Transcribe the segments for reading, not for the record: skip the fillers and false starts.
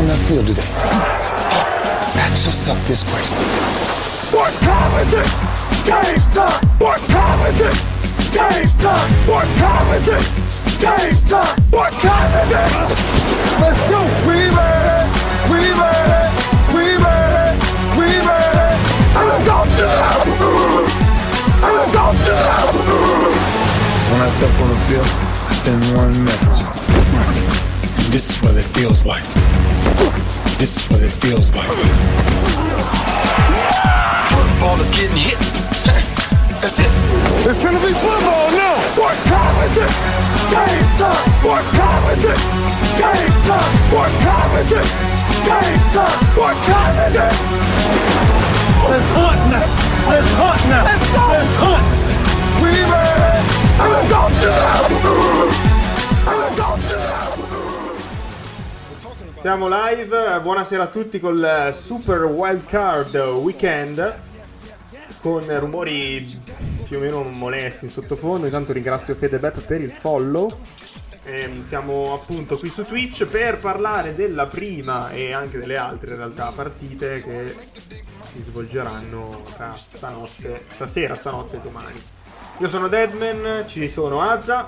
on that field today? Ask yourself this question. What time is it? Game time! What time is it? Game time! What time is it? Game time! What time is it? Let's go! We made it! We made it! We made it! We made it! And let's go! And let's go! When I step on the field, I send one message. This is what it feels like. This is what it feels like. Football is getting hit. That's it. It's gonna be football now. What time is it? Game time. What time is it? Game time. What time is it? Game time. What time is it? Let's hunt now. Let's hunt now. Let's go. Let's hunt. We made it. And let's go. And let's go. Siamo live, buonasera a tutti col Super Wild Card Weekend con rumori più o meno molesti in sottofondo. Intanto ringrazio Fede Bepp per il follow. Siamo appunto qui su Twitch per parlare della prima e anche delle altre in realtà partite che si svolgeranno tra stasera, stanotte e domani. Io sono Deadman, ci sono Azza.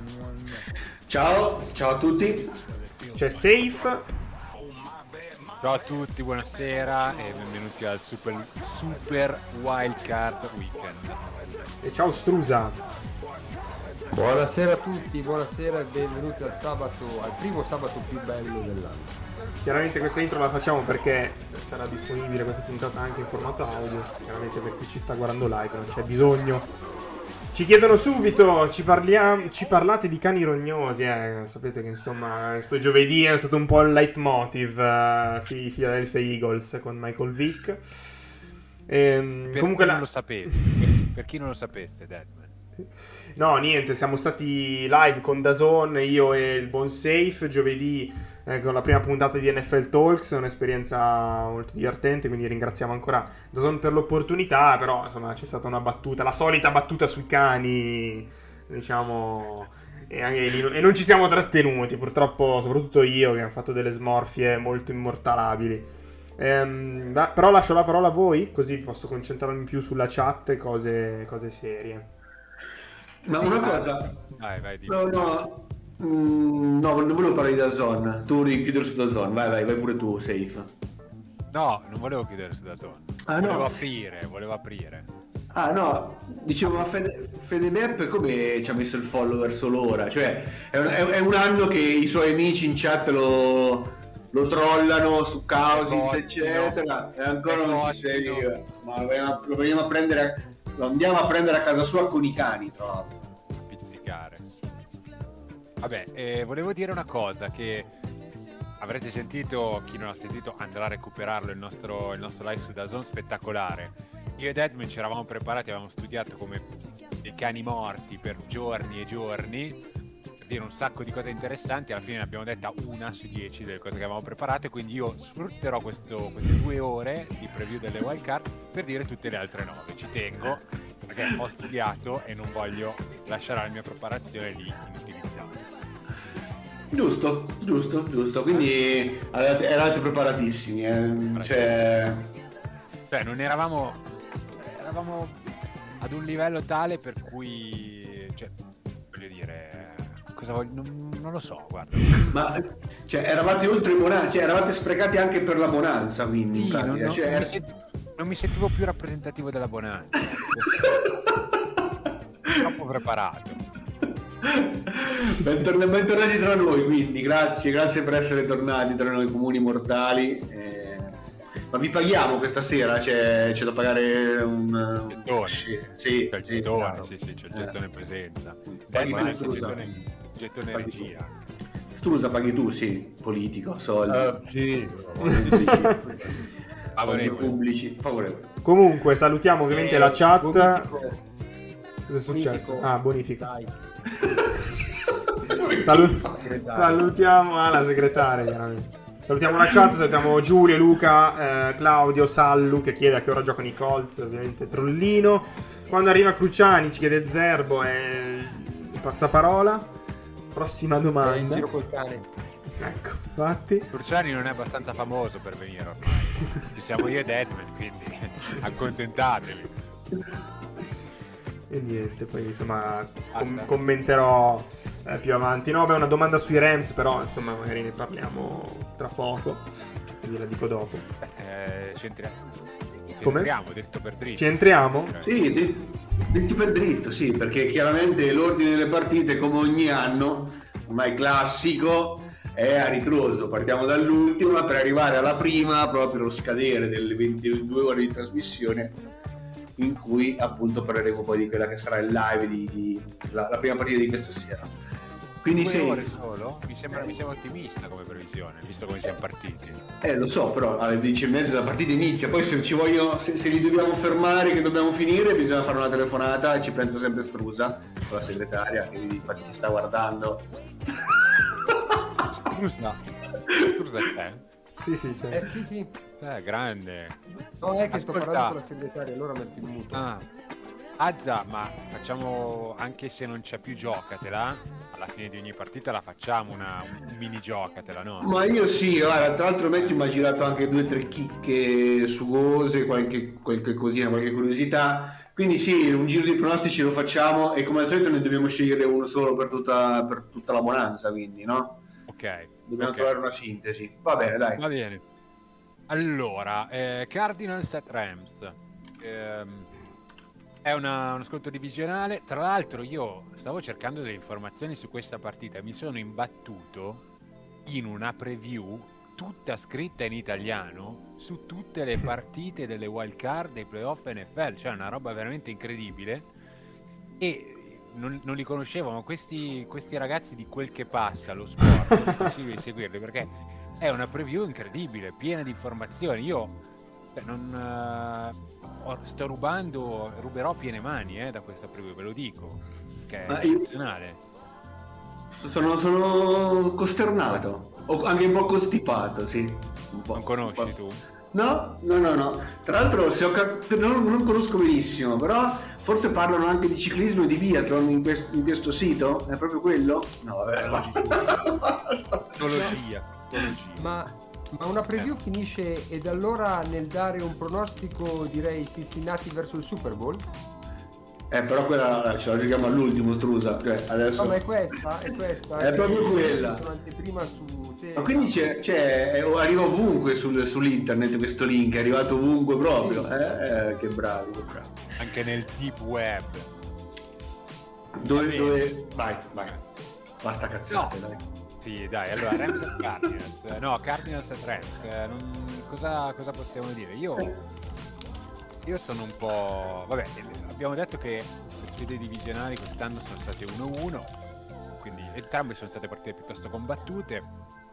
Ciao a tutti. C'è Safe. Ciao a tutti, buonasera e benvenuti al Super Wild Card Weekend. E ciao Strusa. Buonasera a tutti, buonasera e benvenuti al primo sabato più bello dell'anno. Chiaramente questa intro la facciamo perché sarà disponibile questa puntata anche in formato audio. Chiaramente per chi ci sta guardando live non c'è bisogno. Ci chiedono subito, ci parlate di cani rognosi, sapete che insomma questo giovedì è stato un po' il leitmotiv Philadelphia Eagles con Michael Vick. Comunque non lo sapete, per chi non lo sapesse, Deadman. No, niente, siamo stati live con DAZN, io e il buon Safe, giovedì con la prima puntata di NFL Talks, un'esperienza molto divertente, quindi ringraziamo ancora DAZN per l'opportunità, però insomma c'è stata una battuta, la solita battuta sui cani, diciamo, e non ci siamo trattenuti, purtroppo, soprattutto io che ho fatto delle smorfie molto immortalabili. Però lascio la parola a voi, così posso concentrarmi più sulla chat e cose serie. Ma una cosa. Vai. No, non volevo parlare di DAZN. Tu devi chiudere su DAZN. Vai pure tu, Safe. No, non volevo chiudere su DAZN. Volevo aprire. Ah no, dicevo, ma Fede Bepp come ci ha messo il follow verso l'ora? Cioè, è un anno che i suoi amici in chat lo trollano su Cousins, eccetera, e ancora non ci sei. Ma lo veniamo a prendere. Lo andiamo a prendere a casa sua con i cani, tra l'altro. Pizzicare. Vabbè, volevo dire una cosa che avrete sentito, chi non ha sentito andrà a recuperarlo, il nostro live su DAZN spettacolare. Io e Deadman ci eravamo preparati, avevamo studiato come dei cani morti per giorni e giorni, per dire un sacco di cose interessanti. Alla fine ne abbiamo detta una su 10 delle cose che avevamo preparato, e quindi io sfrutterò queste 2 ore di preview delle wild card per dire tutte le altre 9. Ci tengo perché ho studiato e non voglio lasciare la mia preparazione lì inutilizzata. Giusto. Quindi eravate preparatissimi, Cioè, non eravamo ad un livello tale per cui, cioè, voglio dire, cosa voglio, non lo so, guarda. Ma cioè eravate oltre bonanza, cioè eravate sprecati anche per la bonanza, quindi sì, in pratica, non mi sentivo più rappresentativo della bonanza. Troppo preparato. Bentornati tra noi, quindi grazie per essere tornati tra noi comuni mortali. Ma vi paghiamo questa sera? C'è da pagare un gettone. Sì, c'è il gettone, c'è il gettone presenza. Paghi Paghi tu, gettone paghi regia. Strusa, paghi tu, sì, politico, soldi. Sì. Soldi pubblici, favorevoli. Comunque salutiamo ovviamente la chat. Bonifico. Cosa è successo? Bonifico. Dai. Salutiamo la segretaria, chiaramente. Salutiamo la chat, salutiamo Giulio, Luca, Claudio, Sallu che chiede a che ora giocano i Colts, ovviamente Trollino. Quando arriva Cruciani ci chiede Zerbo e il passaparola. Prossima domanda. In giro col cane. Ecco, infatti. Turciani non è abbastanza famoso per venire ormai. Ci siamo io ed Edmund, quindi accontentatevi. E niente, poi insomma commenterò più avanti. No, beh, una domanda sui Rams, però insomma magari ne parliamo tra poco, quindi la dico dopo. Entriamo, detto per dritto. Ci entriamo? Sì, detto per dritto, sì, perché chiaramente l'ordine delle partite, come ogni anno, ormai classico, è a ritroso. Partiamo dall'ultima per arrivare alla prima, proprio lo scadere delle 22 ore di trasmissione, in cui appunto parleremo poi di quella che sarà il live la prima partita di questa sera. Quindi 2 ore solo? Mi sembra ottimista come previsione, visto come siamo partiti. Lo so, però alle 10:30 la partita inizia, poi se li dobbiamo fermare, che dobbiamo finire, bisogna fare una telefonata, e ci penso sempre Strusa, con la segretaria, che infatti ci sta guardando. Strusa è te? Sì, certo. Sì. Grande. No, è che Ascolta. sto parlando con la segretaria, allora metti il muto. Azza, ma facciamo, anche se non c'è più giocatela, alla fine di ogni partita la facciamo un mini giocatela, no? Ma io sì, guarda, tra l'altro Matthew mi ha girato anche 2 o 3 chicche suose, qualche cosina, qualche curiosità, quindi sì, un giro di pronostici lo facciamo e come al solito ne dobbiamo scegliere uno solo per tutta la bonanza, quindi no? Ok. Dobbiamo trovare una sintesi. Va bene, dai. Va bene. Allora, Cardinals at Rams. È uno scontro divisionale. Tra l'altro io stavo cercando delle informazioni su questa partita e mi sono imbattuto in una preview tutta scritta in italiano su tutte le partite delle wild card dei playoff NFL, cioè una roba veramente incredibile. E non li conoscevo, ma questi ragazzi di Quel Che Passa, lo sport, è possibile seguirli perché è una preview incredibile, piena di informazioni. Io ruberò piene mani da questa preview, ve lo dico, che è eccezionale. Sono costernato, anche un po' costipato, sì. Un po', non conosci tu? No. Tra l'altro non conosco benissimo, però forse parlano anche di ciclismo e di biathlon in questo sito? È proprio quello? No, vabbè. Teologia. Ma una preview finisce ed allora nel dare un pronostico direi Cincinnati verso il Super Bowl? Però quella ce la giochiamo all'ultimo, Strusa, cioè adesso... No, ma è questa. È proprio quella. Prima su te. Ma quindi arriva ovunque sull'internet questo link, è arrivato ovunque proprio. Sì. Che bravi. Anche nel deep web. Dove... Vai. Basta cazzate, no. Dai. Sì, dai, allora Rams e Cardinals. No, Cardinals e Rams. Cosa possiamo dire? Io sono un po'... Vabbè, abbiamo detto che le sfide divisionali quest'anno sono state 1-1, quindi entrambe sono state partite piuttosto combattute,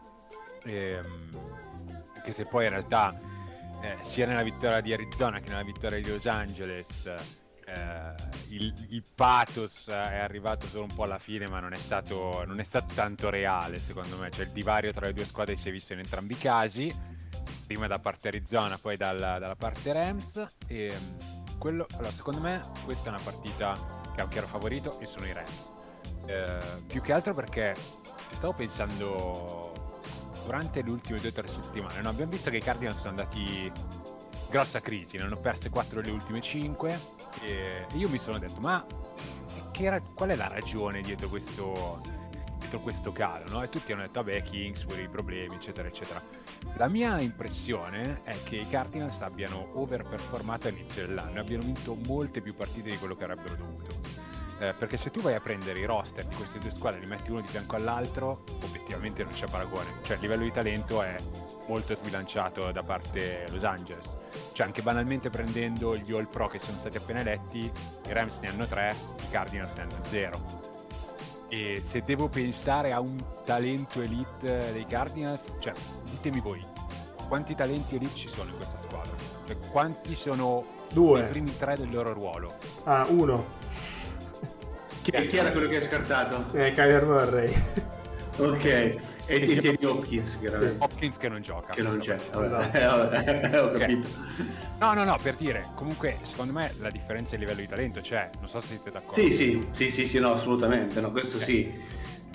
anche se poi in realtà sia nella vittoria di Arizona che nella vittoria di Los Angeles il pathos è arrivato solo un po' alla fine, ma non è stato tanto reale secondo me, cioè il divario tra le due squadre si è visto in entrambi i casi, prima da parte Arizona, poi dalla parte Rams. Allora, secondo me questa è una partita che ha un chiaro favorito e sono i Rams, più che altro perché ci stavo pensando durante le ultime 2 o 3 settimane, no? Abbiamo visto che i Cardinals sono andati grossa crisi, ne hanno perse 4 delle ultime 5 e io mi sono detto ma qual è la ragione dietro questo calo, no? E tutti hanno detto vabbè, Kings pure i problemi eccetera eccetera. La mia impressione è che i Cardinals abbiano overperformato all'inizio dell'anno e abbiano vinto molte più partite di quello che avrebbero dovuto, perché se tu vai a prendere i roster di queste due squadre e li metti uno di fianco all'altro, obiettivamente non c'è paragone, cioè il livello di talento è molto sbilanciato da parte Los Angeles, cioè anche banalmente prendendo gli All Pro che sono stati appena eletti, i Rams ne hanno 3, i Cardinals ne hanno 0. E se devo pensare a un talento elite dei Cardinals, cioè ditemi voi quanti talenti elite ci sono in questa squadra, cioè quanti sono 2 i primi 3 del loro ruolo? 1. Chi era quello che hai scartato? Kyler Murray. Ok, e Tieni Hopkins, sì. Hopkins che non gioca, che non c'è, Esatto. ho capito. No, per dire, comunque secondo me la differenza è il livello di talento, cioè non so se siete d'accordo. Sì, no, assolutamente, no, questo sì.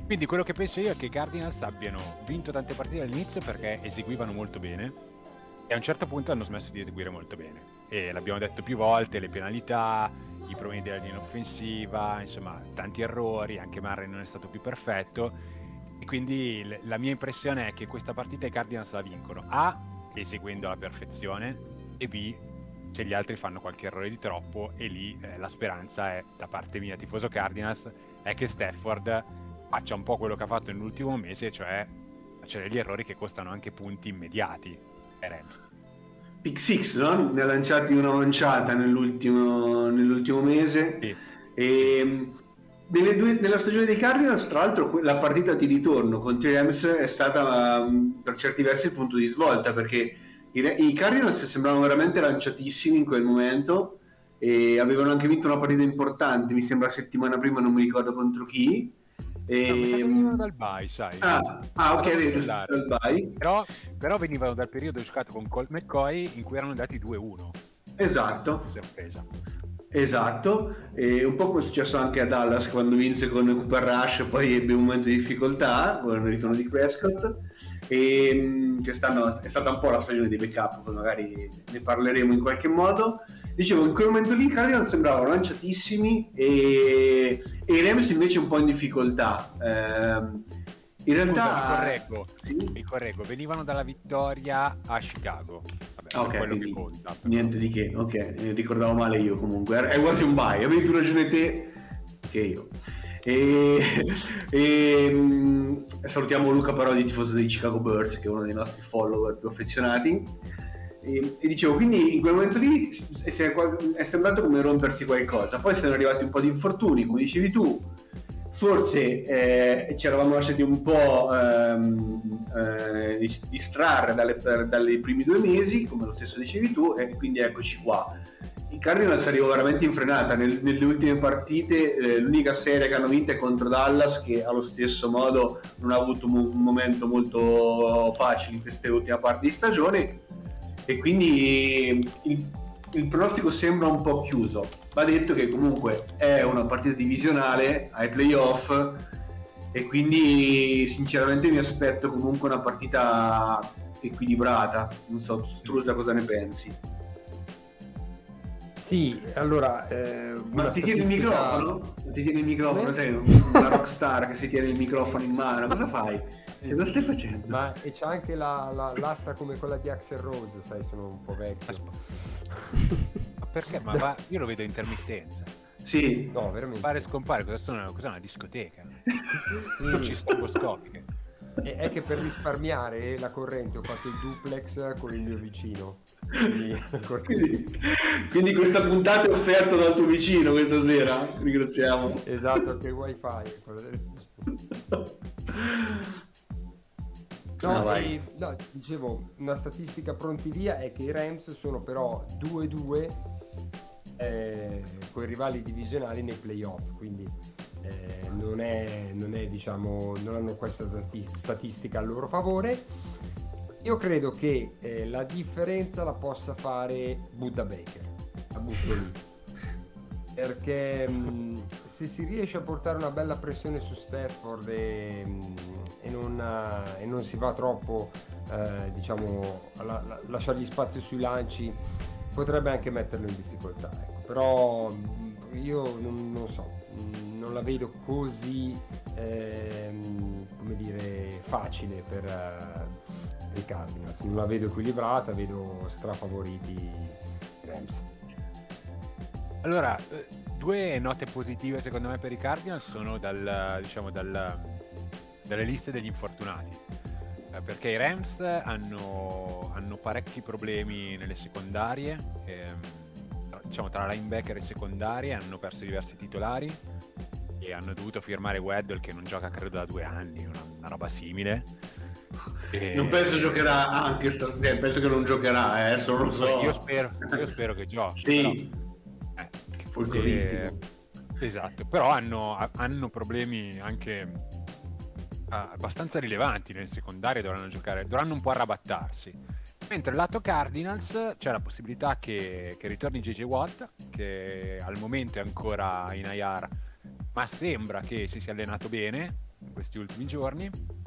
Quindi quello che penso io è che i Cardinals abbiano vinto tante partite all'inizio perché eseguivano molto bene e a un certo punto hanno smesso di eseguire molto bene. E l'abbiamo detto più volte, le penalità, i problemi della linea offensiva, insomma tanti errori, anche Murray non è stato più perfetto e quindi la mia impressione è che questa partita i Cardinals la vincono A, eseguendo alla perfezione, e B, se gli altri fanno qualche errore di troppo, e lì la speranza è, da parte mia tifoso Cardinals, è che Stafford faccia un po' quello che ha fatto nell'ultimo mese, cioè faccia degli errori che costano anche punti immediati ai Rams. Pick six, no? Ne ha lanciati una manciata nell'ultimo mese. Sì. E nella stagione dei Cardinals, tra l'altro, la partita di ritorno contro i Rams è stata per certi versi il punto di svolta, perché i Cardinals sembravano veramente lanciatissimi in quel momento e avevano anche vinto una partita importante, mi sembra la settimana prima, non mi ricordo contro chi. Venivano dal bye, sai. Ok, vedi, dal bye. Però venivano dal periodo giocato con Colt McCoy in cui erano andati 2-1. Esatto. Sorpresa. Esatto, e un po' come è successo anche a Dallas quando vinse con Cooper Rush, poi ebbe un momento di difficoltà con il ritorno di Prescott, e quest'anno è stata un po' la stagione dei backup, poi magari ne parleremo in qualche modo. Dicevo, in quel momento lì i Cardinals sembravano lanciatissimi e i Rams invece un po' in difficoltà. In realtà mi correggo, venivano dalla vittoria a Chicago. Vabbè, ok, quello quindi che conta. niente di che, ok, ricordavo male io comunque, è quasi un bye, avevi più ragione te che io. Salutiamo Luca Parodi, tifoso dei Chicago Bears, che è uno dei nostri follower più affezionati. E dicevo, quindi in quel momento lì è sembrato come rompersi qualcosa, poi sono arrivati un po' di infortuni, come dicevi tu. Forse ci eravamo lasciati un po' distrarre dalle primi 2 mesi, come lo stesso dicevi tu, e quindi eccoci qua. I Cardinals arrivano veramente in frenata nelle ultime partite. L'unica serie che hanno vinto è contro Dallas, che allo stesso modo non ha avuto un momento molto facile in queste ultime parti di stagione, e quindi il pronostico sembra un po' chiuso. Va detto che comunque è una partita divisionale ai playoff e quindi sinceramente mi aspetto comunque una partita equilibrata. Non so, Trusa, cosa ne pensi? Sì, allora ma ti tieni il microfono? Ti tieni il microfono? Sei una rockstar che si tiene il microfono in mano, cosa fai? Cosa stai facendo? Ma e c'è anche l'asta come quella di Axl Rose, sai, sono un po' vecchio. Ma perché? Ma io lo vedo a intermittenza. Sì. No, veramente. Fare scompare, cos'è una discoteca? Non ci stroboscopiche. È che per risparmiare la corrente ho fatto il duplex con il mio vicino. Quindi questa puntata è offerta dal tuo vicino questa sera. Ringraziamo. Esatto, che wifi è quello del No, dicevo, una statistica pronti via è che i Rams sono però 2-2 con i rivali divisionali nei playoff, quindi non è diciamo, non hanno questa statistica a loro favore. Io credo che la differenza la possa fare Budda Baker, la butto lì, perché se si riesce a portare una bella pressione su Stafford e non si va troppo diciamo a lasciargli spazio sui lanci, potrebbe anche metterlo in difficoltà, ecco. Però io non so, non la vedo così come dire facile per i Cardinals, non la vedo equilibrata, vedo strafavoriti i Rams. Allora, 2 note positive secondo me per i Cardinals sono dalle liste degli infortunati, perché i Rams hanno parecchi problemi nelle secondarie, diciamo tra linebacker e secondarie hanno perso diversi titolari e hanno dovuto firmare Weddle, che non gioca credo da 2 anni, una roba simile. Non penso giocherà anche penso che non giocherà, adesso non lo so. Io spero che giochi. Sì. Però, esatto, però hanno problemi anche abbastanza rilevanti nel secondario, dovranno un po' arrabattarsi. Mentre lato Cardinals c'è la possibilità che ritorni JJ Watt, che al momento è ancora in IR, ma sembra che si sia allenato bene, questi ultimi giorni.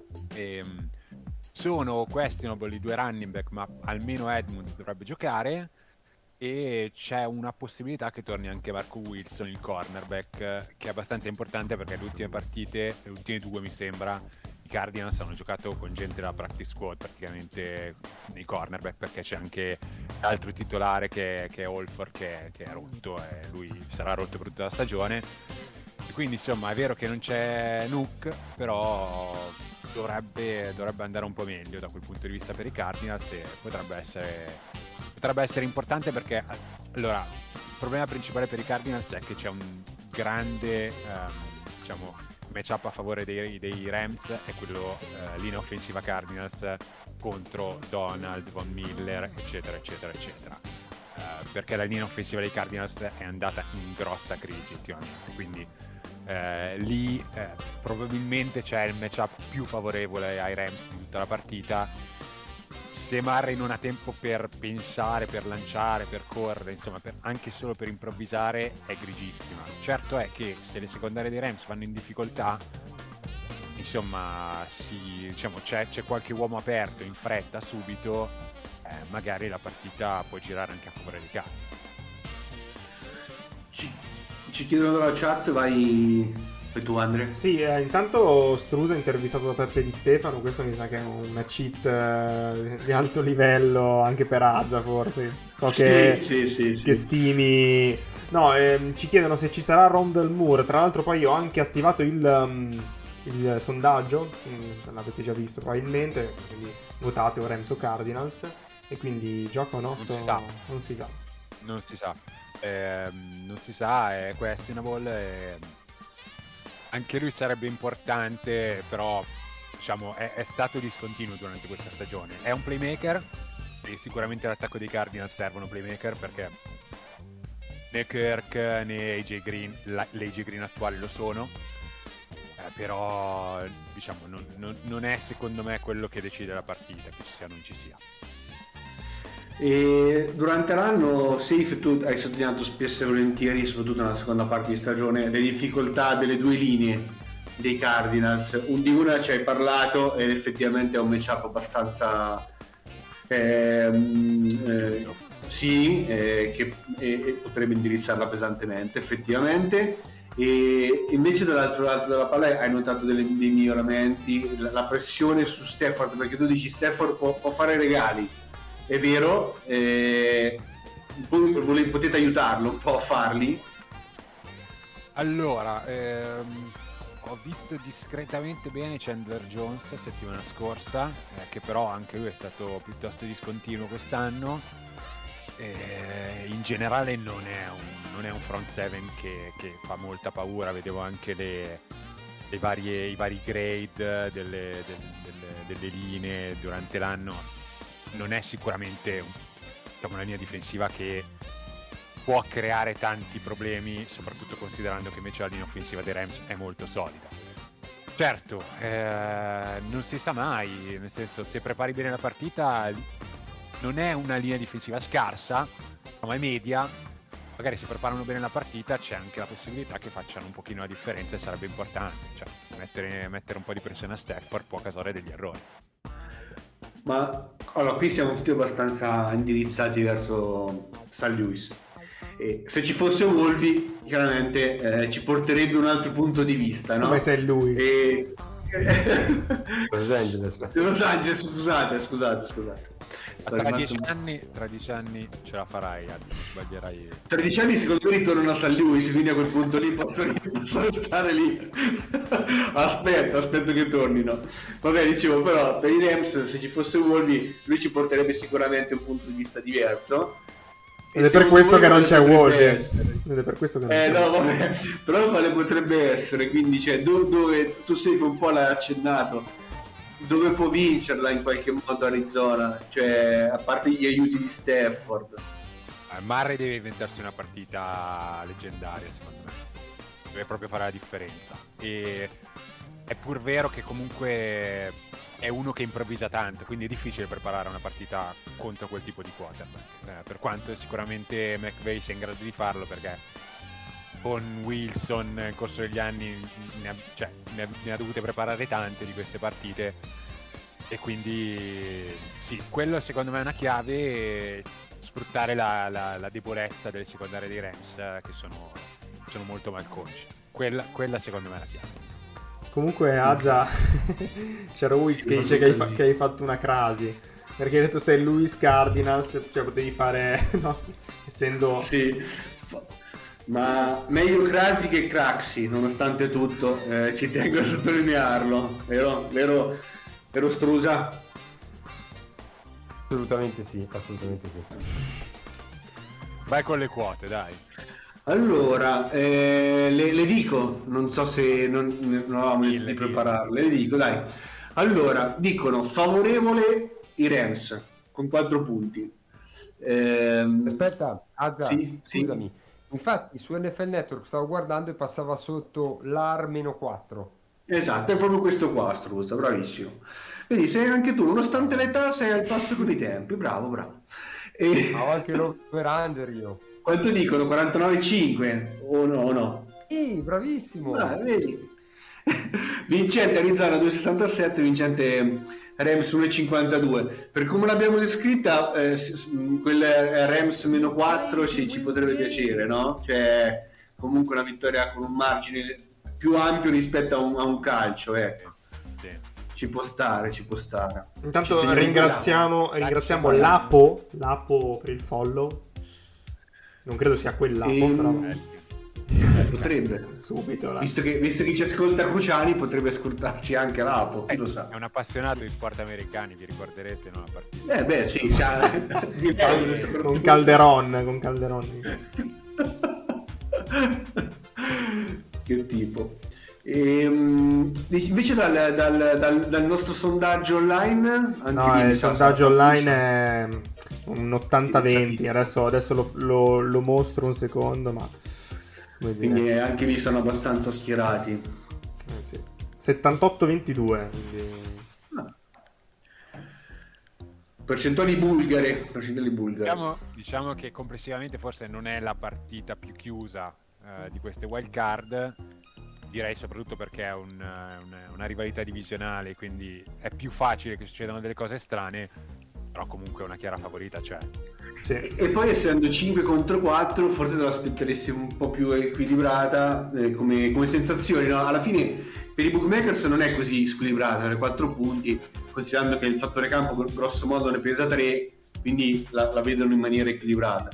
Sono questionable i 2 running back, ma almeno Edmonds dovrebbe giocare, e c'è una possibilità che torni anche Marco Wilson, il cornerback, che è abbastanza importante perché le ultime partite, le ultime 2 mi sembra, i Cardinals hanno giocato con gente della practice squad praticamente nei cornerback, perché c'è anche l'altro titolare che è Holford che è rotto, e lui sarà rotto per tutta la stagione, e quindi insomma è vero che non c'è Nuk, però dovrebbe andare un po' meglio da quel punto di vista per i Cardinals, e potrebbe essere importante, perché allora il problema principale per i Cardinals è che c'è un grande diciamo matchup a favore dei Rams, è quello linea offensiva Cardinals contro Donald, Von Miller, eccetera eccetera eccetera, perché la linea offensiva dei Cardinals è andata in grossa crisi ultimamente, quindi lì probabilmente c'è il matchup più favorevole ai Rams di tutta la partita. Se Murray non ha tempo per pensare, per lanciare, per correre, insomma anche solo per improvvisare, è grigissima. Certo è che se le secondarie dei Rams vanno in difficoltà, insomma c'è qualche uomo aperto in fretta subito, magari la partita può girare anche a favore dei Cardinals. Ci chiedono dalla chat, vai tu Andre. Sì, intanto Strusa è intervistato da Peppe Di Stefano, questo mi sa che è una cheat di alto livello anche per Azza, forse. So che stimi. No, ci chiedono se ci sarà Rondale Moore. Tra l'altro poi ho anche attivato il sondaggio, se l'avete già visto probabilmente, quindi votate o Rams o Cardinals, e quindi gioca o no? Non si sa, è questionable, anche lui sarebbe importante, però diciamo è stato discontinuo durante questa stagione. È un playmaker e sicuramente l'attacco dei Cardinals servono playmaker, perché né Kirk né AJ Green, l'AJ Green attuale lo sono, però diciamo non è secondo me quello che decide la partita, che ci sia o non ci sia. E durante l'anno, Safe, tu hai sottolineato spesso e volentieri, soprattutto nella seconda parte di stagione, le difficoltà delle 2 linee dei Cardinals. Di una ci hai parlato ed effettivamente è un matchup abbastanza che potrebbe indirizzarla pesantemente effettivamente. E invece dall'altro lato della palla hai notato dei miglioramenti, la pressione su Stafford, perché tu dici Stafford può fare regali. È vero, potete aiutarlo un po' a farli? Allora, ho visto discretamente bene Chandler Jones settimana scorsa, che però anche lui è stato piuttosto discontinuo quest'anno. In generale non è un front seven che fa molta paura. Vedevo anche i vari grade delle linee durante l'anno. Non è sicuramente una linea difensiva che può creare tanti problemi, soprattutto considerando che invece la linea offensiva dei Rams è molto solida. Certo, non si sa mai, nel senso, se prepari bene la partita non è una linea difensiva scarsa, ma è media. Magari se preparano bene la partita c'è anche la possibilità che facciano un pochino la differenza, e sarebbe importante, cioè mettere un po' di pressione a Stafford può causare degli errori. Ma allora, qui siamo tutti abbastanza indirizzati verso St. Louis, e se ci fosse Wolvi chiaramente ci porterebbe un altro punto di vista, no? Come St. Louis Los Angeles, scusate. Tra 10 anni ce la farai, anzi non sbaglierai. 13 anni secondo me ritornano a St. Louis, quindi a quel punto lì possono stare lì. aspetto che tornino. Vabbè, dicevo, però per i Rams, se ci fosse Wolvi, lui ci porterebbe sicuramente un punto di vista diverso. Ed è per questo che non c'è Wolvi. Ed è per questo che non c'è. No, vabbè, però quale potrebbe essere? Quindi dove tu sei un po' l'hai accennato, dove può vincerla in qualche modo Arizona, cioè a parte gli aiuti di Stafford. Murray deve inventarsi una partita leggendaria, secondo me, deve proprio fare la differenza, e è pur vero che comunque è uno che improvvisa tanto, quindi è difficile preparare una partita contro quel tipo di quarterback, per quanto sicuramente McVay sia in grado di farlo, perché con Wilson nel corso degli anni ne ha dovute preparare tante di queste partite, e quindi sì, quello secondo me è una chiave, sfruttare la debolezza delle secondarie dei Rams, che sono molto malconci. Quella secondo me è la chiave. Comunque Azza c'era Wiz che dice che hai fatto una crasi, perché hai detto sei Louis Cardinals, cioè potevi fare no? Essendo sì, ma meglio crasi che craxi, nonostante tutto, ci tengo a sottolinearlo, vero Strusa? Assolutamente sì. Vai con le quote, dai. Allora, le dico, non so se non avevamo detto di prepararle, le dico, dai. Allora, dicono favorevole i Rams con 4 punti. Aspetta, Azza, sì, scusami. sì. Infatti su NFL Network stavo guardando e passava sotto l'AR-4. Esatto, è proprio questo qua, Strusa, bravissimo. Vedi, sei anche tu, nonostante l'età, sei al passo con i tempi, bravo. Ho anche l'over-under io. Quanto dicono? 49,5? O no? Sì, bravissimo. Vedi. Vincente Arizona 2,67, vincente Rams 1,52. Per come l'abbiamo descritta, quel Rams -4 ci potrebbe piacere, no? Cioè, comunque una vittoria con un margine più ampio rispetto a un calcio, ecco. Sì. Ci può stare. Intanto ringraziamo Lapo per il follow. Non credo sia quel Lapo, però potrebbe subito visto che ci ascolta Cruciani, potrebbe ascoltarci anche Lapo, chi lo sa. È un appassionato di sport americani, vi ricorderete, no? La partita. Sì, con Calderon che tipo. Invece dal nostro sondaggio online, anche il sondaggio online è un 80-20. Adesso lo mostro un secondo, ma quindi anche lì sono abbastanza schierati. Sì. 78-22 quindi... Percentuali bulgare. Diciamo che complessivamente forse non è la partita più chiusa di queste wild card, direi, soprattutto perché è una rivalità divisionale, quindi è più facile che succedano delle cose strane, però comunque una chiara favorita c'è. Sì. E poi, essendo 5 contro 4, forse te l'aspetteresti un po' più equilibrata come sensazioni, no? Alla fine per i bookmakers non è così squilibrata, le 4 punti, considerando che il fattore campo grosso modo ne pesa 3, quindi la vedono in maniera equilibrata.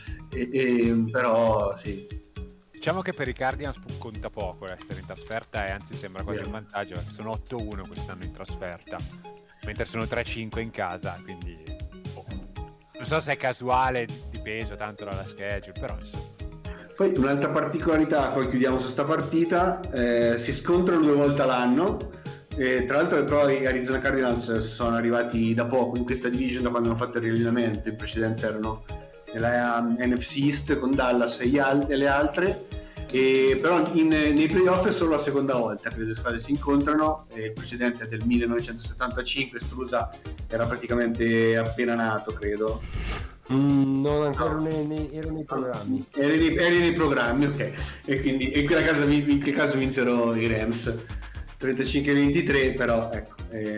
Però sì. Diciamo che per i Cardinals conta poco l'essere in trasferta, e anzi sembra quasi un vantaggio, perché sono 8-1 quest'anno in trasferta, mentre sono 3-5 in casa, quindi non so se è casuale di peso tanto dalla schedule, però insomma. Poi un'altra particolarità, poi chiudiamo su sta partita, si scontrano 2 volte all'anno, tra l'altro però gli Arizona Cardinals sono arrivati da poco in questa division, da quando hanno fatto il riallineamento. In precedenza erano nella NFC East con Dallas e le altre, però nei playoff è solo la seconda volta che le due squadre si incontrano. Il precedente è del 1975, Strusa era praticamente appena nato, credo. Non ancora ero nei programmi. Eri nei programmi, ok. E quindi in quel caso vinsero i Rams 35-23, però ecco.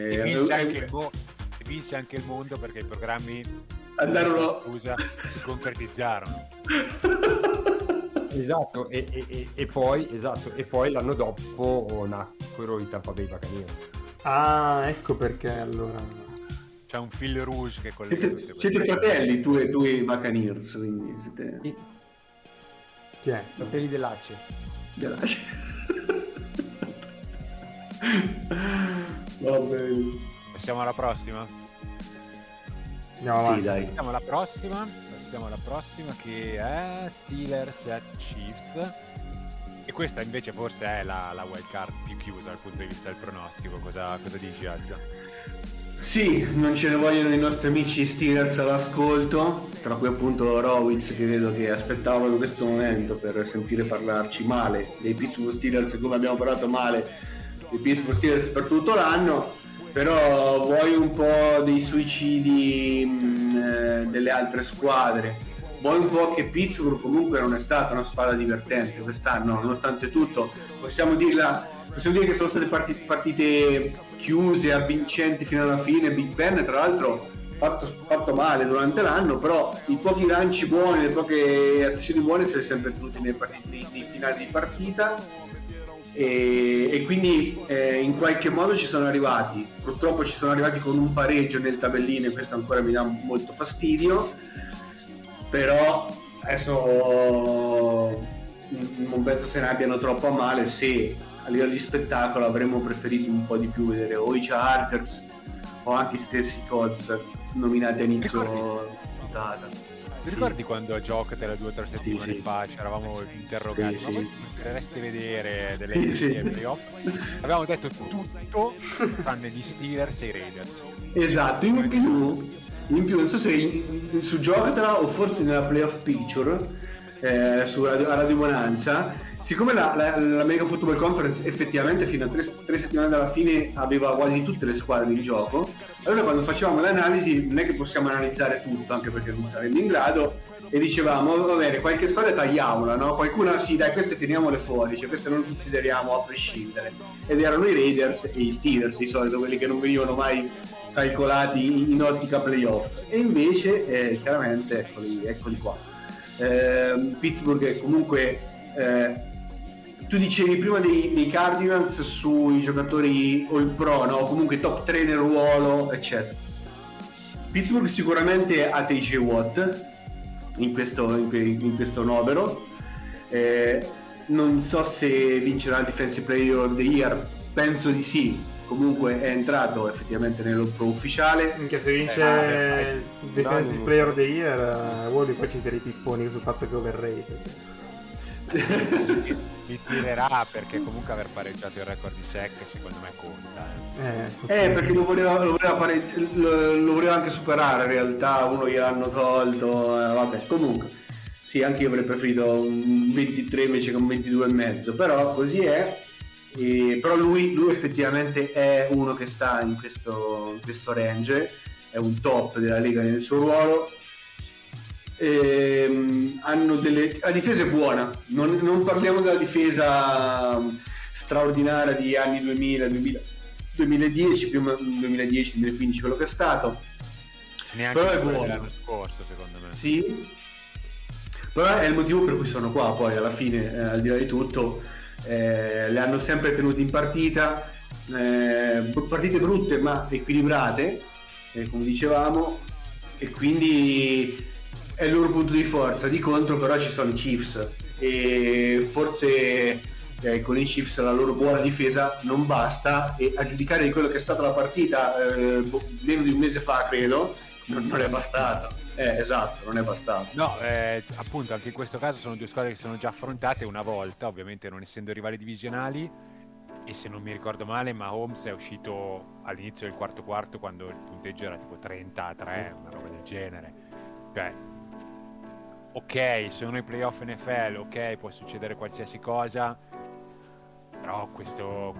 Vinse anche il mondo, perché i programmi andarono si concretizzarono. Esatto, e poi l'anno dopo nacquero i Tampa Bay Buccaneers. Ah, ecco perché allora c'è un fil rouge che collega tutte siete fratelli, tu e i Buccaneers, quindi siete... Sì. Chi è? Fratelli dell'Ace. Va bene. Passiamo alla prossima? Andiamo avanti. Sì, dai. Passiamo alla prossima che è Steelers at Chiefs, e questa invece forse è la wild card più chiusa dal punto di vista del pronostico. Cosa dici, Azza? Sì, non ce ne vogliono i nostri amici Steelers all'ascolto, tra cui appunto Rowitz, che vedo che aspettava proprio questo momento per sentire parlarci male dei Pittsburgh Steelers, come abbiamo parlato male dei Pittsburgh Steelers per tutto l'anno. Però vuoi un po' dei suicidi delle altre squadre, vuoi un po' che Pittsburgh comunque non è stata una squadra divertente quest'anno, nonostante tutto. Possiamo dire che sono state partite chiuse, avvincenti fino alla fine. Big Ben tra l'altro fatto male durante l'anno, però i pochi lanci buoni, le poche azioni buone se le sempre tenute nei finali di partita, e quindi in qualche modo ci sono arrivati. Purtroppo ci sono arrivati con un pareggio nel tabellino e questo ancora mi dà molto fastidio, però adesso non penso se ne abbiano troppo a male. Se a livello di spettacolo avremmo preferito un po' di più vedere o i Chargers o anche i stessi Colts nominati a inizio puntata. Ti ricordi quando a Giocatel 2 o 3 settimane fa ci eravamo interrogati ma voi vorreste vedere delle playoff? Avevamo detto tutto tranne gli Steelers e i Raiders. Esatto, in più non so se su Giocatel o forse nella playoff picture su Radio Bonanza, siccome la Mega Football Conference effettivamente fino a 3 settimane dalla fine aveva quasi tutte le squadre di gioco, allora quando facevamo l'analisi non è che possiamo analizzare tutto, anche perché non saremmo in grado, e dicevamo va bene, qualche squadra tagliamola, no? Qualcuna sì, dai, queste teniamole fuori, cioè queste non consideriamo a prescindere, ed erano i Raiders e gli Steelers di solito quelli che non venivano mai calcolati in ottica playoff, e invece chiaramente eccoli qua. Pittsburgh è comunque tu dicevi prima dei Cardinals sui giocatori all pro, no? Comunque top 3 nel ruolo, eccetera. Pittsburgh sicuramente ha TJ Watt in questo novero, non so se vincerà il Defensive Player of the Year, penso di sì. Comunque è entrato effettivamente nello pro ufficiale. Anche se vince il Defensive Player of the Year, Wally poi ci tira i pipponi sul fatto che overrated. Mi tirerà, perché comunque aver pareggiato il record di sec secondo me conta. Perché lo voleva anche superare, in realtà uno gliel'hanno tolto, vabbè, comunque sì, anche io avrei preferito un 23 invece che un 22,5, però così è. Però lui effettivamente è uno che sta in questo range, è un top della Lega nel suo ruolo. La difesa è buona, non parliamo della difesa straordinaria di anni 2010 più 2010-2015, quello che è stato, neanche però è buono l'anno scorso secondo me. Sì, però è il motivo per cui sono qua, poi alla fine al di là di tutto le hanno sempre tenute in partite brutte ma equilibrate, come dicevamo, e quindi è il loro punto di forza. Di contro però ci sono i Chiefs, e forse con i Chiefs la loro buona difesa non basta, e a giudicare di quello che è stata la partita meno di un mese fa credo non è bastato. Esatto, non è bastato. No, appunto anche in questo caso sono due squadre che sono già affrontate una volta, ovviamente non essendo rivali divisionali, e se non mi ricordo male Mahomes è uscito all'inizio del quarto quando il punteggio era tipo 30-3, una roba del genere. Cioè, ok, sono i playoff NFL, ok, può succedere qualsiasi cosa, però questo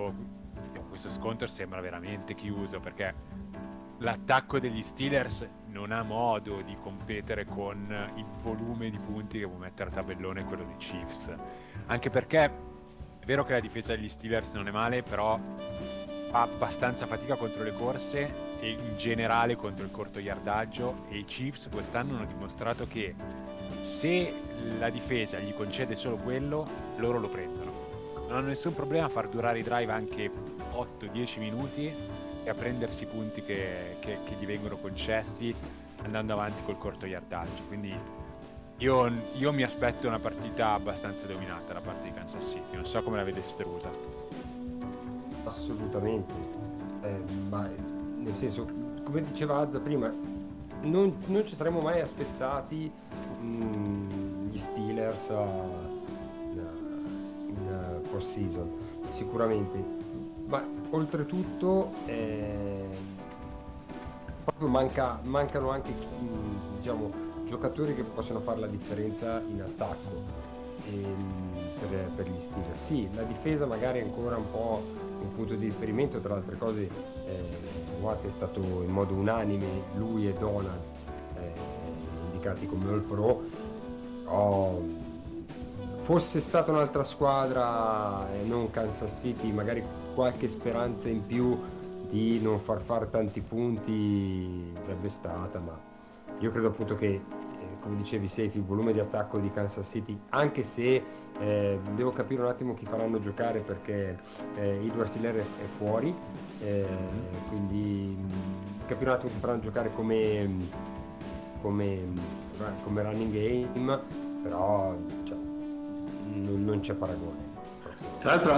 scontro sembra veramente chiuso, perché l'attacco degli Steelers non ha modo di competere con il volume di punti che può mettere a tabellone quello dei Chiefs, anche perché è vero che la difesa degli Steelers non è male, però fa abbastanza fatica contro le corse e in generale contro il corto yardaggio, e i Chiefs quest'anno hanno dimostrato che se la difesa gli concede solo quello, loro lo prendono, non hanno nessun problema a far durare i drive anche 8-10 minuti e a prendersi i punti che gli vengono concessi andando avanti col corto yardaggio. Quindi io mi aspetto una partita abbastanza dominata da parte di Kansas City, non so come la vede Strusa. Assolutamente, ma nel senso, come diceva Azza prima, non ci saremmo mai aspettati gli Steelers in post season, sicuramente. Ma oltretutto proprio mancano anche diciamo giocatori che possono fare la differenza in attacco per gli Steelers. Sì, la difesa magari è ancora un po' un punto di riferimento, tra le altre cose Watt è stato in modo unanime, lui e Donald, in qualificati come All Pro, però fosse stata un'altra squadra e non Kansas City, magari qualche speranza in più di non far fare tanti punti sarebbe stata, ma io credo appunto che come dicevi Seifi, il volume di attacco di Kansas City, anche se devo capire un attimo chi faranno giocare, perché Edwards Helaire è fuori, quindi capire un attimo chi faranno giocare come running game, però cioè, non c'è paragone. Tra l'altro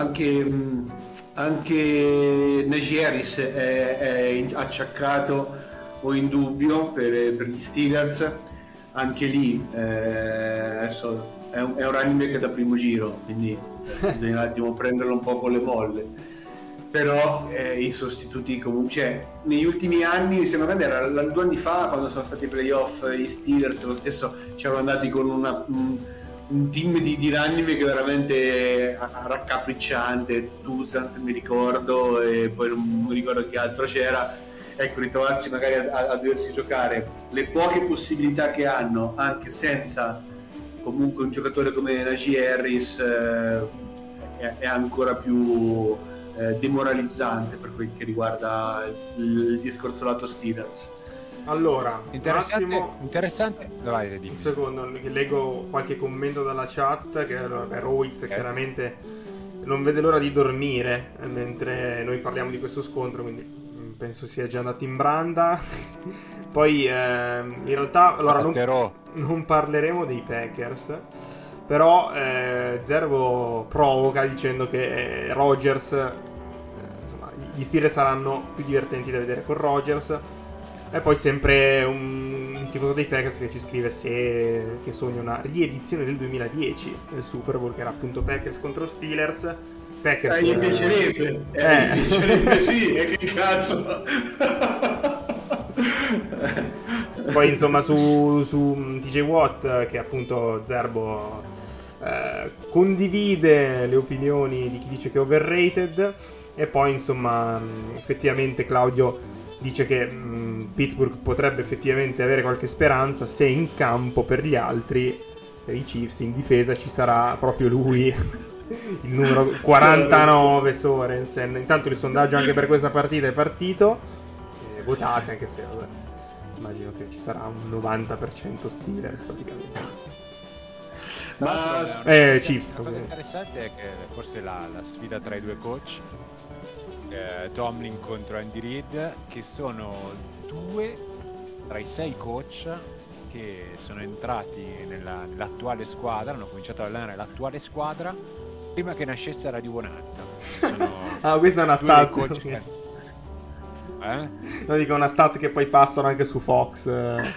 anche Najee Harris è acciaccato o in dubbio per gli Steelers. Anche lì adesso è un running back da primo giro, quindi bisogna un attimo prenderlo un po' con le molle. Però i sostituti comunque, cioè, negli ultimi anni, mi sembra che era 2 anni fa, quando sono stati i playoff, gli Steelers lo stesso c'erano andati con un team di running back veramente raccapricciante, Toussaint mi ricordo, e poi non mi ricordo che altro c'era. Ecco, ritrovarsi magari a doversi giocare le poche possibilità che hanno, anche senza comunque un giocatore come Najee Harris, è ancora più demoralizzante per quel che riguarda il discorso lato Steelers. Allora, interessante. Vai, un secondo, leggo qualche commento dalla chat, che Roiz chiaramente non vede l'ora di dormire mentre noi parliamo di questo scontro, quindi penso sia già andato in branda. Poi in realtà allora non parleremo dei Packers, però Zervo provoca dicendo che Rodgers, insomma, gli Steelers saranno più divertenti da vedere con Rodgers. E poi sempre un tifoso dei Packers che ci scrive che sogna una riedizione del 2010 del Super Bowl, che era appunto Packers contro Steelers. Packers, gli piacerebbe, mi piacerebbe, sì, e che cazzo. Poi insomma su TJ Watt, che appunto Zerbo condivide le opinioni di chi dice che è overrated, e poi insomma effettivamente Claudio dice che Pittsburgh potrebbe effettivamente avere qualche speranza se in campo per gli altri, per i Chiefs, in difesa ci sarà proprio lui, il numero 49 Sorensen. Intanto il sondaggio anche per questa partita è partito, votate, anche se vabbè, immagino che ci sarà un 90% Steelers praticamente. Ma Chiefs. La cosa interessante è che forse la sfida tra i due coach, Tomlin contro Andy Reid, che sono 2 tra i 6 coach che sono entrati nell'attuale squadra, hanno cominciato ad allenare l'attuale squadra prima che nascesse Radio Bonanza. Questa è una stat che... No, dico una stat che poi passano anche su Fox.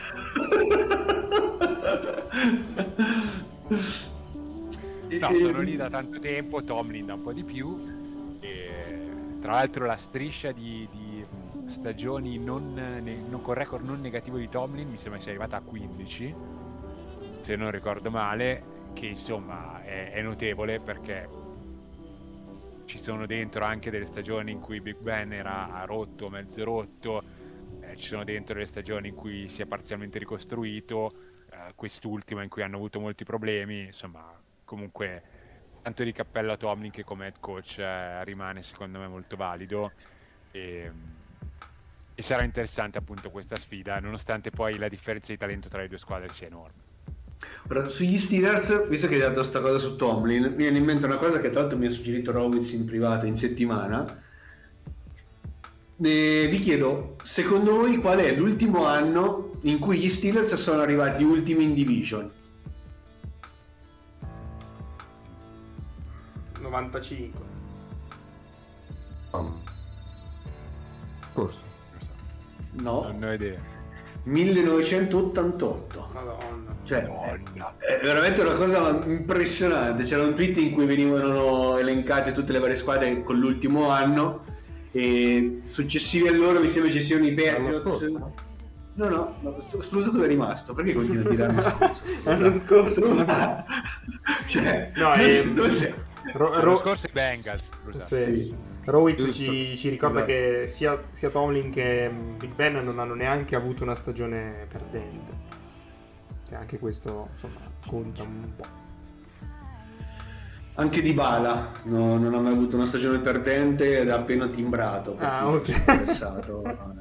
No, sono lì da tanto tempo, Tomlin da un po' di più, e tra l'altro la striscia di stagioni con record non negativo di Tomlin mi sembra sia arrivata a 15, se non ricordo male, che insomma è notevole, perché ci sono dentro anche delle stagioni in cui Big Ben era rotto, mezzo rotto, ci sono dentro delle stagioni in cui si è parzialmente ricostruito, quest'ultima in cui hanno avuto molti problemi. Insomma, comunque tanto di cappello a Tomlin, che come head coach rimane secondo me molto valido, e sarà interessante appunto questa sfida, nonostante poi la differenza di talento tra le due squadre sia enorme. Ora, sugli Steelers, visto che hai dato sta cosa su Tomlin, mi viene in mente una cosa che tra l'altro mi ha suggerito Rowiz in privato in settimana. Vi chiedo, secondo voi qual è l'ultimo anno in cui gli Steelers sono arrivati ultimi in division? 95. Forse. No, Non ne ho idea. 1988. Madonna. Cioè, è veramente una cosa impressionante. C'era un tweet in cui venivano elencate tutte le varie squadre con l'ultimo anno, e successivi a loro mi sembra ci siano i Patriots. No, scusa, dove è rimasto? Perché continui a dire l'anno scorso? L'anno scorso? Cioè, no, dove sei? L'anno scorso i Bengals. Sì. Rowiz ci ricorda che sia Tomlin che Big Ben non hanno neanche avuto una stagione perdente. che anche questo insomma conta un po'. Anche Dybala non ha mai avuto una stagione perdente ed ha appena timbrato, Ok. interessato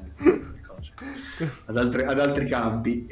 ad altri campi.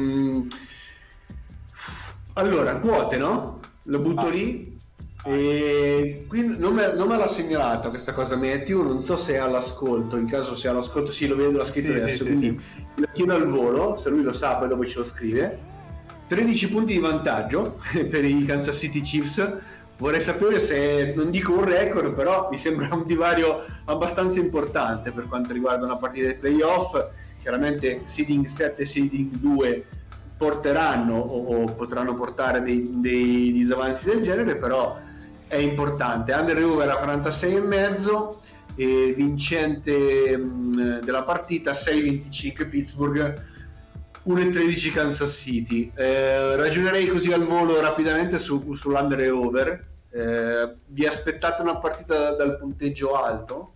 Allora, quote, no? Lo butto lì. E qui non me l'ha segnalato questa cosa Matthew, non so se è all'ascolto, in caso sia all'ascolto, sì, lo vedo, l'ha scritto adesso, quindi lo chiedo al volo, se lui lo sa poi dopo ce lo scrive. 13 punti di vantaggio per i Kansas City Chiefs. Vorrei sapere se, non dico un record, però mi sembra un divario abbastanza importante per quanto riguarda una partita dei playoff. Chiaramente seeding 7 e seeding 2 porteranno o potranno portare dei disavanzi del genere, però è importante. Under over a 46,5 e vincente della partita 6-25 Pittsburgh, 1-13 Kansas City. Ragionerei così al volo rapidamente sull'under e over. Vi aspettate una partita dal punteggio alto?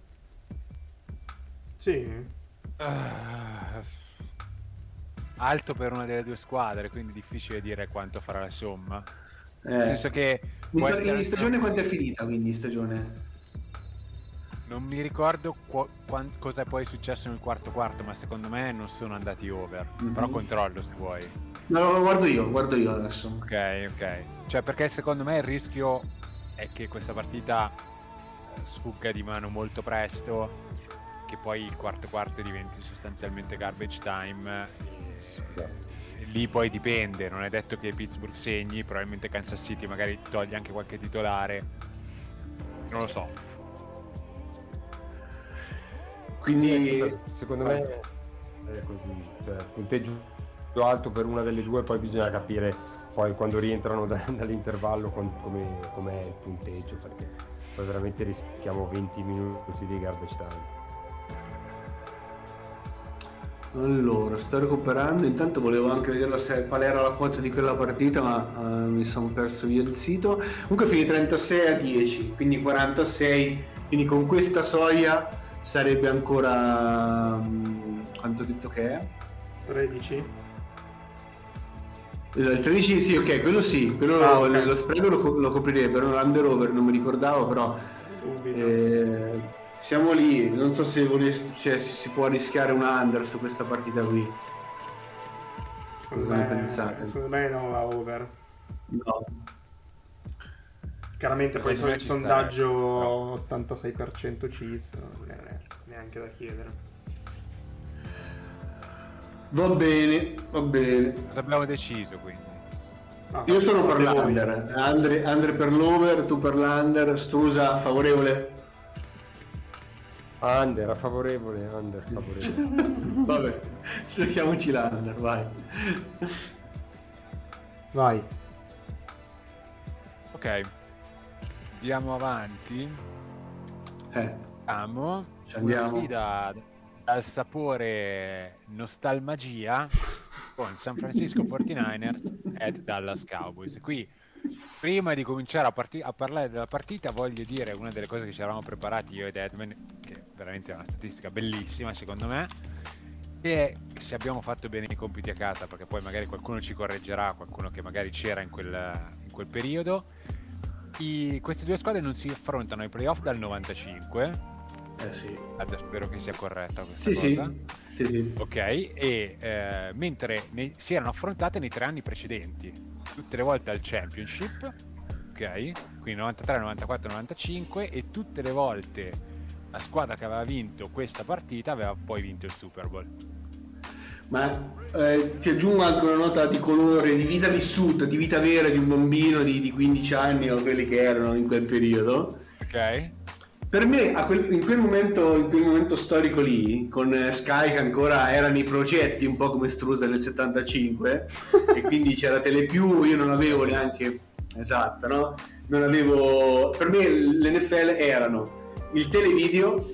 Sì. Alto per una delle due squadre, quindi difficile dire quanto farà la somma. Nel senso che in stagione quanto è finita, quindi in stagione? Non mi ricordo cosa è poi successo nel quarto, ma secondo me non sono andati over. Però controllo se vuoi. No, lo guardo io adesso. Ok. Cioè, perché secondo me il rischio è che questa partita sfugga di mano molto presto, che poi il quarto diventi sostanzialmente garbage time. E lì poi dipende, non è detto che Pittsburgh segni, probabilmente Kansas City magari toglie anche qualche titolare, non lo so. Quindi secondo me è così, cioè, punteggio alto per una delle due, poi bisogna capire poi quando rientrano dall'intervallo com'è il punteggio, perché poi veramente rischiamo 20 minuti di garbage time. Allora, sto recuperando, intanto volevo anche vedere qual era la quota di quella partita, ma mi sono perso via il sito. Comunque finì 36-10, quindi 46, quindi con questa soglia sarebbe ancora quanto ho detto che è? 13? Il 13 sì, ok, quello sì, quello okay. Lo spread lo coprirebbero, l'under over non mi ricordavo, però siamo lì, non so se si può rischiare un under su questa partita qui. Cosa ne pensate? Secondo me no, va over. No. Chiaramente poi il sondaggio 86% Chiefs, non è neanche da chiedere. Va bene. Cosa abbiamo deciso quindi? Io sono per l'under, Andre per l'over, tu per l'under, Strusa favorevole? Under favorevole. Vabbè, cerchiamoci l'under, vai. Ok, andiamo avanti. Andiamo. Una sfida dal sapore nostalgia con San Francisco 49ers e Dallas Cowboys. Qui, prima di cominciare a parlare della partita, voglio dire una delle cose che ci eravamo preparati io ed Edman, che veramente è una statistica bellissima secondo me, e se abbiamo fatto bene i compiti a casa, perché poi magari qualcuno ci correggerà, qualcuno che magari c'era in quel periodo. Queste due squadre non si affrontano ai playoff dal 95. Sì. Adesso spero che sia corretta questa cosa. Sì. Ok, e mentre si erano affrontate nei 3 anni precedenti, tutte le volte al championship, ok? Quindi 93, 94, 95, e tutte le volte la squadra che aveva vinto questa partita aveva poi vinto il Super Bowl. Ma ti aggiungo anche una nota di colore, di vita vissuta, di vita vera di un bambino di 15 anni o quelli che erano in quel periodo. Ok. Per me in quel momento storico lì, con Sky che ancora era nei progetti, un po' come Strusa nel 75, e quindi c'era Telepiù, io non avevo neanche, esatto, no? Non avevo, per me l'NFL erano il televideo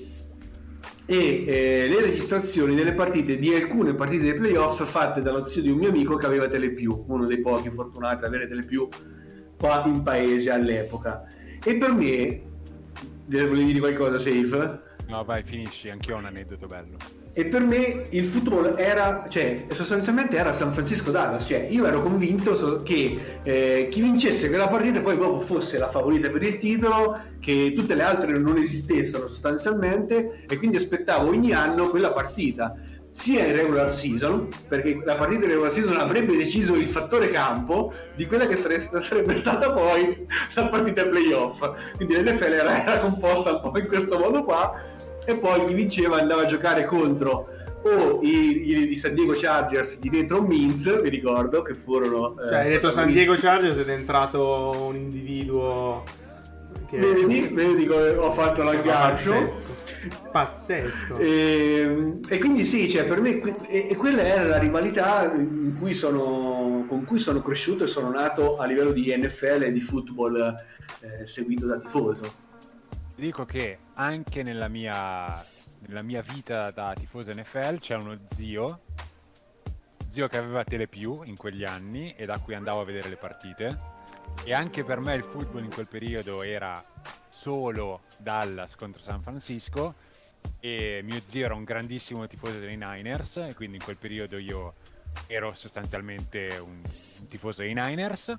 e le registrazioni delle partite, di alcune partite dei playoff fatte dallo zio di un mio amico che aveva Telepiù, uno dei pochi fortunati ad avere Telepiù qua in paese all'epoca. E per me, volevi dire qualcosa, Safe? No, vai, finisci, anch'io ho un aneddoto bello. E per me il football era, cioè, sostanzialmente era San Francisco Dallas, cioè io ero convinto che chi vincesse quella partita poi dopo fosse la favorita per il titolo, che tutte le altre non esistessero sostanzialmente, e quindi aspettavo ogni anno quella partita, sia in regular season, perché la partita in regular season avrebbe deciso il fattore campo di quella che sarebbe stata poi la partita playoff. Quindi l'NFL era composta un po' in questo modo qua, e poi chi vinceva andava a giocare contro o i San Diego Chargers di dentro Means, mi ricordo che furono, cioè hai detto San Diego Chargers ed è entrato un individuo che... vedi come ho fatto l'aggancio. Pazzesco. E quindi sì, cioè per me quella era la rivalità con cui sono cresciuto e sono nato a livello di NFL e di football, seguito da tifoso. Dico che anche nella mia vita da tifoso NFL c'è uno zio che aveva Telepiù in quegli anni e da cui andavo a vedere le partite, e anche per me il football in quel periodo era solo Dallas contro San Francisco, e mio zio era un grandissimo tifoso dei Niners, e quindi in quel periodo io ero sostanzialmente un tifoso dei Niners,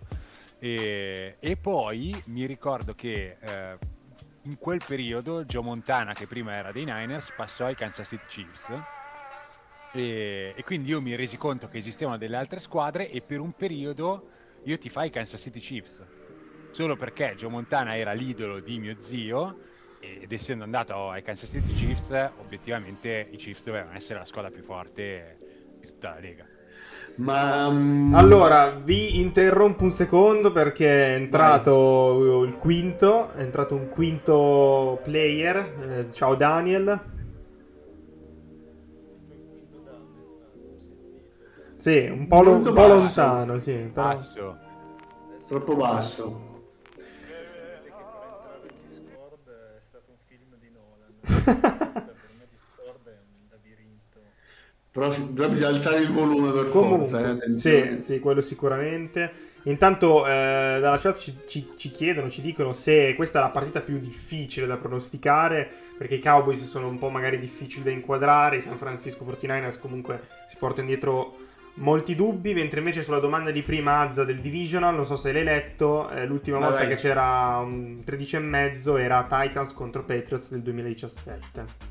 e poi mi ricordo che in quel periodo Joe Montana, che prima era dei Niners, passò ai Kansas City Chiefs, e quindi io mi resi conto che esistevano delle altre squadre, e per un periodo io tifai Kansas City Chiefs solo perché Joe Montana era l'idolo di mio zio, ed essendo andato ai Kansas City Chiefs obiettivamente i Chiefs dovevano essere la squadra più forte di tutta la lega. Ma allora vi interrompo un secondo perché è entrato il quinto, è entrato un quinto player. Ciao Daniel. Sì, un po' lontano, sì, però... Basso. Troppo basso. È stato un film di Nolan. Per me Discord è un labirinto. Però bisogna alzare il volume per Comunque, forza. sì, quello sicuramente. Intanto dalla chat ci chiedono, ci dicono se questa è la partita più difficile da pronosticare, perché i Cowboys sono un po' magari difficili da inquadrare, i San Francisco 49ers comunque si portano dietro molti dubbi, mentre invece sulla domanda di prima Azza del Divisional, non so se l'hai letto, l'ultima volta che c'era un 13,5 era Titans contro Patriots del 2017.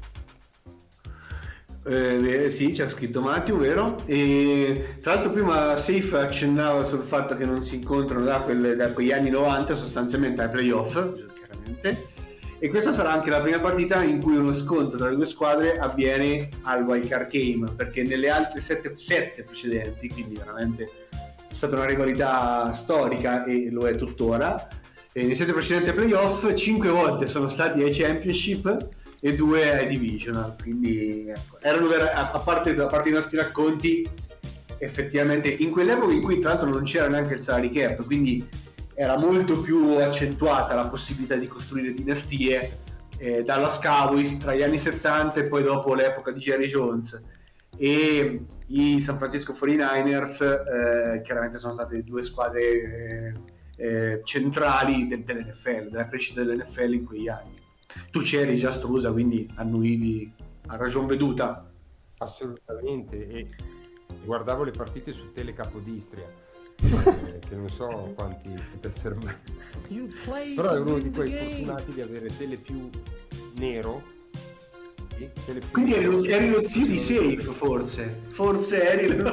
Sì, c'è scritto Matteo, vero? E tra l'altro prima Safe accennava sul fatto che non si incontrano da quegli anni 90 sostanzialmente ai playoff, chiaramente, e questa sarà anche la prima partita in cui uno scontro tra le due squadre avviene al wild card game, perché nelle altre 7 precedenti, quindi veramente è stata una rivalità storica e lo è tuttora, e nei 7 precedenti playoff 5 volte sono stati ai championship e 2 ai divisional, quindi ecco, erano a parte i nostri racconti, effettivamente in quell'epoca in cui tra l'altro non c'era neanche il salary cap, quindi era molto più accentuata la possibilità di costruire dinastie, dalla Cowboys tra gli anni 70 e poi dopo l'epoca di Jerry Jones e i San Francisco 49ers, chiaramente sono state due squadre centrali dell'NFL, della crescita dell'NFL in quegli anni. Tu c'eri già Strusa, quindi annuivi a ragion veduta. Assolutamente, e guardavo le partite su Tele Capodistria, che non so quanti potessero mai, però è uno di quei fortunati di avere Tele più nero. Quindi eri lo zio di Safe, forse eri lo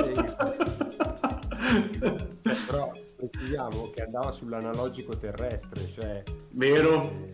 però precisiamo che andava sull'analogico terrestre, cioè vero.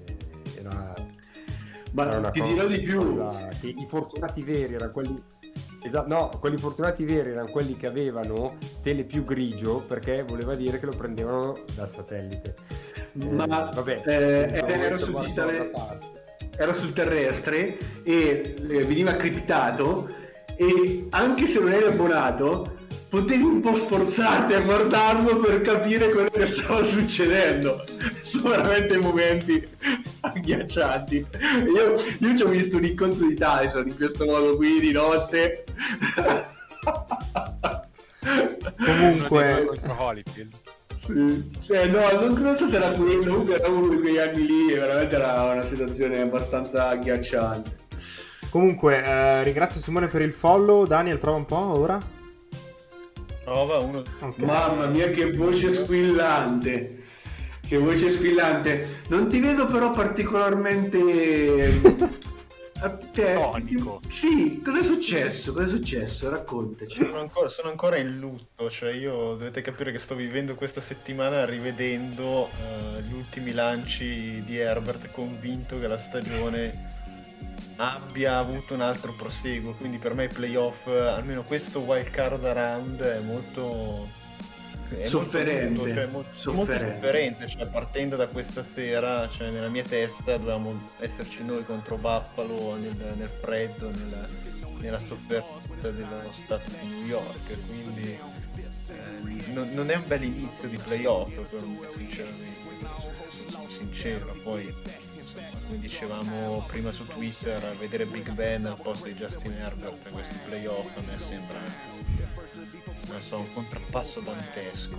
Ma era ti dirò di più, che i fortunati veri erano quelli, quelli fortunati veri erano quelli che avevano Tele più grigio, perché voleva dire che lo prendevano dal satellite. Ma vabbè, era sul digitale, era sul terrestre e veniva criptato, e anche se non eri abbonato potevi un po' sforzarti a guardarlo per capire quello che stava succedendo. Sono veramente momenti agghiaccianti. Io ci ho visto un incontro di Tyson in questo modo qui di notte. Comunque No, non so se era quello, comunque era uno di quegli anni lì e veramente era una situazione abbastanza agghiacciante. Comunque, ringrazio Simone per il follow. Daniel, prova un po' ora. Prova uno. Okay. Mamma mia, che voce squillante! Che voce squillante! Non ti vedo però particolarmente... Tonico. Sì, cos'è successo? Cos'è successo? Raccontaci. Sono ancora in lutto, cioè io dovete capire che sto vivendo questa settimana rivedendo gli ultimi lanci di Herbert, convinto che la stagione abbia avuto un altro proseguo, quindi per me i playoff, almeno questo wild card round è molto Sofferente. molto, cioè, molto sofferente, cioè partendo da questa sera, cioè nella mia testa dovevamo esserci noi contro Buffalo nel freddo, nella sofferenza dello stato di New York, quindi non è un bel inizio di playoff per me, sinceramente, sono sincero. Poi come dicevamo prima su Twitter, vedere Big Ben al posto di Justin Herbert a questi playoff a me sembra, non so, un contrappasso dantesco.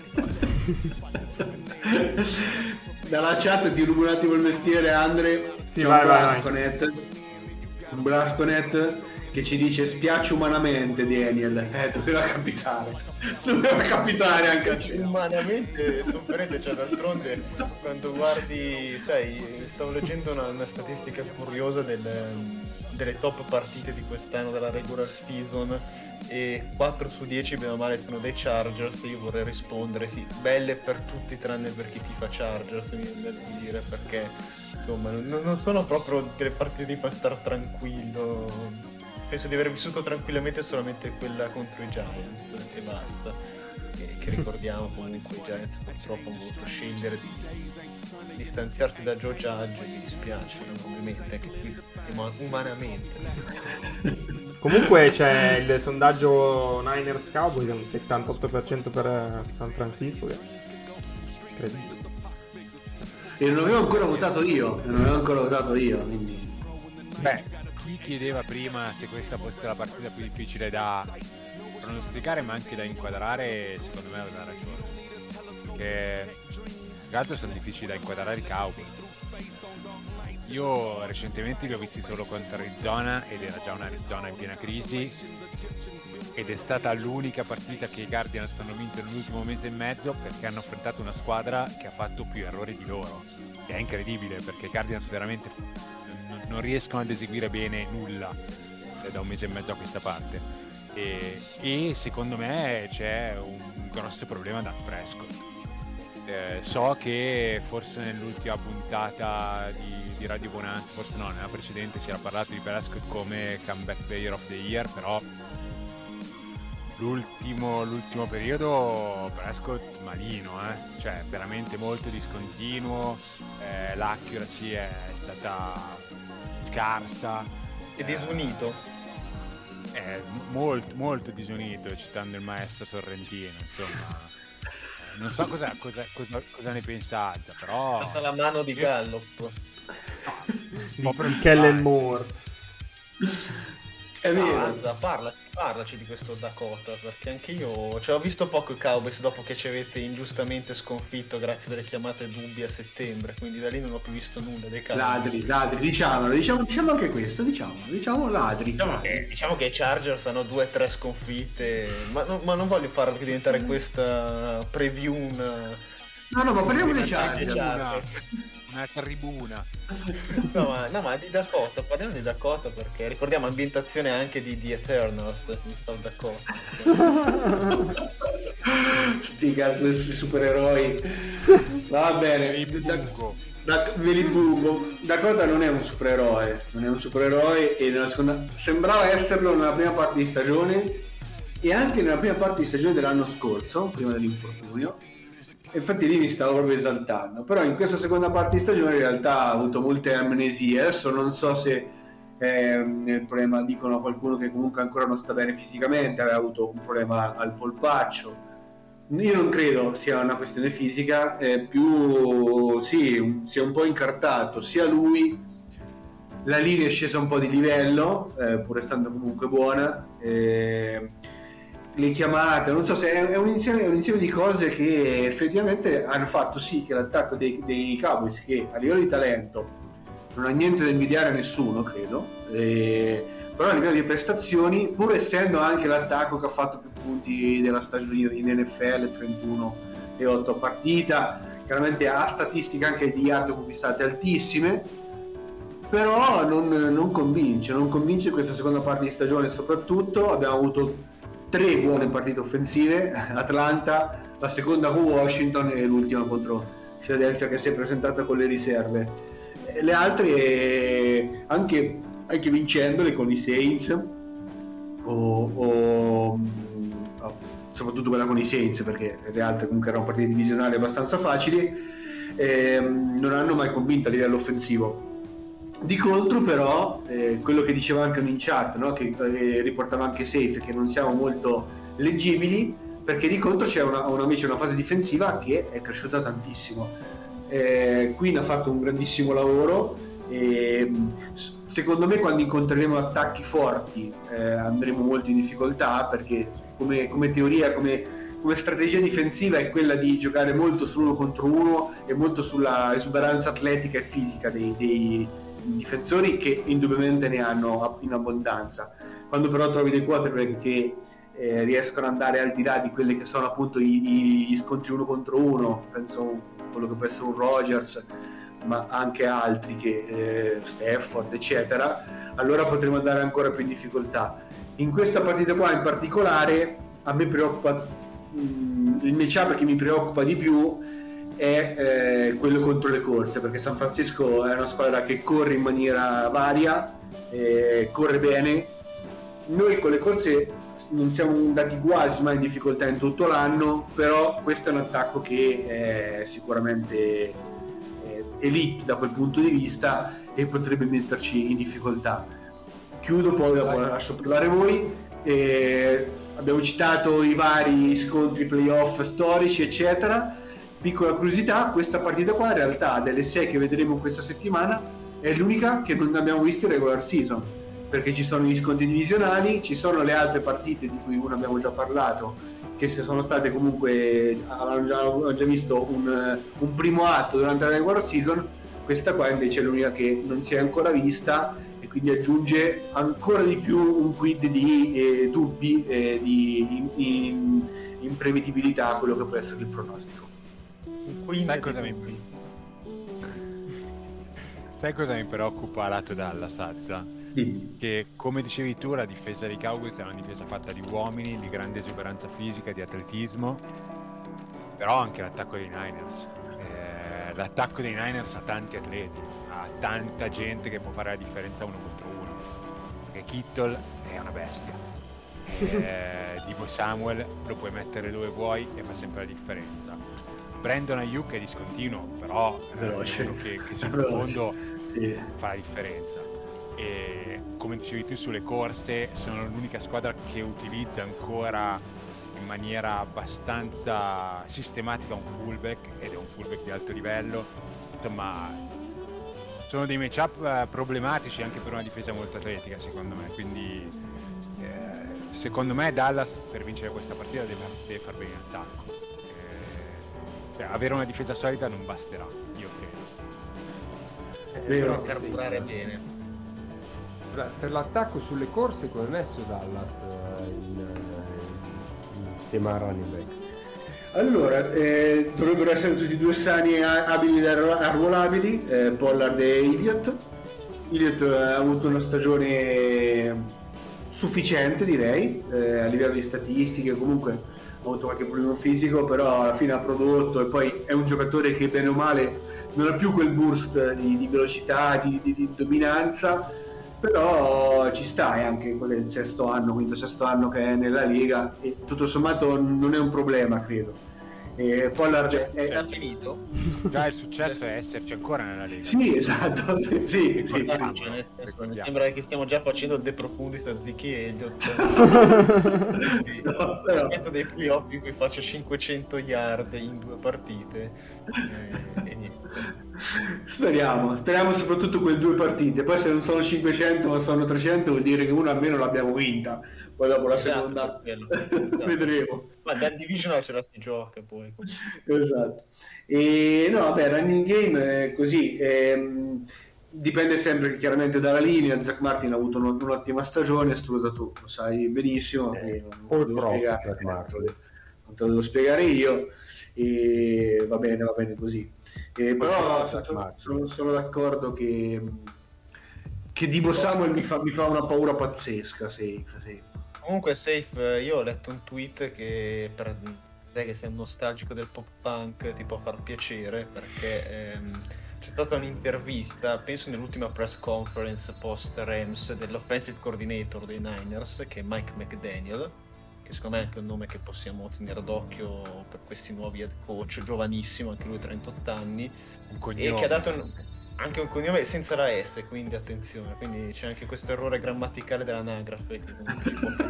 Dalla chat ti rubo un attimo il mestiere, Andre. Sì, c'è vai. un Blasconet che ci dice: spiace umanamente Daniel. Doveva capitare anche a te. Umanamente sofferente, cioè d'altronde quando guardi, sai, stavo leggendo una statistica curiosa delle top partite di quest'anno della regular season e 4 su 10 bene o male sono dei Chargers. Io vorrei rispondere sì, belle per tutti tranne per chi tifa Chargers, mi viene da dire, perché insomma non sono proprio delle partite per star tranquillo. Penso di aver vissuto tranquillamente solamente quella contro i Giants e basta, che ricordiamo comunque. I Giants purtroppo hanno voluto scegliere di distanziarsi da Joe Judge, mi dispiace ovviamente, anche qui umanamente. Comunque c'è il sondaggio Niners Cowboys, è un 78% per San Francisco, che incredibile. E non avevo ancora votato io, quindi... Beh, chi chiedeva prima se questa fosse la partita più difficile da pronosticare ma anche da inquadrare, secondo me aveva ragione, perché tra l'altro sono difficili da inquadrare i Cowboys. Io recentemente li ho visti solo contro Arizona ed era già un'Arizona in piena crisi, ed è stata l'unica partita che i Guardians hanno vinto nell'ultimo mese e mezzo, perché hanno affrontato una squadra che ha fatto più errori di loro. È incredibile, perché i Guardians veramente non riescono ad eseguire bene nulla da un mese e mezzo a questa parte, e secondo me c'è un grosso problema da Prescott. So che forse nell'ultima puntata di Radio Bonanza, forse no, nella precedente si era parlato di Prescott come comeback player of the year, però l'ultimo periodo Prescott malino, cioè veramente molto discontinuo, l'accuracy è stata scarsa E disunito. molto disunito, citando il maestro Sorrentino, insomma. Non so cosa ne pensate, però... Fatta la mano di Gallup. Di Kellen Moore. È vero. Anza, parlaci di questo Dakota, perché anche io ho visto poco i Cowboys dopo che ci avete ingiustamente sconfitto grazie alle chiamate dubbie a settembre, quindi da lì non ho più visto nulla dei Cowboys. Ladri, diciamo anche questo, diciamo ladri. Diciamo che i Chargers hanno 2 o 3 sconfitte, ma non voglio farlo diventare questa preview No, ma parliamo dei Chargers. Una tribuna. No, ma di Dakota, parliamo di Dakota, perché ricordiamo ambientazione anche di Eternals, mi sto Dakota. Sti cazzo di supereroi. Va bene. Ve li buco. Dakota non è un supereroe, e nella seconda sembrava esserlo nella prima parte di stagione e anche nella prima parte di stagione dell'anno scorso, prima dell'infortunio. Infatti lì mi stavo proprio esaltando, però in questa seconda parte di stagione in realtà ha avuto molte amnesie. Adesso non so se il problema, dicono qualcuno che comunque ancora non sta bene fisicamente, aveva avuto un problema al polpaccio. Io non credo sia una questione fisica, più sì, si è un po' incartato sia lui, la linea è scesa un po' di livello, pur restando comunque buona, le chiamate, non so se è un insieme di cose che effettivamente hanno fatto sì che l'attacco dei Cowboys, che a livello di talento non ha niente da invidiare a nessuno, credo, però a livello di prestazioni, pur essendo anche l'attacco che ha fatto più punti della stagione in NFL, 31 e 8 a partita, chiaramente ha statistiche anche di yard conquistate altissime, però non convince questa seconda parte di stagione. Soprattutto abbiamo avuto 3 buone partite offensive, Atlanta, la seconda con Washington e l'ultima contro Philadelphia, che si è presentata con le riserve. Le altre anche vincendole con i Saints soprattutto quella con i Saints, perché le altre comunque erano partite divisionali abbastanza facili, non hanno mai convinto a livello offensivo. Di contro però quello che diceva anche in chat, no? Che riportava anche Safe, che non siamo molto leggibili, perché di contro c'è invece una fase difensiva che è cresciuta tantissimo. Queen ha fatto un grandissimo lavoro e secondo me quando incontreremo attacchi forti andremo molto in difficoltà, perché come teoria, come strategia difensiva è quella di giocare molto sull'uno contro uno e molto sulla esuberanza atletica e fisica dei difensori, che indubbiamente ne hanno in abbondanza. Quando però trovi dei quarterback che riescono ad andare al di là di quelli che sono appunto gli scontri uno contro uno, penso a quello che può essere un Rodgers, ma anche altri che Stafford eccetera, allora potremo andare ancora più in difficoltà. In questa partita qua in particolare a me preoccupa il matchup che mi preoccupa di più è quello contro le corse, perché San Francisco è una squadra che corre in maniera varia, corre bene. Noi con le corse non siamo andati quasi mai in difficoltà in tutto l'anno, però questo è un attacco che è sicuramente elite da quel punto di vista e potrebbe metterci in difficoltà. Chiudo, poi dopo lascio parlare voi. Abbiamo citato i vari scontri playoff storici eccetera. Piccola curiosità, questa partita qua in realtà delle 6 che vedremo questa settimana è l'unica che non abbiamo visto in regular season, perché ci sono gli scontri divisionali, ci sono le altre partite di cui una abbiamo già parlato, che se sono state comunque hanno già visto un primo atto durante la regular season. Questa qua invece è l'unica che non si è ancora vista e quindi aggiunge ancora di più un quid di dubbi di imprevedibilità a quello che può essere il pronostico. Sai cosa mi preoccupa lato dalla Sazza? Che come dicevi tu, la difesa dei Cowboys è una difesa fatta di uomini, di grande esuberanza fisica, di atletismo, però anche l'attacco dei Niners. L'attacco dei Niners ha tanti atleti, ha tanta gente che può fare la differenza uno contro uno, perché Kittle è una bestia, Deebo Samuel lo puoi mettere dove vuoi e fa sempre la differenza. Brandon Ayuk è discontinuo, però è uno che sul fondo fa la differenza. E come dicevi tu sulle corse, sono l'unica squadra che utilizza ancora in maniera abbastanza sistematica un fullback, ed è un fullback di alto livello. Insomma, sono dei matchup problematici anche per una difesa molto atletica, secondo me. Quindi secondo me Dallas per vincere questa partita deve far bene in attacco. Avere una difesa solida non basterà, io credo. Devono carburare bene. Per l'attacco sulle corse, come è messo Dallas in tema running back? Allora, dovrebbero essere tutti e due sani e abili da arruolabili, Pollard e Elliott. Elliott ha avuto una stagione sufficiente, direi, a livello di statistiche. Comunque ha avuto qualche problema fisico, però alla fine ha prodotto, e poi è un giocatore che bene o male non ha più quel burst di velocità, di dominanza, però ci sta, è anche quello del quinto sesto anno che è nella Lega, e tutto sommato non è un problema, credo. Pollard è già finito? Già il successo è esserci ancora nella Lega. Sì, esatto, sì. Mi sembra che stiamo già facendo il De Profundis anziché Elliott. Aspetto dei playoff in cui faccio 500 yard in 2 partite. Speriamo soprattutto quelle 2 partite. Poi se non sono 500 ma sono 300 vuol dire che una almeno l'abbiamo vinta. Poi dopo la seconda vedremo. Ma da Divisional ce la si gioca poi. Esatto. E no, vabbè, running game è così. Dipende sempre chiaramente dalla linea. Zach Martin ha avuto un'ottima stagione, Strusa tu lo sai benissimo. Non te lo devo spiegare io. E va bene così. Però sono d'accordo che Deebo Samuel mi fa una paura pazzesca. Safe. Comunque Safe, io ho letto un tweet che per te che sei un nostalgico del pop punk ti può far piacere, perché c'è stata un'intervista, penso nell'ultima press conference post Rams, dell'offensive coordinator dei Niners, che è Mike McDaniel, che secondo me è anche un nome che possiamo tenere d'occhio per questi nuovi head coach, giovanissimo, anche lui 38 anni, e che ha dato anche un cognome senza la S, quindi attenzione, quindi c'è anche questo errore grammaticale dell'anagrafe che non ci può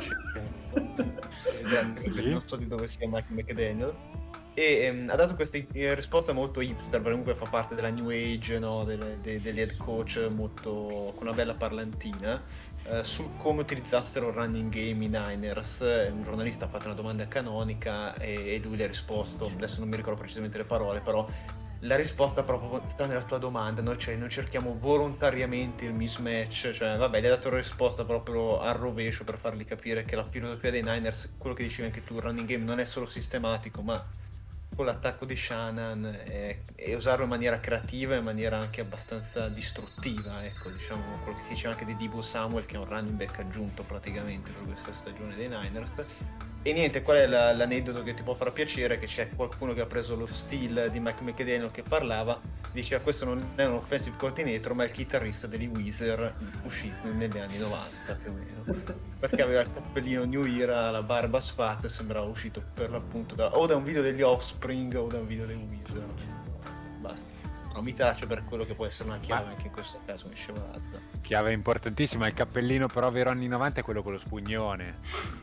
piacere. Non so di dove sia Mike McDaniel, e ha dato questa risposta molto hipster, comunque fa parte della new age, no? degli head coach, molto con una bella parlantina, su come utilizzassero il running game i Niners. Un giornalista ha fatto una domanda canonica e lui le ha risposto, adesso non mi ricordo precisamente le parole, però la risposta proprio sta nella tua domanda, noi non cerchiamo volontariamente il mismatch, cioè vabbè, gli hai dato la risposta proprio al rovescio per fargli capire che la filosofia dei Niners, quello che dicevi anche tu, il running game non è solo sistematico, ma con l'attacco di Shanahan e usarlo in maniera creativa e in maniera anche abbastanza distruttiva, ecco, diciamo quello che si dice anche di Deebo Samuel, che è un running back aggiunto praticamente per questa stagione dei Niners. E niente, qual è l'aneddoto che ti può far piacere? Che c'è qualcuno che ha preso lo stile di Mike McDaniel che parlava, diceva questo non è un offensive coordinator ma è il chitarrista degli Weezer usciti negli anni 90 più o meno, perché aveva il cappellino New Era, la barba sfatta e sembrava uscito per l'appunto o da un video degli Offspring o da un video dei Weezer. Basta. No, mi tace per quello che può essere una chiave anche in questo caso, mi scevalata. Chiave importantissima, il cappellino però vero anni 90 è quello con lo spugnone.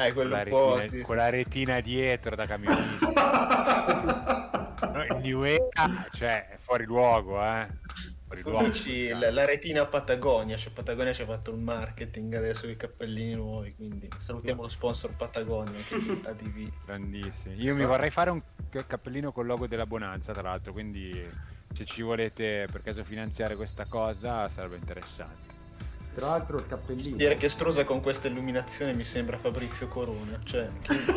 Con la retina dietro da camionista. No, il New Era, cioè, è fuori luogo, fuori luogo. Dici, la retina a Patagonia, Patagonia ci ha fatto un marketing adesso con i cappellini nuovi, quindi salutiamo lo sponsor Patagonia che è ADV. Grandissimo. Io mi vorrei fare un cappellino col logo della Bonanza, tra l'altro, quindi se ci volete per caso finanziare questa cosa sarebbe interessante. Tra l'altro il cappellino. Dire che Strosa con questa illuminazione mi sembra Fabrizio Corona, cioè.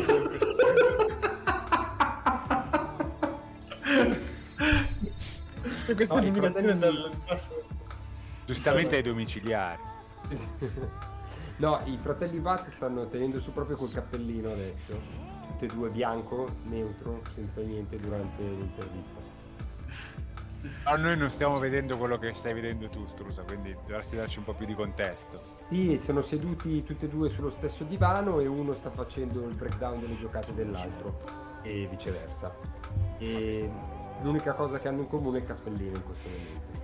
Questa illuminazione dal basso. Giustamente ai domiciliari. No, i fratelli Watt stanno tenendo su proprio col cappellino adesso. Tutte e due bianco, neutro, senza niente durante l'intervista. Ma noi non stiamo vedendo quello che stai vedendo tu, Strusa, quindi dovresti darci un po' più di contesto. Sì, sono seduti tutti e due sullo stesso divano e uno sta facendo il breakdown delle giocate dell'altro e viceversa. E l'unica cosa che hanno in comune è il cappellino in questo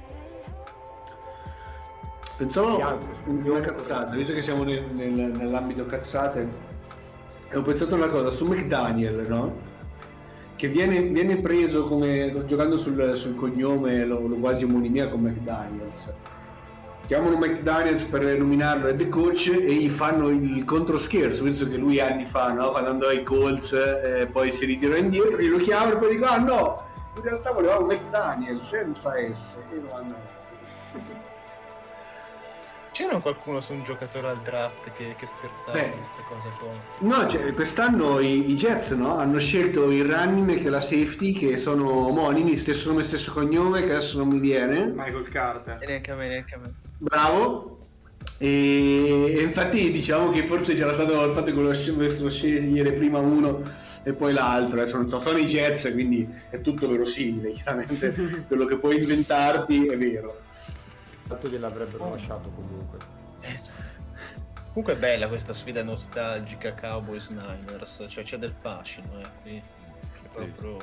momento. Pensavo una cazzata, visto che siamo nell'ambito cazzate, ho pensato una cosa su McDaniel, no? Che viene preso come giocando sul cognome, lo quasi omonimia con McDaniels. Chiamano McDaniels per nominarlo head coach e gli fanno il controscherzo, penso che lui anni fa, no? Quando andò ai Colts poi si ritirò indietro, glielo chiamano e poi dico ah no, in realtà volevamo McDaniels senza S e lo hanno. C'era qualcuno su un giocatore al draft che scherzava questa cosa poi? No, cioè, quest'anno i Jets, no? Hanno scelto il running back e la safety che sono omonimi, stesso nome, stesso cognome, che adesso non mi viene. Michael Carter. E neanche a me. Bravo. E infatti diciamo che forse c'era stato il fatto che volessero scegliere prima uno e poi l'altro. Adesso non so, sono i Jets, quindi è tutto verosimile, chiaramente. Quello che puoi inventarti è vero. Tanto gliel'avrebbero lasciato comunque. Comunque è bella questa sfida nostalgica Cowboys Niners, cioè c'è del fascino, qui. È proprio.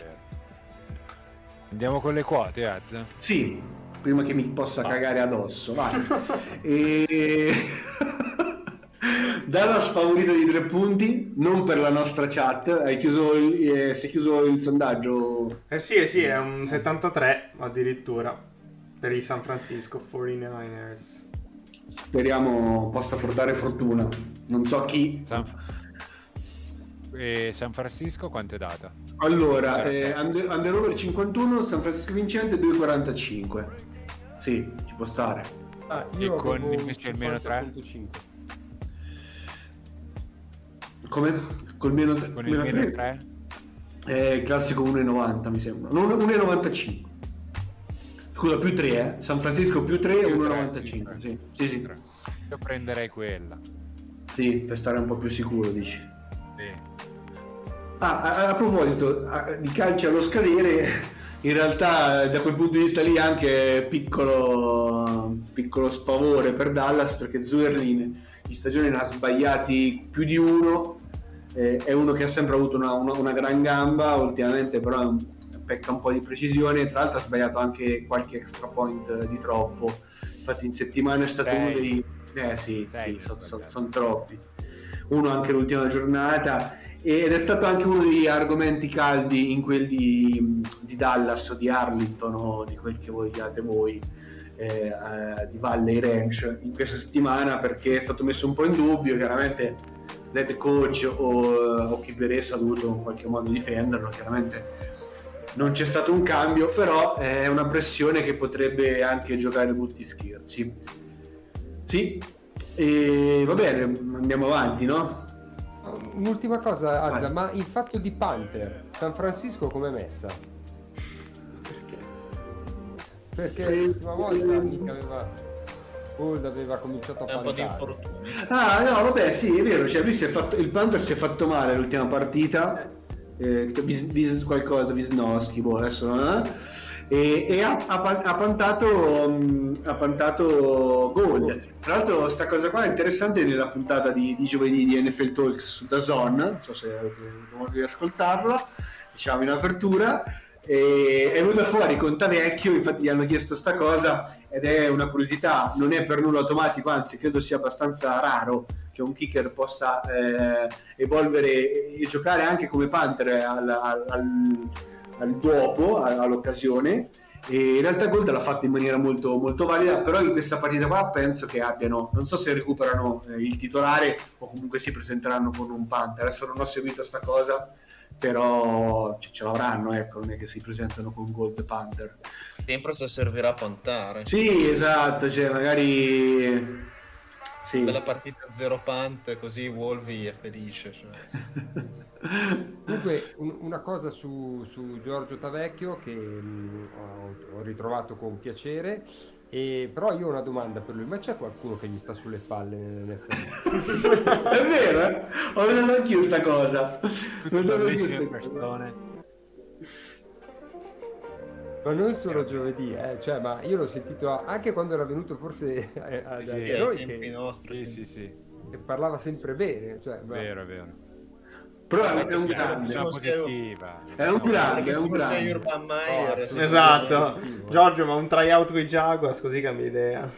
Andiamo con le quote, Az? Sì, prima che mi possa cagare addosso, vai. Dallas favorito di 3 punti, non per la nostra chat. Si è chiuso il sondaggio? Sì, è un 73 addirittura per i San Francisco 49ers. Speriamo possa portare fortuna. Non so chi. San Francisco quanto è data? Allora, under over 51, San Francisco vincente 2,45. Sì, ci può stare. Io E con avevo invece il meno 3? 50,5. Come? Col meno, Con il meno 3? Classico 1,90 mi sembra. No, 1,95. Scusa, più 3, San Francisco più 3 e 1,95. Sì. Io prenderei quella. Sì, per stare un po' più sicuro, dici. Sì. A proposito di calcio allo scadere, in realtà da quel punto di vista lì anche piccolo sfavore per Dallas, perché Zurlin in stagione ne ha sbagliati più di uno, è uno che ha sempre avuto una gran gamba, ultimamente però pecca un po' di precisione, tra l'altro ha sbagliato anche qualche extra point di troppo, infatti in settimana è stato uno dei... sono troppi, uno anche l'ultima giornata, ed è stato anche uno degli argomenti caldi in quel di Dallas o di Arlington o di quel che vogliate voi, di Valley Ranch in questa settimana, perché è stato messo un po' in dubbio. Chiaramente l'head coach o chi per esso ha dovuto in qualche modo difenderlo, chiaramente non c'è stato un cambio, però è una pressione che potrebbe anche giocare brutti scherzi. Sì, e va bene, andiamo avanti, no? Un'ultima cosa, Azza, ma il fatto di Panther, San Francisco com'è messa? Perché l'ultima volta mica Gold aveva cominciato a un po' di pantare. infortuni. No, vabbè, sì, è vero, cioè lui il Panther si è fatto male l'ultima partita, Wisnowski, adesso e ha pantato Gold. Tra l'altro sta cosa qua è interessante nella puntata di giovedì di NFL Talks su DAZN, non so se avete modo di ascoltarla, diciamo in apertura, e è venuta fuori Contavecchio, infatti gli hanno chiesto sta cosa ed è una curiosità, non è per nulla automatico, anzi credo sia abbastanza raro che un kicker possa evolvere e giocare anche come Panther al dopo, all'occasione, e in realtà Gold l'ha fatto in maniera molto, molto valida, però in questa partita qua penso che abbiano, non so se recuperano il titolare o comunque si presenteranno con un Panther, adesso non ho seguito sta cosa, però ce l'avranno, ecco, non è che si presentano con Gold Panther. Sempre se servirà a pantare. Sì, esatto, cioè magari sì. Bella partita 0 punt, così Wolvi è felice, cioè. Comunque una cosa su Giorgio Tavecchio che ho ritrovato con piacere, però io ho una domanda per lui: ma c'è qualcuno che gli sta sulle palle nell'NFL? È vero, ho veduto anch'io sta cosa. Bellissime persone. Ma non solo giovedì, cioè, ma io l'ho sentito anche quando era venuto forse a noi, ai tempi nostri, sì. che parlava sempre bene, cioè, Vero. Però è un grande, positiva. è un grande. Sei Urban Meyer, Esatto, Giorgio, ma un tryout con i Jaguars così cambia idea.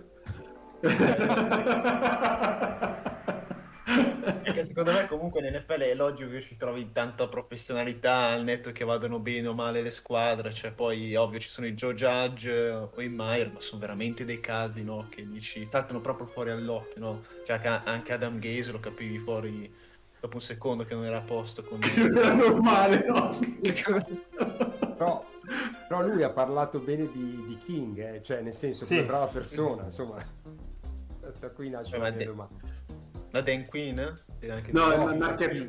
Perché secondo me comunque nell'NFL è logico che ci trovi tanta professionalità al netto che vadano bene o male le squadre, cioè poi ovvio ci sono i Joe Judge o i Meyer, ma sono veramente dei casi, no, che dici saltano proprio fuori all'occhio, no? Cioè anche Adam Gase lo capivi fuori dopo un secondo che non era a posto con era normale, no? però lui ha parlato bene di King, cioè nel senso che è una brava persona, insomma. Da qui nasce la mia domanda. La Dan Quinn? No, Marquette.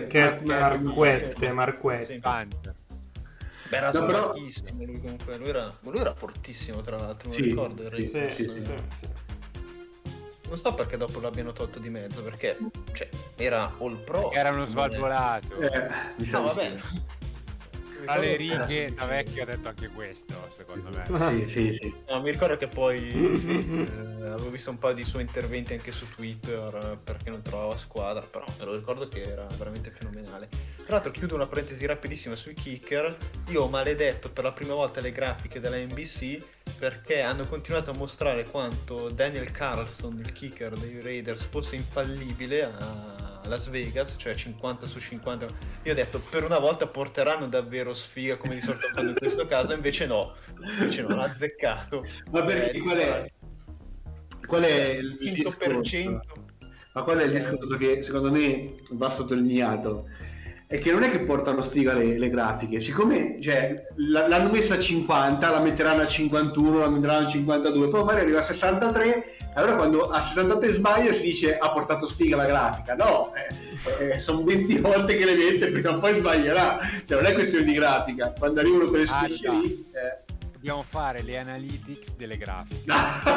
Sì. Beh, era fortissimo lui comunque, lui era fortissimo tra l'altro, non ricordo. Sì. Non so perché dopo l'abbiano tolto di mezzo, perché cioè, era all pro. Era uno svalvolato. No, vabbè. Alle righe da vecchio ha detto anche questo, secondo me. Sì. No, mi ricordo che poi avevo visto un paio di suoi interventi anche su Twitter perché non trovava squadra, però me lo ricordo che era veramente fenomenale. Tra l'altro chiudo una parentesi rapidissima sui kicker. Io ho maledetto per la prima volta le grafiche della NBC perché hanno continuato a mostrare quanto Daniel Carlson, il kicker dei Raiders, fosse infallibile a Las Vegas, cioè 50 su 50. Io ho detto, per una volta porteranno davvero sfiga come di solito fanno in questo caso, invece no, l'ha azzeccato. Ma perché qual è il 100%? discorso? Ma qual è il discorso che secondo me va sottolineato? È che non è che portano sfiga le grafiche, siccome l'hanno messa a 50, la metteranno a 51, la metteranno a 52, poi magari arriva a 63, allora quando a 63 sbaglia si dice ha portato sfiga la grafica. No, sono 20 volte che le mette, prima o poi sbaglierà, cioè non è questione di grafica, quando arrivano quelle strisce lì... Dobbiamo fare le analytics delle grafiche.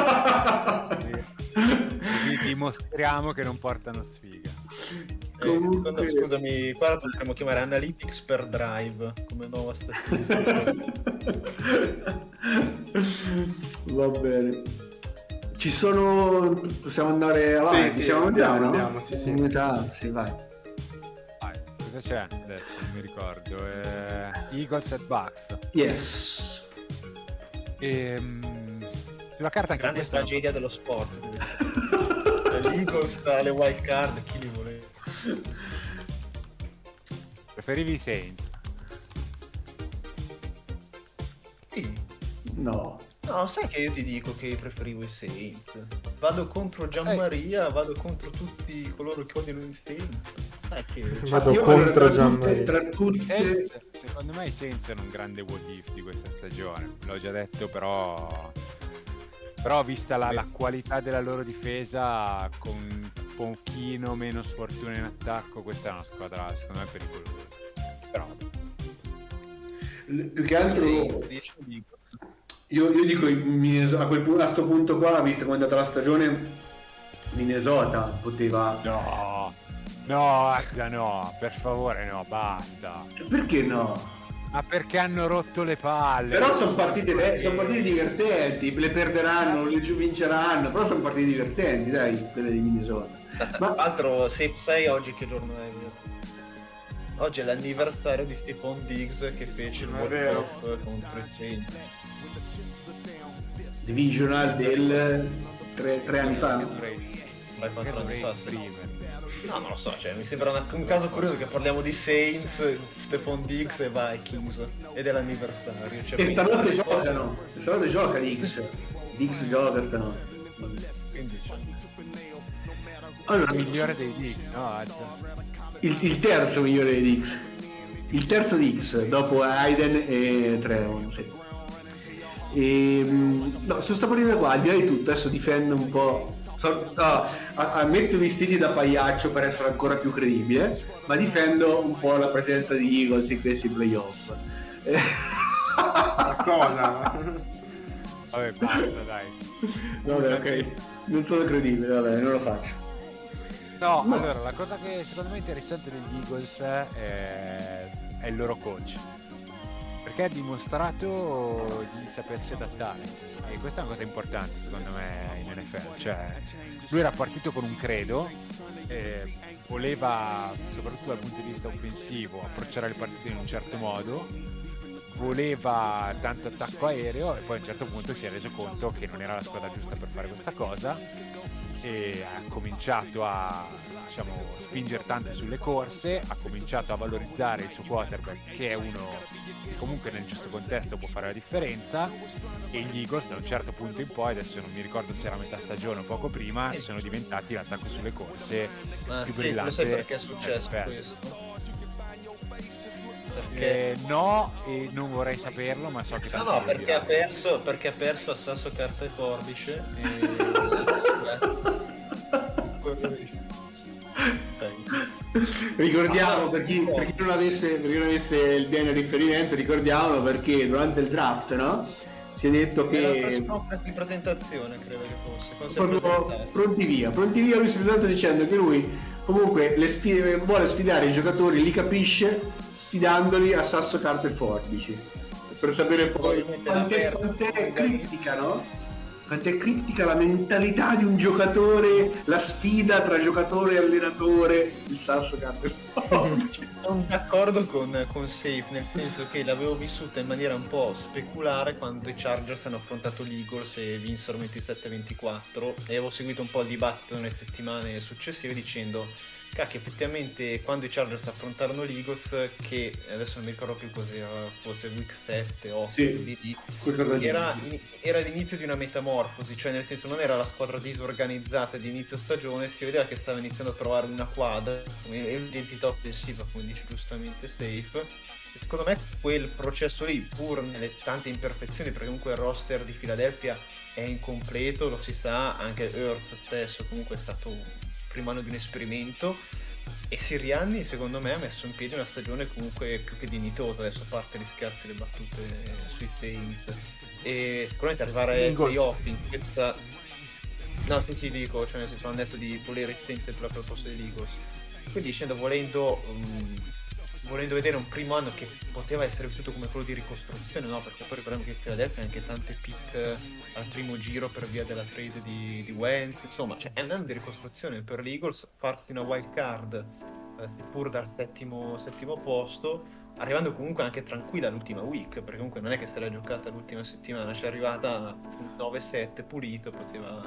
Quindi dimostriamo che non portano sfiga. Scusami, qua la potremmo chiamare Analytics per Drive come nuova statistica. Va bene. Ci sono, possiamo andare avanti? Sì, siamo andiamo, sì. Sì, vai. Cosa c'è adesso? Non mi ricordo. Eagles at Bucks. Yes. Sulla carta anche Grande questa tragedia dello sport. L'Eagles alle wild card, chi li voleva? Preferivi i Saints? Sì. No, sai che io ti dico che preferivo i Saints. Vado contro Gianmaria, vado contro tutti coloro che odiano i Saints. Vado contro Gianmaria. tra tutte... Secondo me i Saints sono un grande what if di questa stagione. L'ho già detto, però vista la qualità della loro difesa, con un pochino meno sfortuna in attacco, questa è una squadra secondo me pericolosa. Però più che altro io dico a questo punto qua, visto come è andata la stagione, Minnesota poteva... No, per favore, no, basta. Perché no? Ma perché hanno rotto le palle? Però sono partite divertenti, le perderanno, le vinceranno, però sono partite divertenti, dai, quelle di Minnesota. Ma altro, se sai oggi che giorno è? Oggi è l'anniversario di Stephon Diggs che fece il walk-off contro i Saints. Divisional del 3 anni fa. Vai 4 anni fa. No, non lo so, cioè mi sembra un caso curioso che parliamo di Saints, Stephon Diggs e Vikings ed è l'anniversario. Cioè, e stanotte gioca Diggs gioca stanotte. Quindi allora, il migliore dei Diggs, no? Il terzo migliore dei Diggs. Il terzo Diggs dopo Hayden e Trevon, sì. No, su sta partita qua, al di là di tutto, adesso difendo un po'. Metto vestiti da pagliaccio per essere ancora più credibile, ma difendo un po' la presenza di Eagles in questi playoff. Ma cosa? Vabbè, basta, dai. Vabbè, ok, non sono credibile, vabbè, non lo faccio. No, allora, la cosa che secondo me è interessante degli Eagles è il loro coach, perché ha dimostrato di sapersi adattare, e questa è una cosa importante secondo me in NFL. Cioè, lui era partito con un credo, voleva, soprattutto dal punto di vista offensivo, approcciare le partite in un certo modo, voleva tanto attacco aereo, e poi a un certo punto si è reso conto che non era la squadra giusta per fare questa cosa, e ha cominciato a spingere tanto sulle corse, ha cominciato a valorizzare il suo quarterback, che è uno che comunque nel giusto contesto può fare la differenza, e gli Eagles da un certo punto in poi, adesso non mi ricordo se era metà stagione o poco prima, sono diventati l'attacco sulle corse più brillante. Lo sai perché è successo questo? No, e non vorrei saperlo, ma so che no, perché ha perso a sasso, carta e forbice Ricordiamo per chi non avesse il bene riferimento, ricordiamolo perché durante il draft, no? Si è detto che di presentazione, credo che fosse proprio pronti via, lui si è presentato dicendo che lui comunque vuole sfidare i giocatori, li capisce, sfidandoli a sasso, carta e forbici, per sapere poi quant'è critica, no? quanto è critica la mentalità di un giocatore, la sfida tra giocatore e allenatore, il sasso cambia. Sono d'accordo con Safe, nel senso che l'avevo vissuta in maniera un po' speculare quando i Chargers hanno affrontato l'Eagles e vinsero 27-24 e avevo seguito un po' il dibattito nelle settimane successive dicendo cacchio, effettivamente quando i Chargers affrontarono l'Eagles, che adesso non mi ricordo più cos'era, forse week 7 8 sì, era l'inizio di una metamorfosi, cioè nel senso non era la squadra disorganizzata di inizio stagione, si vedeva che stava iniziando a trovare una quadra e un'identità offensiva, come dice giustamente Safe. E secondo me quel processo lì, pur nelle tante imperfezioni, perché comunque il roster di Philadelphia è incompleto, lo si sa, anche Earth stesso comunque è stato primo anno di un esperimento, e Sirianni secondo me ha messo in piedi una stagione comunque più che dignitosa, adesso a parte gli scherzi e le battute sui Saints, e sicuramente arrivare ai playoff in questa sì dico, cioè nel senso hanno detto di volere i Saints proprio al posto degli Eagles, quindi dicendo volendo vedere un primo anno che poteva essere vissuto come quello di ricostruzione, no? Perché poi ricordiamo che Philadelphia ha anche tante pick al primo giro per via della trade di Wentz, insomma, cioè è un anno di ricostruzione per l'Eagles, farsi una wild card seppur dal settimo posto, arrivando comunque anche tranquilla l'ultima week, perché comunque non è che se l'ha giocata l'ultima settimana, ci è arrivata 9-7 pulito, poteva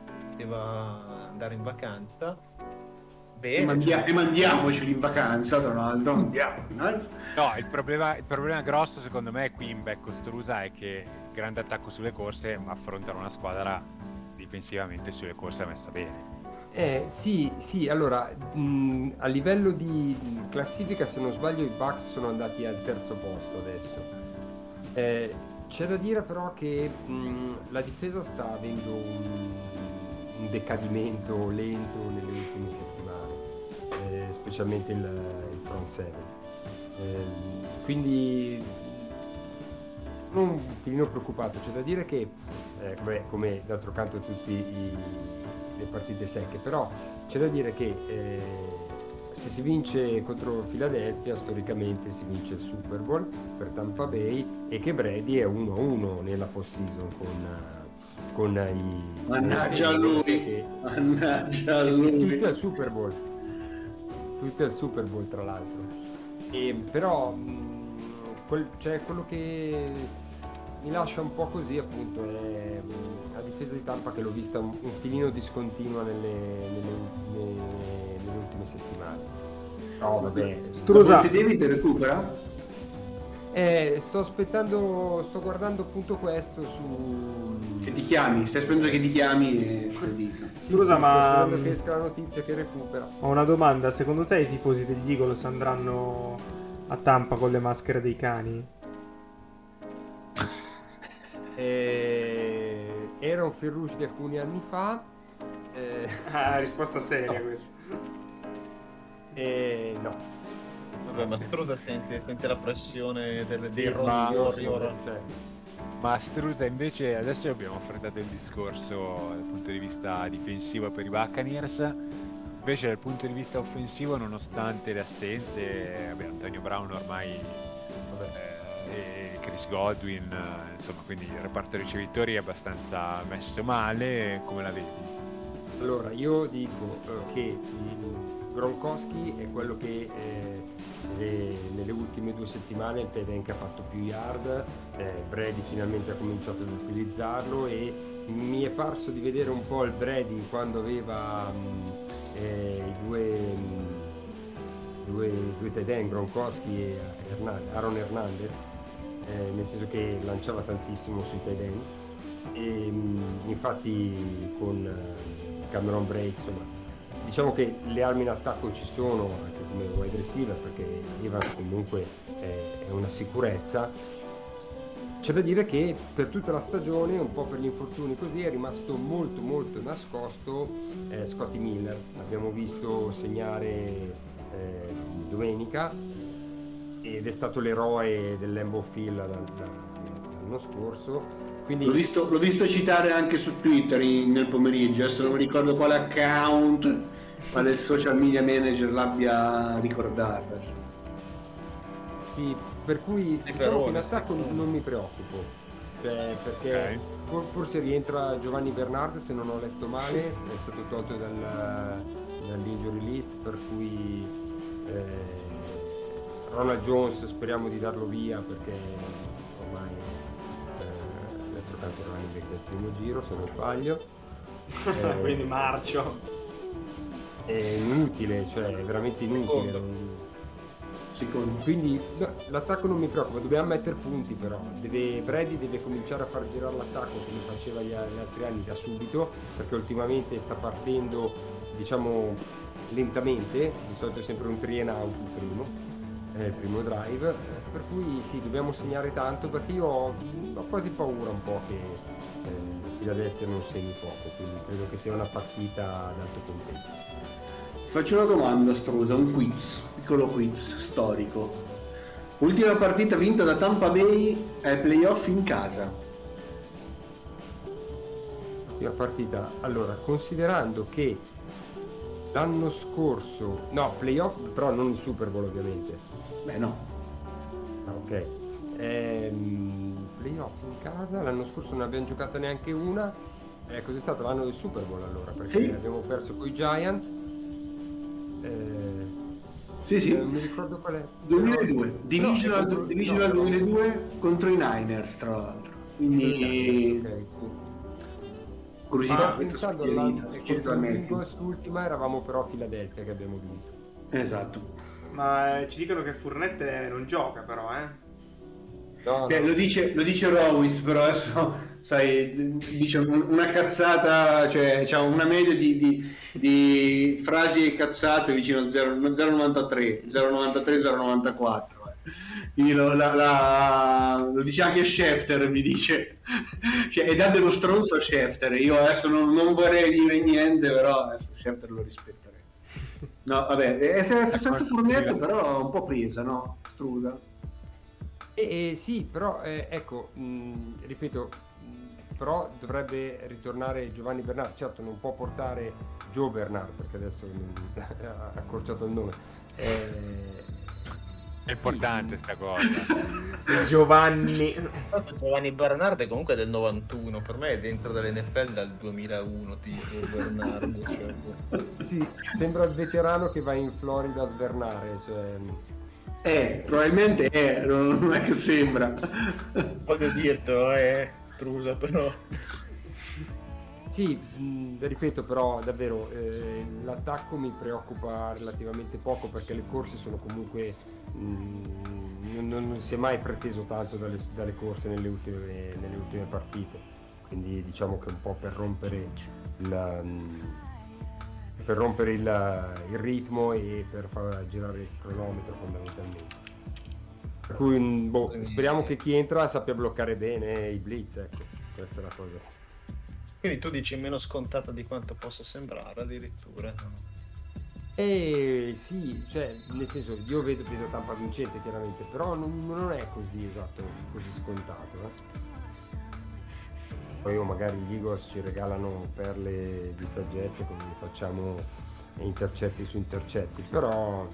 andare in vacanza. Bene, e mandiamoceli in vacanza, tra l'altro. No, il problema grosso secondo me qui in Becco Strusa è che grande attacco sulle corse affrontano una squadra difensivamente sulle corse messa bene. Sì, allora a livello di classifica, se non sbaglio, i Bucks sono andati al terzo posto adesso. C'è da dire però che la difesa sta avendo un decadimento lento nelle ultime settimane, specialmente il front seven, quindi non un filino preoccupato. C'è da dire che come d'altro canto tutte le partite secche, però c'è da dire che se si vince contro Philadelphia storicamente si vince il Super Bowl per Tampa Bay, e che Brady è 1-1 nella postseason con i mannaggia a lui tutti al Super Bowl tra l'altro, però quello che mi lascia un po' così appunto è la difesa di Tampa, che l'ho vista un filino discontinua nelle ultime settimane. Vabbè, Strusa, David recupera? Sto guardando appunto questo su... Che ti chiami? Stai aspettando che ti chiami e Strusa, ma... che esca la notizia che recupera. Ho una domanda, secondo te i tifosi degli Eagles andranno a Tampa con le maschere dei cani? Era un Ferrucci di alcuni anni fa. Risposta seria no. Questa. No. Vabbè, ma Strusa sente la pressione dei Warrior, ma Strusa invece adesso abbiamo affrontato il discorso dal punto di vista difensivo per i Buccaneers, invece dal punto di vista offensivo, nonostante le assenze, Antonio Brown ormai e Chris Godwin, insomma, quindi il reparto ricevitori è abbastanza messo male, come la vedi? Allora io dico che Gronkowski è quello che nelle ultime 2 settimane il tight end che ha fatto più yard, Brady finalmente ha cominciato ad utilizzarlo, e mi è parso di vedere un po' il Brady quando aveva i due tight end, Gronkowski e Aaron Hernandez, nel senso che lanciava tantissimo sui tight end, e infatti con Cameron Brate, insomma, diciamo che le armi in attacco ci sono anche come wide receiver, perché Evans comunque è una sicurezza. C'è da dire che per tutta la stagione, un po' per gli infortuni così, è rimasto molto molto nascosto Scotty Miller. L'abbiamo visto segnare domenica ed è stato l'eroe del Lambeau Field l'anno scorso. Quindi... L'ho visto citare anche su Twitter nel pomeriggio, adesso non mi ricordo quale account, ma del social media manager l'abbia ricordata. Sì, per cui diciamo che in attacco non mi preoccupo. cioè, perché forse rientra Giovanni Bernard, se non ho letto male, è stato tolto dall'injury list, per cui Ronald Jones speriamo di darlo via, perché ormai è giocato running back del primo giro, se non sbaglio. Quindi marcio. È inutile, cioè è veramente inutile. Quindi no, l'attacco non mi preoccupa, dobbiamo mettere punti, però Brady deve cominciare a far girare l'attacco come faceva gli altri anni da subito, perché ultimamente sta partendo, diciamo, lentamente, di solito è sempre un 3 and out il primo drive, per cui sì, dobbiamo segnare tanto, perché io ho quasi paura un po' che Philadelphia non segni poco, quindi credo che sia una partita ad alto conteggio. Faccio una domanda, Strusa, un piccolo quiz storico. Ultima partita vinta da Tampa Bay ai playoff in casa. Ultima partita, allora, considerando che l'anno scorso, no, playoff, però non il Super Bowl ovviamente. Beh, no. Ok. Playoff in casa, l'anno scorso non abbiamo giocata neanche una. Cos'è stato l'anno del Super Bowl allora? Perché abbiamo perso coi Giants. Sì. Non mi ricordo qual è. 2002. Divisional 2002 contro i Niners, tra l'altro. Quindi Okay, sì. curiosità, Pensando all'ultima eravamo però a Philadelphia che abbiamo vinto. Esatto. Ma ci dicono che Fournette non gioca però, No. Lo dice Rowitz, però adesso sai, dice una cazzata, cioè c'ha una media di frasi e cazzate vicino al 0,93, 0,94. Quindi lo dice anche Schefter, mi dice, cioè, e date lo stronzo a Schefter. Io adesso non vorrei dire niente, però adesso Schefter lo rispetterei. No, vabbè, è senza Fournette, però un po' pesa, no? Struda. Sì, però ecco, ripeto, però dovrebbe ritornare Giovanni Bernard. Certo non può portare Joe Bernard, perché adesso ha accorciato il nome. È importante sta cosa. Giovanni Bernard è comunque del 91, per me è dentro dell'NFL dal 2001 tipo Bernard, cioè. Sì, sembra il veterano che va in Florida a svernare, cioè... Probabilmente non è che sembra. Voglio dirtelo, è Trusa però. Sì, ripeto, però davvero l'attacco mi preoccupa relativamente poco, perché le corse sono comunque non si è mai preteso tanto dalle corse nelle ultime partite, quindi diciamo che un po' per rompere il ritmo e per far girare il cronometro fondamentalmente. Per cui speriamo che chi entra sappia bloccare bene i blitz, ecco, questa è la cosa. Quindi tu dici meno scontata di quanto possa sembrare addirittura. Sì, cioè nel senso, io vedo Tampa vincente chiaramente, però non è così così scontato. Poi magari gli Eagles ci regalano perle di saggezza, come facciamo intercetti su intercetti, però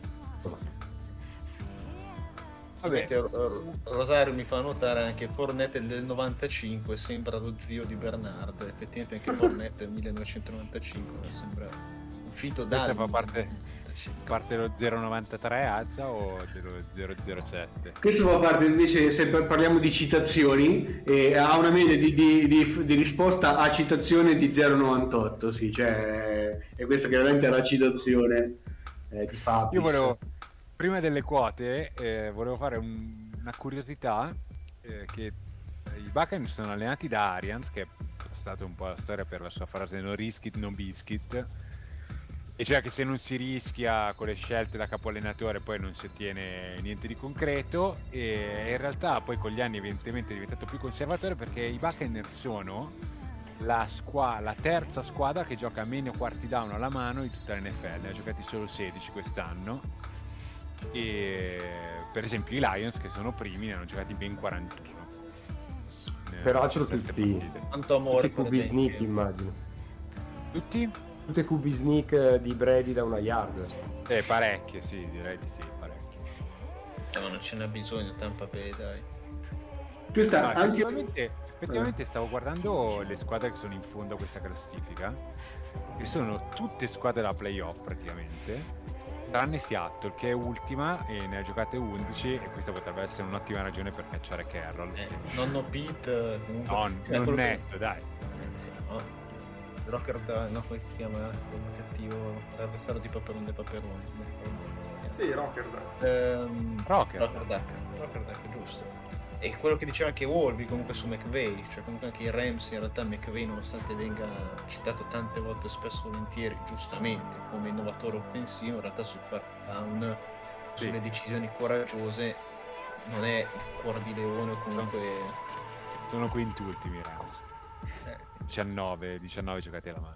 vabbè. Rosario mi fa notare anche Fournette del 95, sembra lo zio di Bernard. Effettivamente anche Fournette del 1995 sembra uscito da. Questa fa parte dello 093 Azza o dello 007? Questo fa parte invece, se parliamo di citazioni, ha una media di risposta a citazione di 0,98, sì, cioè e questa chiaramente è la citazione di Fabis. Io volevo, prima delle quote, volevo fare una curiosità, che i Buccaneers sono allenati da Arians, che è stata un po' la storia per la sua frase no risk it, no biscuit, e cioè che se non si rischia con le scelte da capo allenatore poi non si ottiene niente di concreto, e in realtà poi con gli anni evidentemente è diventato più conservatore, perché i Buccaneers sono la terza squadra che gioca meno quarti down alla mano di tutta l'NFL, ne ha giocati solo 16 quest'anno, e per esempio i Lions, che sono primi, ne hanno giocati ben 41. Peraltro tutti Quanto amore QB sneak, immagino. Tutte QB sneak di Brady da una yard. Parecchie, sì, direi di sì, parecchie. Ma non ce n'è bisogno Tampa Bay, dai. Questa No, anche... effettivamente stavo guardando le squadre che sono in fondo a questa classifica, che sono tutte squadre da playoff praticamente, tranne Seattle che è ultima e ne ha giocate 11, e questa potrebbe essere un'ottima ragione per cacciare Carroll. Nonno Pete comunque Non quello che- netto, dai. sì, no. Rocker no, come si chiama quello cattivo, l'avversario di Paperone dei Paperoni. Sì, Rocker. Rocker. Rocker Duck, giusto. E quello che diceva anche Wolby comunque su McVay, cioè comunque anche i Rams in realtà McVay, nonostante venga citato tante volte, spesso volentieri, giustamente, come innovatore offensivo, in realtà sul first down, sulle decisioni coraggiose, non è il cuore di leone o comunque... Sono quintultimi i Rams. 19 giocati alla mano.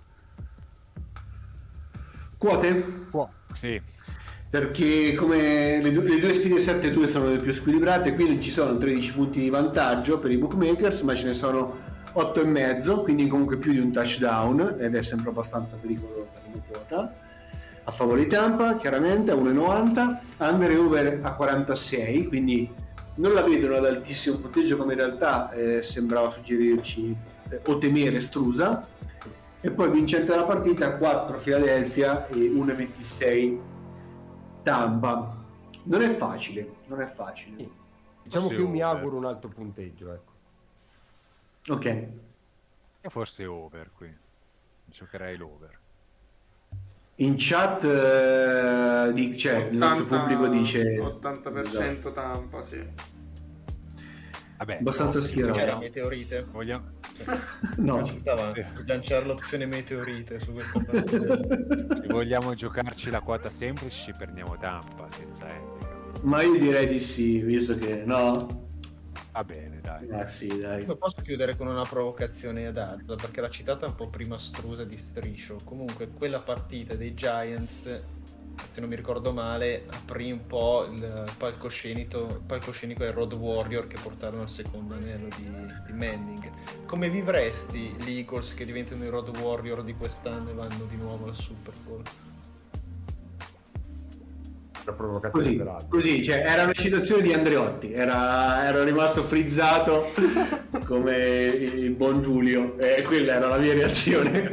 Quote? Sì. Perché come le due sfide 7-2 sono le più squilibrate, qui non ci sono 13 punti di vantaggio per i bookmakers, ma ce ne sono 8,5, quindi comunque più di un touchdown, ed è sempre abbastanza pericolosa come quota. A favore di Tampa, chiaramente a 1,90, under e over a 46, quindi non la vedono ad altissimo punteggio come in realtà sembrava suggerirci o temere Strusa. E poi vincente della partita 4 Philadelphia e 1,26 Tampa. Non è facile. Sì. Diciamo Forse che io mi over. auguro un alto punteggio, ecco. Ok. E forse over qui. Giocherei l'over. In chat il nostro pubblico dice 80% Tampa, sì. Vabbè, abbastanza schierato. C'è la meteorite. vogliamo... No. Ci stava lanciare l'opzione meteorite su questa partita. Se vogliamo giocarci la quota semplice ci prendiamo Tampa senza handicap. Ma io direi di sì, visto che no. Va bene, dai. Sì, dai. Io posso chiudere con una provocazione ad alta, perché l'ha citata un po' prima Strusa di Striscio. Comunque quella partita dei Giants, se non mi ricordo male, aprì un po' il palcoscenico ai Road Warrior che portarono al secondo anello di Manning. Come vivresti gli Eagles che diventano i Road Warrior di quest'anno e vanno di nuovo al Super Bowl? La provocazione peraltro. Così, cioè, era una citazione di Andreotti, ero rimasto frizzato come il buon Giulio, e quella era la mia reazione.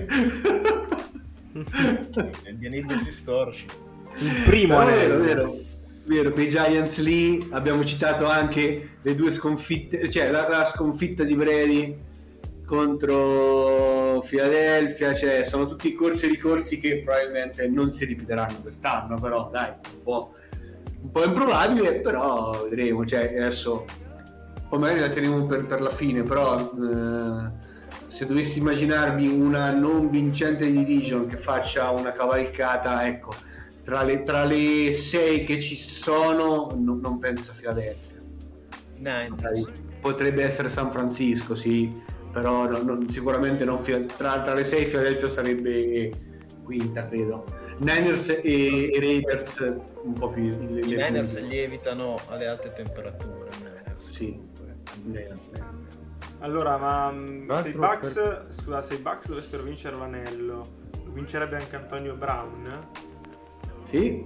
Gli aneddoti storici. Il primo anello. Vero, per i Giants lì abbiamo citato anche le due sconfitte, cioè la sconfitta di Brady contro Philadelphia, cioè sono tutti corsi e ricorsi che probabilmente non si ripeteranno quest'anno, però dai, un po' improbabile, però vedremo, cioè adesso poi magari la teniamo per la fine, però se dovessi immaginarmi una non vincente division che faccia una cavalcata, ecco, tra le 6 che ci sono, non penso a Philadelphia. Potrebbe essere San Francisco, sì, però sicuramente non tra le 6 Philadelphia sarebbe quinta, credo. Niners e Raiders un po' più. I Niners lievitano alle alte temperature. Sì. Allora, ma se i Bucks dovessero vincere l'anello, lo vincerebbe anche Antonio Brown? Sì.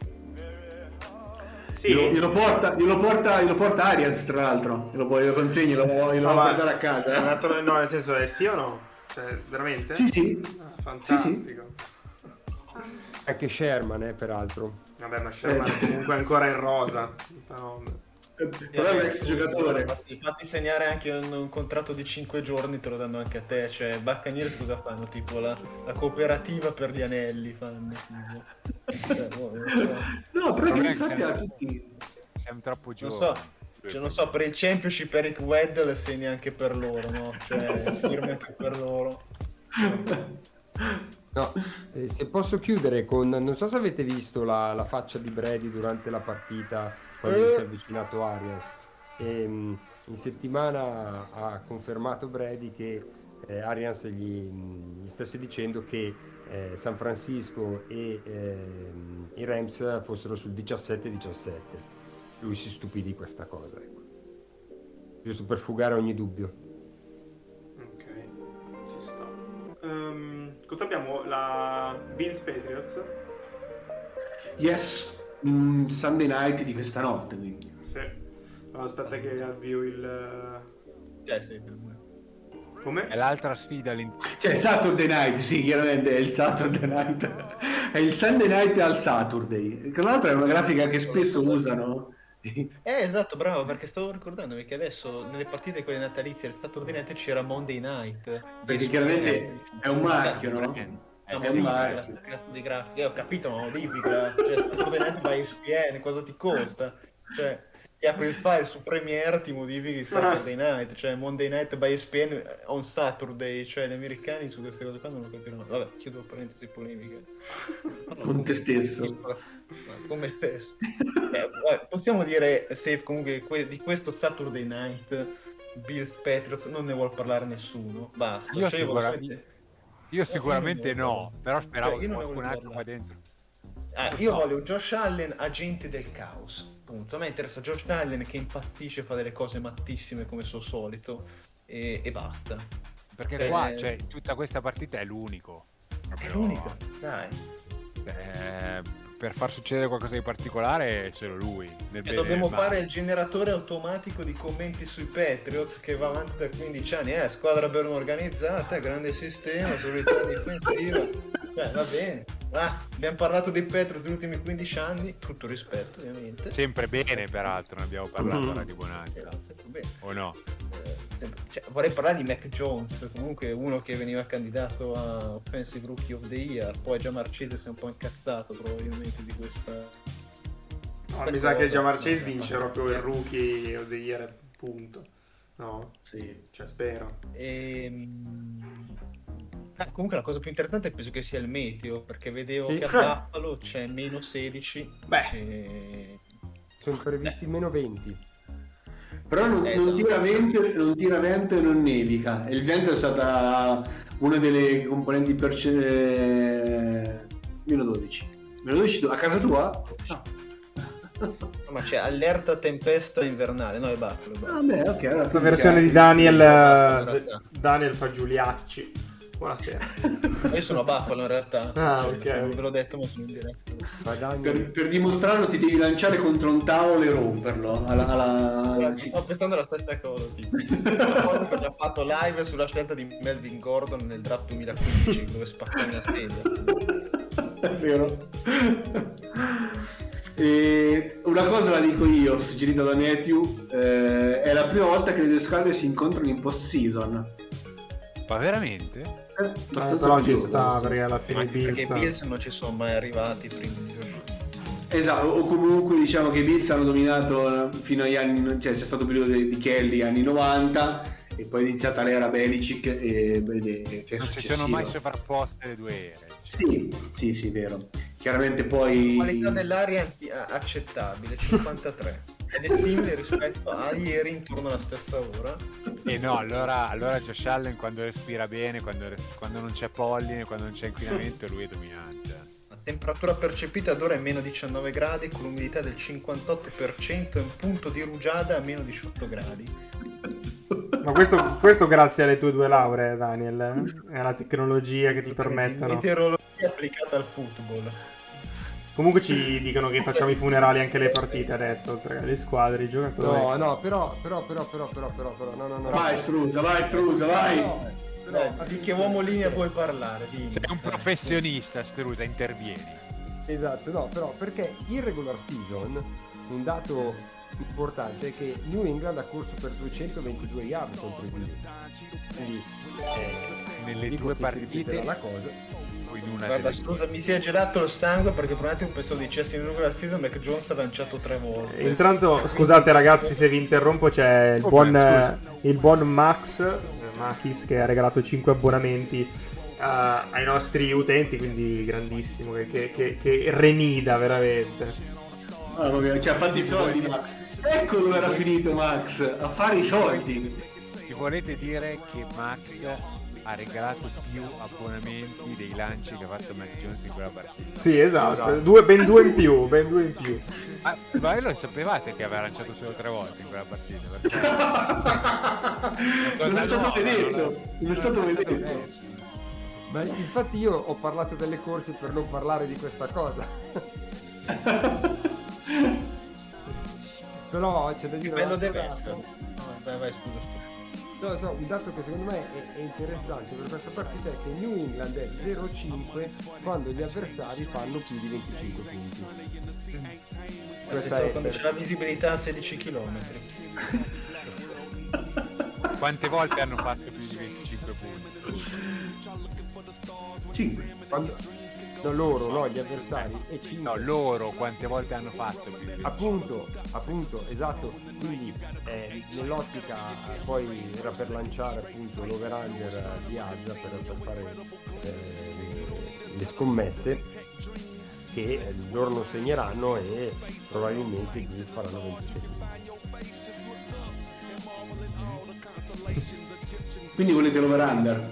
Sì. Glielo porta Arians, tra l'altro. Glielo consegni, lo portare a casa. No, nel senso è sì o no? Cioè, veramente? Sì. Fantastico. Anche Sherman, peraltro. Vabbè, ma Sherman è comunque ancora in rosa. Però è un ex giocatore. Infatti segnare anche un contratto di 5 giorni te lo danno anche a te, cioè Buccaneers cosa fanno? Tipo la cooperativa per gli anelli fanno. No, però che li sappia tutti. Siamo troppo giovani. Non so, per il Championship Eric Weddle segni anche per loro, no? Cioè, firmi anche per loro. No, se posso chiudere con... Non so se avete visto la faccia di Brady durante la partita quando si è avvicinato Arians. In settimana ha confermato Brady che Arians gli stesse dicendo che San Francisco e i Rams fossero sul 17-17. Lui si stupì di questa cosa, ecco. Giusto per fugare ogni dubbio. Ok, ci sta. Cosa abbiamo? La Bills Patriots? Yes, Sunday night di questa notte, quindi. Sì. Aspetta che avvio il... Sì. Come? È l'altra sfida Cioè Saturday Night, sì, chiaramente è il Saturday Night. È il Sunday Night al Saturday. Tra l'altro è una grafica che spesso usano. Esatto, bravo, perché stavo ricordandomi che adesso nelle partite quelle natalizie del Saturday Night c'era Monday Night. Perché chiaramente è un marchio, no? È un marchio. Di grafica. Ho capito, ma modifica. Cioè, Saturday Night by ESPN, cosa ti costa? Cioè, ti apri il file su Premiere, ti modifichi Saturday Night, cioè Monday Night by ESPN on Saturday, cioè gli americani su queste cose qua non lo capiranno. Vabbè, chiudo parentesi polemiche. Con te stesso. Con me stesso. Possiamo dire se comunque di questo Saturday Night Bills Patriots non ne vuol parlare nessuno. Basta. Io sicuramente no, però speravo che non ne qualcun voglio altro qua dentro. Io voglio Josh Allen, agente del caos. Punto. A me interessa Josh Allen che impazzisce, fa delle cose mattissime come suo solito e basta. Perché qua, cioè, tutta questa partita è l'unico. È l'unico, dai. Per far succedere qualcosa di particolare è solo lui. Dobbiamo fare il generatore automatico di commenti sui Patriots che va avanti da 15 anni. Squadra ben organizzata, grande sistema, solidità difensiva. Va bene. Abbiamo parlato dei Patriots negli ultimi 15 anni, tutto rispetto ovviamente. Sempre bene, peraltro, ne abbiamo parlato ora di Bonanza. O no? Vorrei parlare di Mac Jones, comunque uno che veniva candidato a Offensive Rookie of the Year, poi Jamar Chase si è un po' incazzato probabilmente di questa... mi sa che Jamar Chase vince proprio il Rookie of the Year, punto. No? Sì. Cioè, spero. Comunque la cosa più interessante penso che sia il meteo, perché vedevo che a Buffalo c'è meno 16. Sono previsti meno 20. Però non tira vento e non nevica. E il vento è stata una delle componenti meno 12. Meno 12 a casa tua? No. Ma c'è allerta tempesta invernale, no, è Buffalo. Vabbè, ok. Allora la versione di Daniel Fagiuliacci. Buonasera. Io sono a Buffalo in realtà. Ok. Ve l'ho detto, ma sono in diretta. Per dimostrarlo ti devi lanciare contro un tavolo e romperlo. Sto pensando alla stessa cosa. La cosa che ho fatto live sulla scelta di Melvin Gordon nel draft 2015 dove spaccò una sedia. È vero. E una cosa la dico io, suggerita da Matthew, è la prima volta che le due squadre si incontrano in post-season. Ma veramente? Però ci sta, perché alla fine i Bills non ci sono mai arrivati prima di giorno. Esatto, o comunque diciamo che i Bills hanno dominato fino agli anni, cioè c'è stato un periodo di Kelly anni 90 e poi è iniziata l'era Belichick e che non si sono mai sovrapposte le due ere. Sì, vero. Chiaramente poi la qualità dell'aria è accettabile, 53. Ed è simile rispetto a ieri intorno alla stessa ora. E no, allora Josh Allen quando respira bene, quando non c'è polline, quando non c'è inquinamento, lui è dominante. La temperatura percepita ad ora è meno 19 gradi con l'umidità del 58% e un punto di rugiada a meno 18 gradi. Ma questo grazie alle tue 2 lauree, Daniel, è la tecnologia che ti permettono. Meteorologia applicata al football. Comunque ci dicono che facciamo i funerali anche alle partite adesso, oltre alle squadre, i giocatori. No, però. No. Vai, Strusa, vai. Di che uomo linea vuoi parlare? Sei un professionista, Strusa, intervieni. Esatto, no, però perché in regular season un dato importante è che New England ha corso per 222 yard contro i Bills. Quindi nelle 2 partite la cosa. Guarda, scusa, mi si è gelato il sangue perché per un attimo pensavo dicessi in regular season Mac Jones ha lanciato 3 volte. Intanto, scusate ragazzi se vi interrompo, c'è il buon Machis che ha regalato 5 abbonamenti ai nostri utenti, quindi grandissimo, che remida veramente. Ci ha fatto i soldi Max. Ecco dove era finito Max, a fare i soldi. Ci volete dire che Max ha regalato più abbonamenti dei lanci che ha fatto Mac Jones in quella partita? Sì, esatto. Ben due in più. Ma voi lo sapevate che aveva lanciato solo 3 volte in quella partita? Non è stato detto. Ma infatti io ho parlato delle corse per non parlare di questa cosa. Però c'è da dire Bello un altro deve dato. essere. No, vai, scusa. No, un dato che secondo me è interessante per questa partita è che New England è 0-5 quando gli avversari fanno più di 25 punti. Questa è Quando c'è la visibilità a 16 km. Quante volte hanno fatto più di 25 punti? 5. No, loro, no, gli avversari e 5. No, loro quante volte hanno fatto più di 25? Appunto, esatto. Quindi nell'ottica poi era per lanciare appunto l'over-under di Azza per fare le scommesse che loro non segneranno e probabilmente i Bills faranno 26. Quindi volete l'over-under?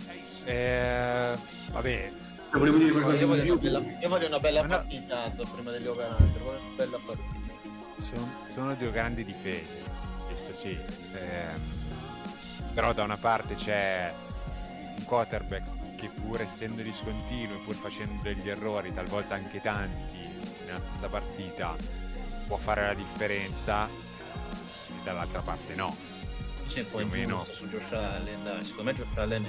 Vabbè, Volevo dire qualcosa Io di più? voglio una bella partita prima degli over-under, voglio una bella partita. sono due grandi difese, questo sì. Però da una parte c'è un quarterback che pur essendo discontinuo e pur facendo degli errori, talvolta anche tanti nella stessa partita, può fare la differenza, e dall'altra parte no. Sì, poi Più o meno. su Josh Allen, dai, secondo me Josh Allen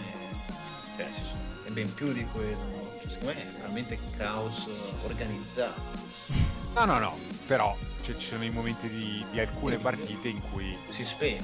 è ben più di quello, no? Cioè, secondo me è veramente caos organizzato. No, però ci sono i momenti di alcune partite in cui Si spegne,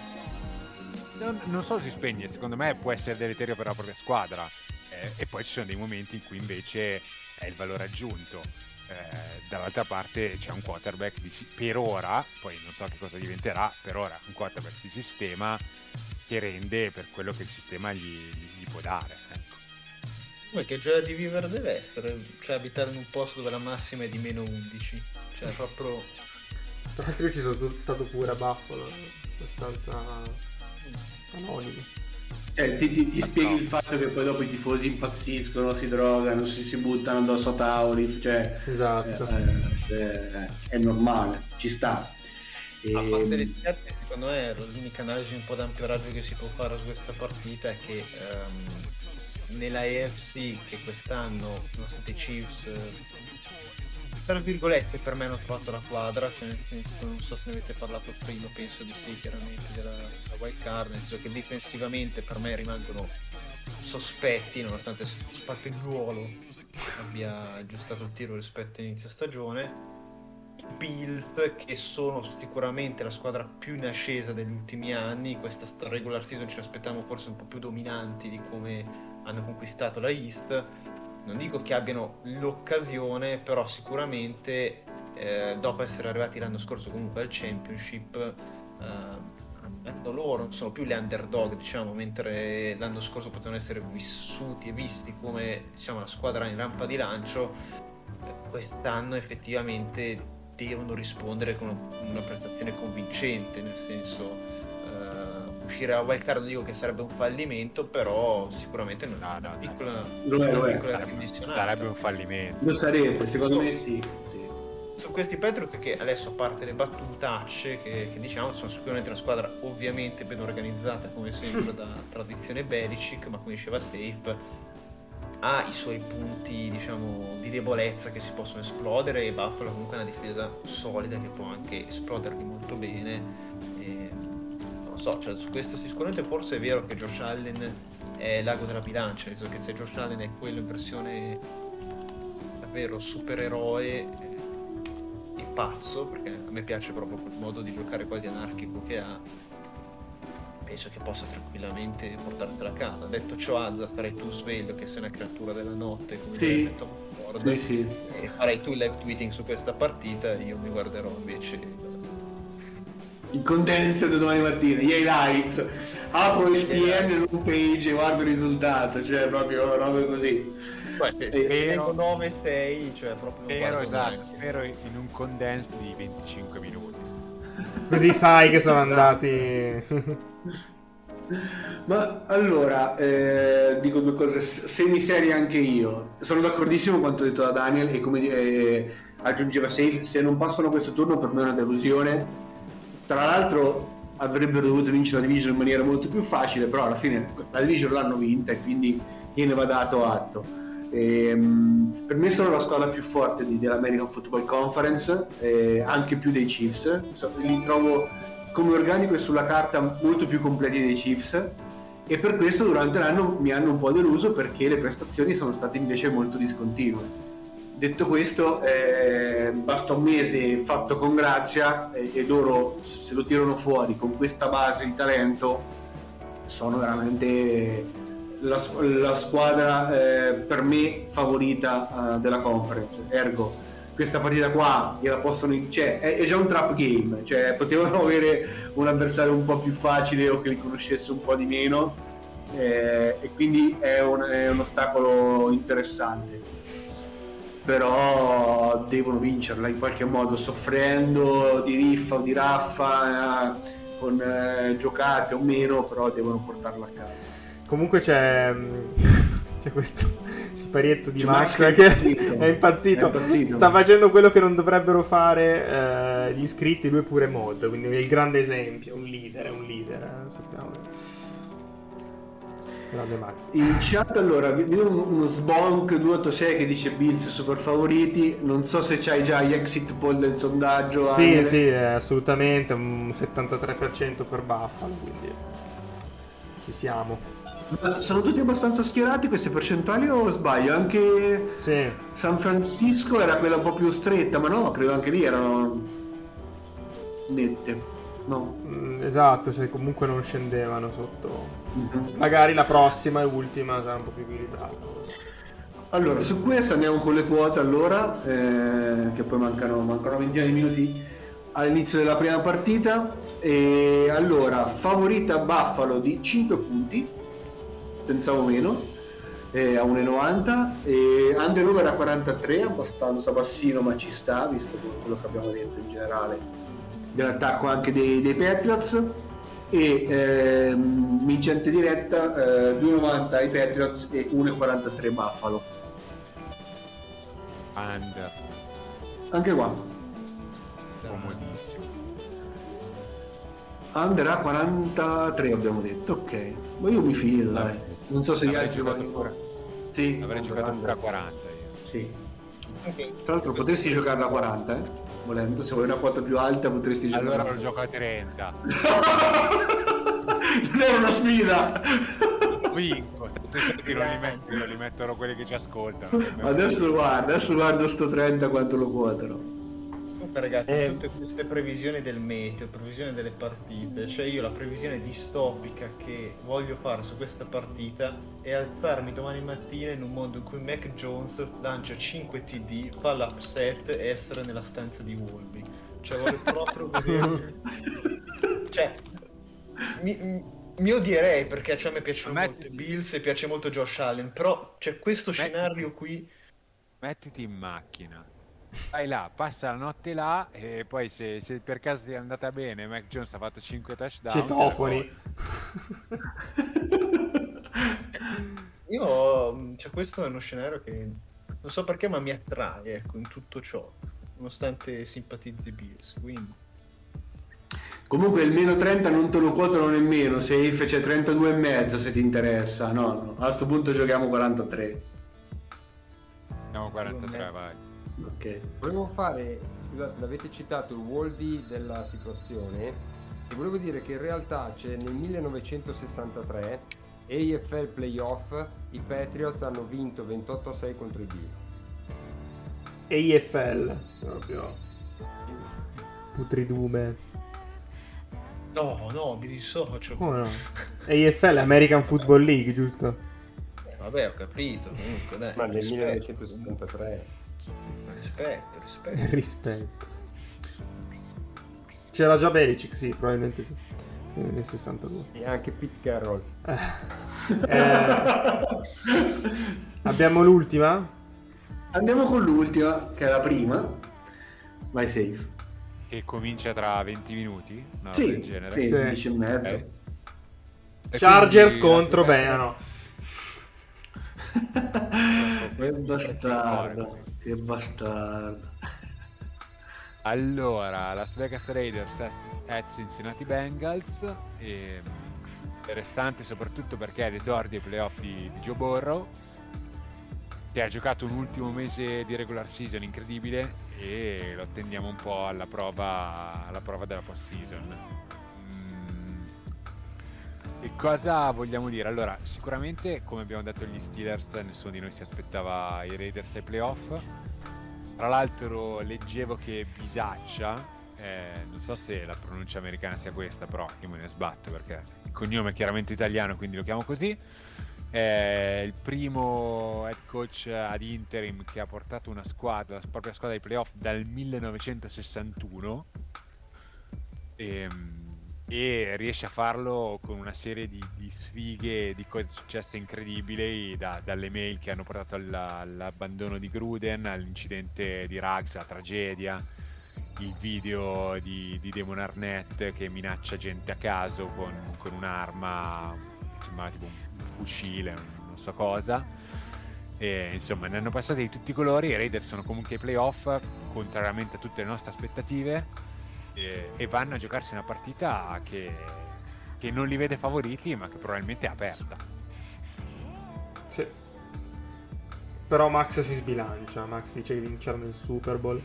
sì. non solo si spegne, secondo me può essere deleterio per la propria squadra, e poi ci sono dei momenti in cui invece è il valore aggiunto. Dall'altra parte c'è un quarterback per ora, poi non so che cosa diventerà, per ora un quarterback di sistema che rende per quello che il sistema gli può dare, ecco. Poi che gioia di vivere deve essere, cioè abitare in un posto dove la massima è di meno 11, cioè proprio... Tra l'altro io ci sono stato pure a Buffalo, abbastanza anonimo. Ti spieghi il fatto che poi dopo i tifosi impazziscono, si drogano, si buttano addosso a tavoli, cioè Esatto. è normale, ci sta. A parte le scherzi, secondo me l'unica analisi un po' d'ampio raggio che si può fare su questa partita è che nella AFC, che quest'anno sono stati i Chiefs, tra virgolette per me hanno trovato la quadra, cioè nel senso, non so se ne avete parlato prima, penso di sì, chiaramente della wild card, nel senso che difensivamente per me rimangono sospetti nonostante Spatteggiuolo abbia aggiustato il tiro rispetto all'inizio stagione. Bills, che sono sicuramente la squadra più in ascesa degli ultimi anni, questa regular season ci aspettavamo forse un po' più dominanti di come hanno conquistato la East. Non dico che abbiano l'occasione, però sicuramente dopo essere arrivati l'anno scorso comunque al Championship, loro non sono più le underdog, diciamo, mentre l'anno scorso potevano essere vissuti e visti come, diciamo, la squadra in rampa di lancio. Quest'anno effettivamente devono rispondere con una prestazione convincente, nel senso uscire alla wild card non dico che sarebbe un fallimento, però sicuramente non è una piccola condizionata. Sarebbe un fallimento. Lo sarebbe, secondo me sì. Su questi Patriots, che adesso, a parte le battutacce che diciamo, sono sicuramente una squadra ovviamente ben organizzata come sempre da tradizione Belichick, ma come diceva Safe ha i suoi punti, diciamo, di debolezza che si possono esplodere, e Buffalo comunque è una difesa solida che può anche esploderli molto bene. Non lo so, cioè, su questo sicuramente forse è vero che Josh Allen è l'ago della bilancia, nel senso che se Josh Allen è quello in versione davvero supereroe e pazzo, perché a me piace proprio quel modo di giocare quasi anarchico che ha, penso che possa tranquillamente portartela a casa. Detto ciò, Azza, sarai tu sveglio che sei una creatura della notte, come direbbe Tom Ford, Sì. e farai tu il live tweeting su questa partita, io mi guarderò invece Il condensed domani mattina, gli highlights, apro ESPN page e guardo il risultato, cioè proprio robe così. se vengo 9-6, cioè proprio Spero in un condensed di 25 minuti. Così sai che sono andati. Ma allora, dico due cose semi-serie anche io. Sono d'accordissimo con quanto detto da Daniel, e come aggiungeva Safe, se non passano questo turno per me è una delusione. Tra l'altro avrebbero dovuto vincere la division in maniera molto più facile, però alla fine la division l'hanno vinta e quindi gliene va dato atto. Per me sono la squadra più forte dell'American Football Conference, anche più dei Chiefs. Li trovo come organico e sulla carta molto più completi dei Chiefs, e per questo durante l'anno mi hanno un po' deluso, perché le prestazioni sono state invece molto discontinue. Detto questo, basta un mese fatto con grazia e loro, se lo tirano fuori con questa base di talento, sono veramente la squadra per me favorita della conference. Ergo, questa partita qua gliela possono, cioè, è già un trap game, cioè potevano avere un avversario un po' più facile o che li conoscesse un po' di meno, e quindi è un ostacolo interessante. Però devono vincerla in qualche modo, soffrendo di riffa o di raffa, con giocate o meno, però devono portarla a casa. Comunque c'è questo siparietto di C'è Max Max che è impazzito. È impazzito. Sta facendo quello che non dovrebbero fare gli iscritti, lui pure mod, quindi è il grande esempio, un leader, sappiamo. Grande Max. In chat allora vedo uno Sbonk 286 che dice Bills super favoriti. Non so se c'hai già gli exit poll del sondaggio. Sì, assolutamente, un 73% per Buffalo, quindi ci siamo. Ma sono tutti abbastanza schierati queste percentuali o sbaglio? Anche Sì. San Francisco era quella un po' più stretta, ma no, credo anche lì erano nette. No. Esatto, cioè comunque non scendevano sotto. Mhm. Magari la prossima e ultima sarà un po' più equilibrata. Allora, su questo andiamo con le quote allora, che poi mancano una ventina di minuti all'inizio della prima partita. E allora, favorita Buffalo di 5 punti, pensavo meno, a 1,90, e under over a 43, abbastanza bassino ma ci sta, visto quello che abbiamo detto in generale dell'attacco anche dei Patriots. E vincente diretta 2,90 ai Patriots e 1,43 Buffalo. Under. Anche qua Comodissimo. under a 43 abbiamo detto, ok, ma io mi fido, dai. Non so se gli Avrei altri giocato vogliono. pure. Sì, Avrei giocato pure a 40 io. sì. Ok. Tra l'altro potresti giocarla a 40, volendo, se vuoi una quota più alta potresti giocare. Allora lo gioco a 30. Non era una sfida. Vinco. Non li mettono quelli che ci ascoltano. Adesso guardo sto 30 quanto lo quotano. Comunque ragazzi, tutte queste previsioni del meteo, previsioni delle partite, cioè io la previsione distopica che voglio fare su questa partita è alzarmi domani mattina in un mondo in cui Mac Jones lancia 5 TD, fa l'upset e essere nella stanza di Wolby. Cioè voglio proprio vedere. Cioè mi odierei, perché a me piacciono molto i Bills e piace molto Josh Allen, però c'è questo scenario qui. Mettiti in macchina, vai là, passa la notte là, e poi se per caso ti è andata bene, Mac Jones ha fatto 5 touchdown. Citofoni. Cioè questo è uno scenario che non so perché ma mi attrae, ecco, in tutto ciò, nonostante simpatizzi i Bills, quindi Comunque il meno 30 non te lo quotano nemmeno, safe, c'è 32,5 se ti interessa. No, a questo punto giochiamo 43. Andiamo 43, vai. Ok. Volevo fare, scusate, l'avete citato il Wolby della situazione, e volevo dire che in realtà c'è nel 1963 AFL Playoff, i Patriots hanno vinto 28-6 contro i Bills. AFL, proprio putridume. no, mi dissocio. Oh no. AFL, American Football League, giusto? Vabbè, ho capito, comunque dai, Ma nel rispetto, 1963 rispetto. Rispetto. C'era già Belichick, sì, probabilmente sì. Nel 62. e anche Pete Carroll. Abbiamo l'ultima? Andiamo con l'ultima, che è la prima. Vai safe. Che comincia tra 20 minuti, una roba Sì, del genere. sì, Sì. 10 e mezzo. E Chargers quindi contro la Benano. Che bastardo. Che bastardo. Allora, Las Vegas Raiders at Cincinnati Bengals, interessante soprattutto perché è l'esordio ai playoff di Joe Burrow. che ha giocato un ultimo mese di regular season incredibile e lo attendiamo un po' alla prova della post season. E cosa vogliamo dire? Allora, sicuramente, come abbiamo detto gli Steelers, nessuno di noi si aspettava i Raiders ai playoff. Tra l'altro leggevo che Bisaccia, non so se la pronuncia americana sia questa, però io me ne sbatto perché il cognome è chiaramente italiano, quindi lo chiamo così. È il primo head coach ad interim che ha portato una squadra, la propria squadra ai playoff dal 1961 e riesce a farlo con una serie di sfighe, di cose successe incredibili, dalle mail che hanno portato all'abbandono di Gruden, all'incidente di Ruggs, la tragedia, il video di Damon Arnett che minaccia gente a caso con un'arma che sembrava tipo un fucile, non so cosa, e insomma ne hanno passati di tutti i colori. I Raiders sono comunque ai playoff, contrariamente a tutte le nostre aspettative, e vanno a giocarsi una partita che non li vede favoriti, ma che probabilmente è aperta. Sì. Però Max si sbilancia. Max dice che vinceranno il Super Bowl.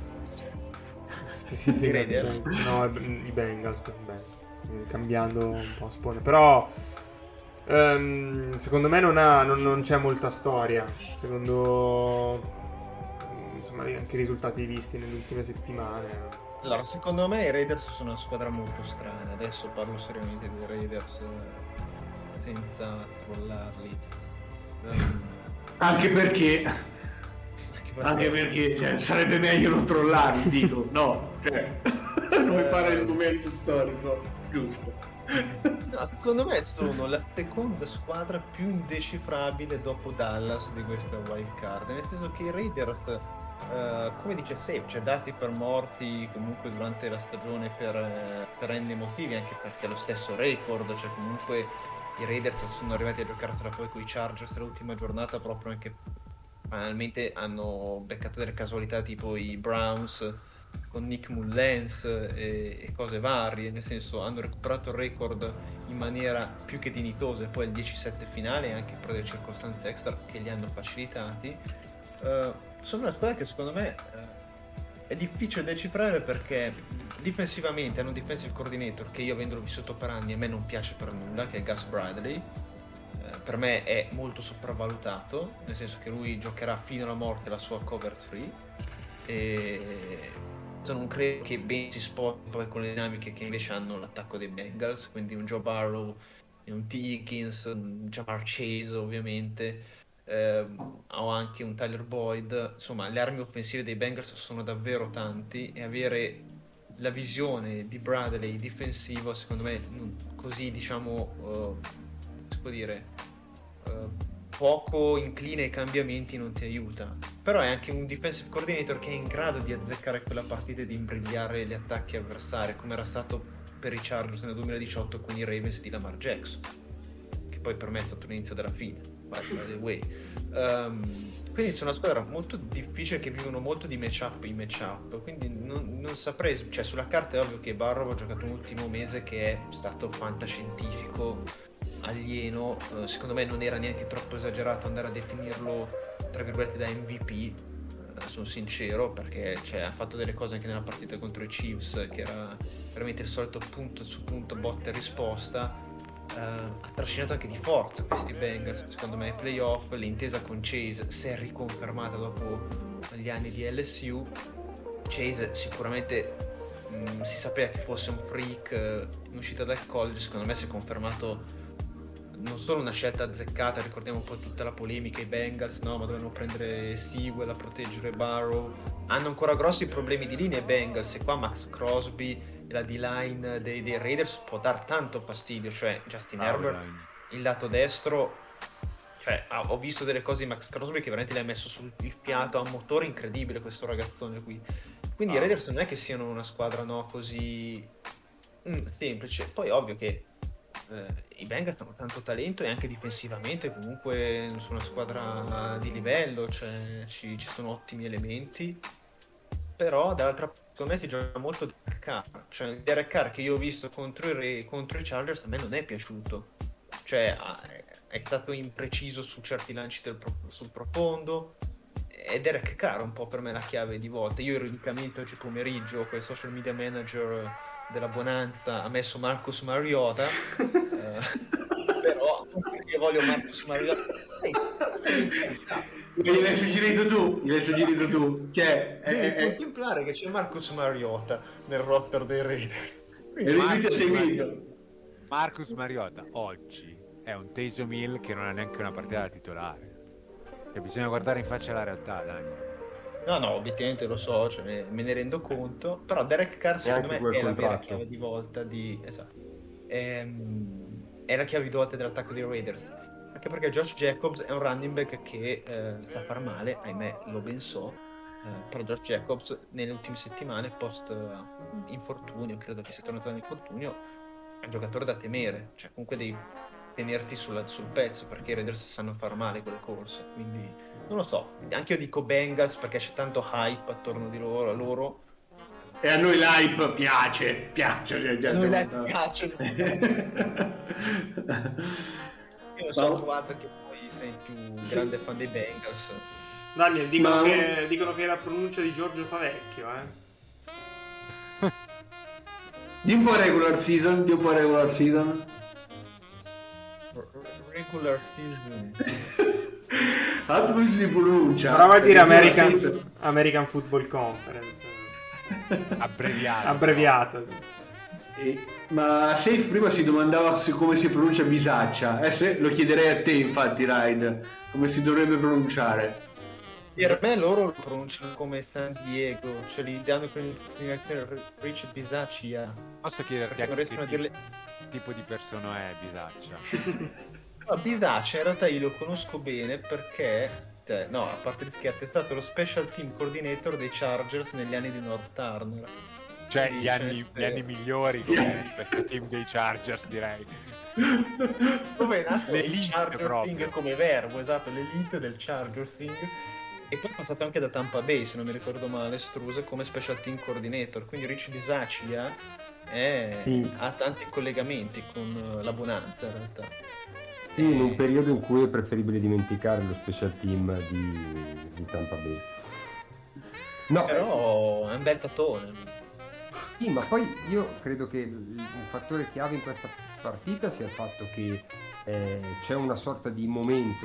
I Raiders? No, i Bengals. Cambiando un po' spone. Però secondo me non c'è molta storia. Insomma, anche i risultati visti nelle ultime settimane. Allora, secondo me i Raiders sono una squadra molto strana. Adesso parlo seriamente dei Raiders senza trollarli. Anche perché cioè, sarebbe meglio non trollarli, dico, no, cioè, non mi pare il momento storico giusto. No, secondo me sono la seconda squadra più indecifrabile dopo Dallas di questa wild card, nel senso che i Raiders, come dice Save, cioè dati per morti comunque durante la stagione per n motivi, anche perché lo stesso record, cioè comunque i Raiders sono arrivati a giocarsela poi con i Chargers l'ultima giornata, proprio anche banalmente hanno beccato delle casualità tipo i Browns con Nick Mullens e cose varie, nel senso hanno recuperato il record in maniera più che dignitosa, e poi il 10-7 finale anche per delle circostanze extra che li hanno facilitati. Sono una squadra che secondo me è difficile decifrare, perché difensivamente hanno un defensive coordinator che io, avendolo vissuto per anni, a me non piace per nulla, che è Gus Bradley. Per me è molto sopravvalutato, nel senso che lui giocherà fino alla morte la sua cover 3 e non credo che ben si sposti poi con le dinamiche che invece hanno l'attacco dei Bengals, quindi un Joe Burrow, un T. Higgins, un Jamar Chase ovviamente, o anche un Tyler Boyd. Insomma, le armi offensive dei Bengals sono davvero tanti, e avere la visione di Bradley difensivo, secondo me, così diciamo, si può dire, poco incline ai cambiamenti, non ti aiuta. Però è anche un defensive coordinator che è in grado di azzeccare quella partita e di imbrigliare gli attacchi avversari, come era stato per i Chargers nel 2018 con i Ravens di Lamar Jackson, che poi per me è stato l'inizio della fine, by the way. Quindi sono una squadra molto difficile, che vivono molto di matchup in matchup, quindi non saprei, cioè sulla carta è ovvio che Burrow ha giocato un ultimo mese che è stato fantascientifico, alieno. Secondo me non era neanche troppo esagerato andare a definirlo tra virgolette da MVP, sono sincero, perché ha fatto delle cose anche nella partita contro i Chiefs che era veramente il solito punto su punto, botta e risposta. Ha trascinato anche di forza questi Bengals, secondo me ai playoff. L'intesa con Chase si è riconfermata dopo gli anni di LSU. Chase sicuramente si sapeva che fosse un freak in uscita dal college, secondo me si è confermato non solo una scelta azzeccata. Ricordiamo un po' tutta la polemica, i Bengals, no, ma dovevano prendere Sewell a proteggere Burrow. Hanno ancora grossi problemi di linea i Bengals, e qua Max Crosby e la D-line dei Raiders può dar tanto fastidio, cioè Justin Herbert, il lato destro, cioè ho visto delle cose di Max Crosby che veramente le ha messo sul fiato, ha un motore incredibile questo ragazzone qui. Quindi i Raiders non è che siano una squadra così semplice. Poi ovvio che i Bengals hanno tanto talento, e anche difensivamente comunque sono una squadra di livello, cioè ci sono ottimi elementi. Però dall'altra parte secondo me si gioca molto Derek Carr, cioè il Carr che io ho visto contro i Chargers a me non è piaciuto, cioè è stato impreciso su certi lanci sul profondo. E Derek Carr un po' per me la chiave di volta. Io ironicamente oggi pomeriggio quel social media manager della Bonanza ha messo Marcus Mariota, però io voglio Marcus Mariota. Gli hai suggerito tu. Cioè, devi contemplare che c'è Marcus Mariota nel roster dei Raiders. Marcus Mariota oggi è un Taysom Hill che non ha neanche una partita da titolare. Che bisogna guardare in faccia la realtà, Daniel. No, obiettivamente lo so, cioè, me ne rendo conto, però Derek Carr secondo me è la vera chiave di volta è la chiave di volta dell'attacco dei Raiders, anche perché Josh Jacobs è un running back che sa far male, ahimè, lo ben so, però Josh Jacobs nelle ultime settimane post infortunio, credo che sia tornato dall'infortunio, è un giocatore da temere, cioè comunque devi tenerti sul pezzo, perché i Raiders sanno far male quelle corse, quindi non lo so. Anche io dico Bengals perché c'è tanto hype attorno di loro e a noi l'hype piace. A noi l'hype piace. Io sono abituato che poi sei più grande fan dei Bengals. Daniel, dicono che la pronuncia di Giorgio fa vecchio, Di un po' regular season. Regular season. Come si pronuncia? Prova a dire American Football Conference. Abbreviato. Ma Safe prima si domandava come si pronuncia bisaccia. Lo chiederei a te, infatti, Ride, come si dovrebbe pronunciare. Per me loro lo pronunciano come San Diego, cioè gli danno Rich Bisaccia. Posso chiederti anche che tipo di persona è Bisaccia? No, Bisaccia in realtà io lo conosco bene perché, a parte gli scherzi, è stato lo special team coordinator dei Chargers negli anni di North Turner. Cioè gli anni migliori come special team dei Chargers, direi. Dove è nato il Chargers Thing come verbo, esatto, l'elite del Chargers Thing. E poi è passato anche da Tampa Bay, se non mi ricordo male, Struse come special team coordinator, quindi Rich Bisaccia ha tanti collegamenti con la Bonanza in realtà. Sì, in un periodo in cui è preferibile dimenticare lo special team di Tampa Bay. No, però è un bel tatone. Sì, ma poi io credo che un fattore chiave in questa partita sia il fatto che c'è una sorta di momento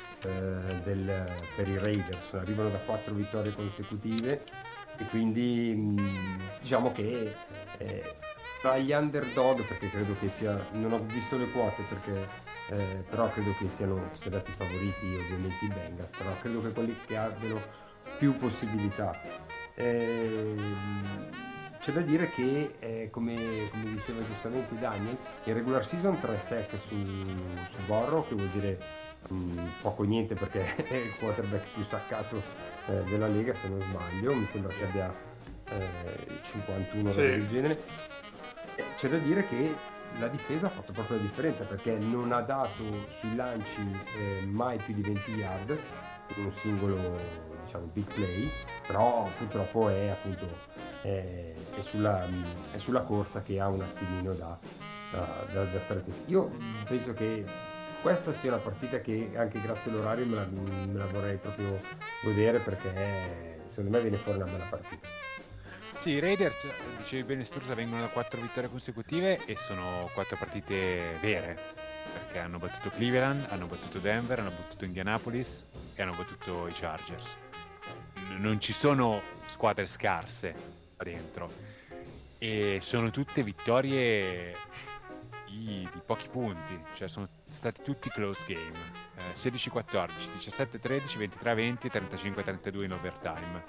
per i Raiders, arrivano da 4 vittorie consecutive e quindi diciamo che tra gli underdog, perché credo che non ho visto le quote però credo che siano stati favoriti ovviamente i Bengals, però credo che quelli che abbiano più possibilità. C'è da dire che come diceva giustamente Daniel, in regular season 3 sack su Burrow, che vuol dire poco niente perché è il quarterback più saccato della Lega, se non sbaglio, mi sembra che abbia 51 del genere. C'è da dire che la difesa ha fatto proprio la differenza, perché non ha dato sui lanci mai più di 20 yard in un singolo, diciamo, big play, però purtroppo è sulla corsa che ha un attimino da stare. Io penso che questa sia la partita che anche grazie all'orario me la vorrei proprio godere, perché secondo me viene fuori una bella partita. Sì, i Raiders, dicevi bene Sturza, vengono da 4 vittorie consecutive e sono 4 partite vere, perché hanno battuto Cleveland, hanno battuto Denver, hanno battuto Indianapolis e hanno battuto i Chargers. Non ci sono squadre scarse qua dentro e sono tutte vittorie di pochi punti, cioè sono stati tutti close game, 16-14, 17-13, 23-20, 35-32 in overtime.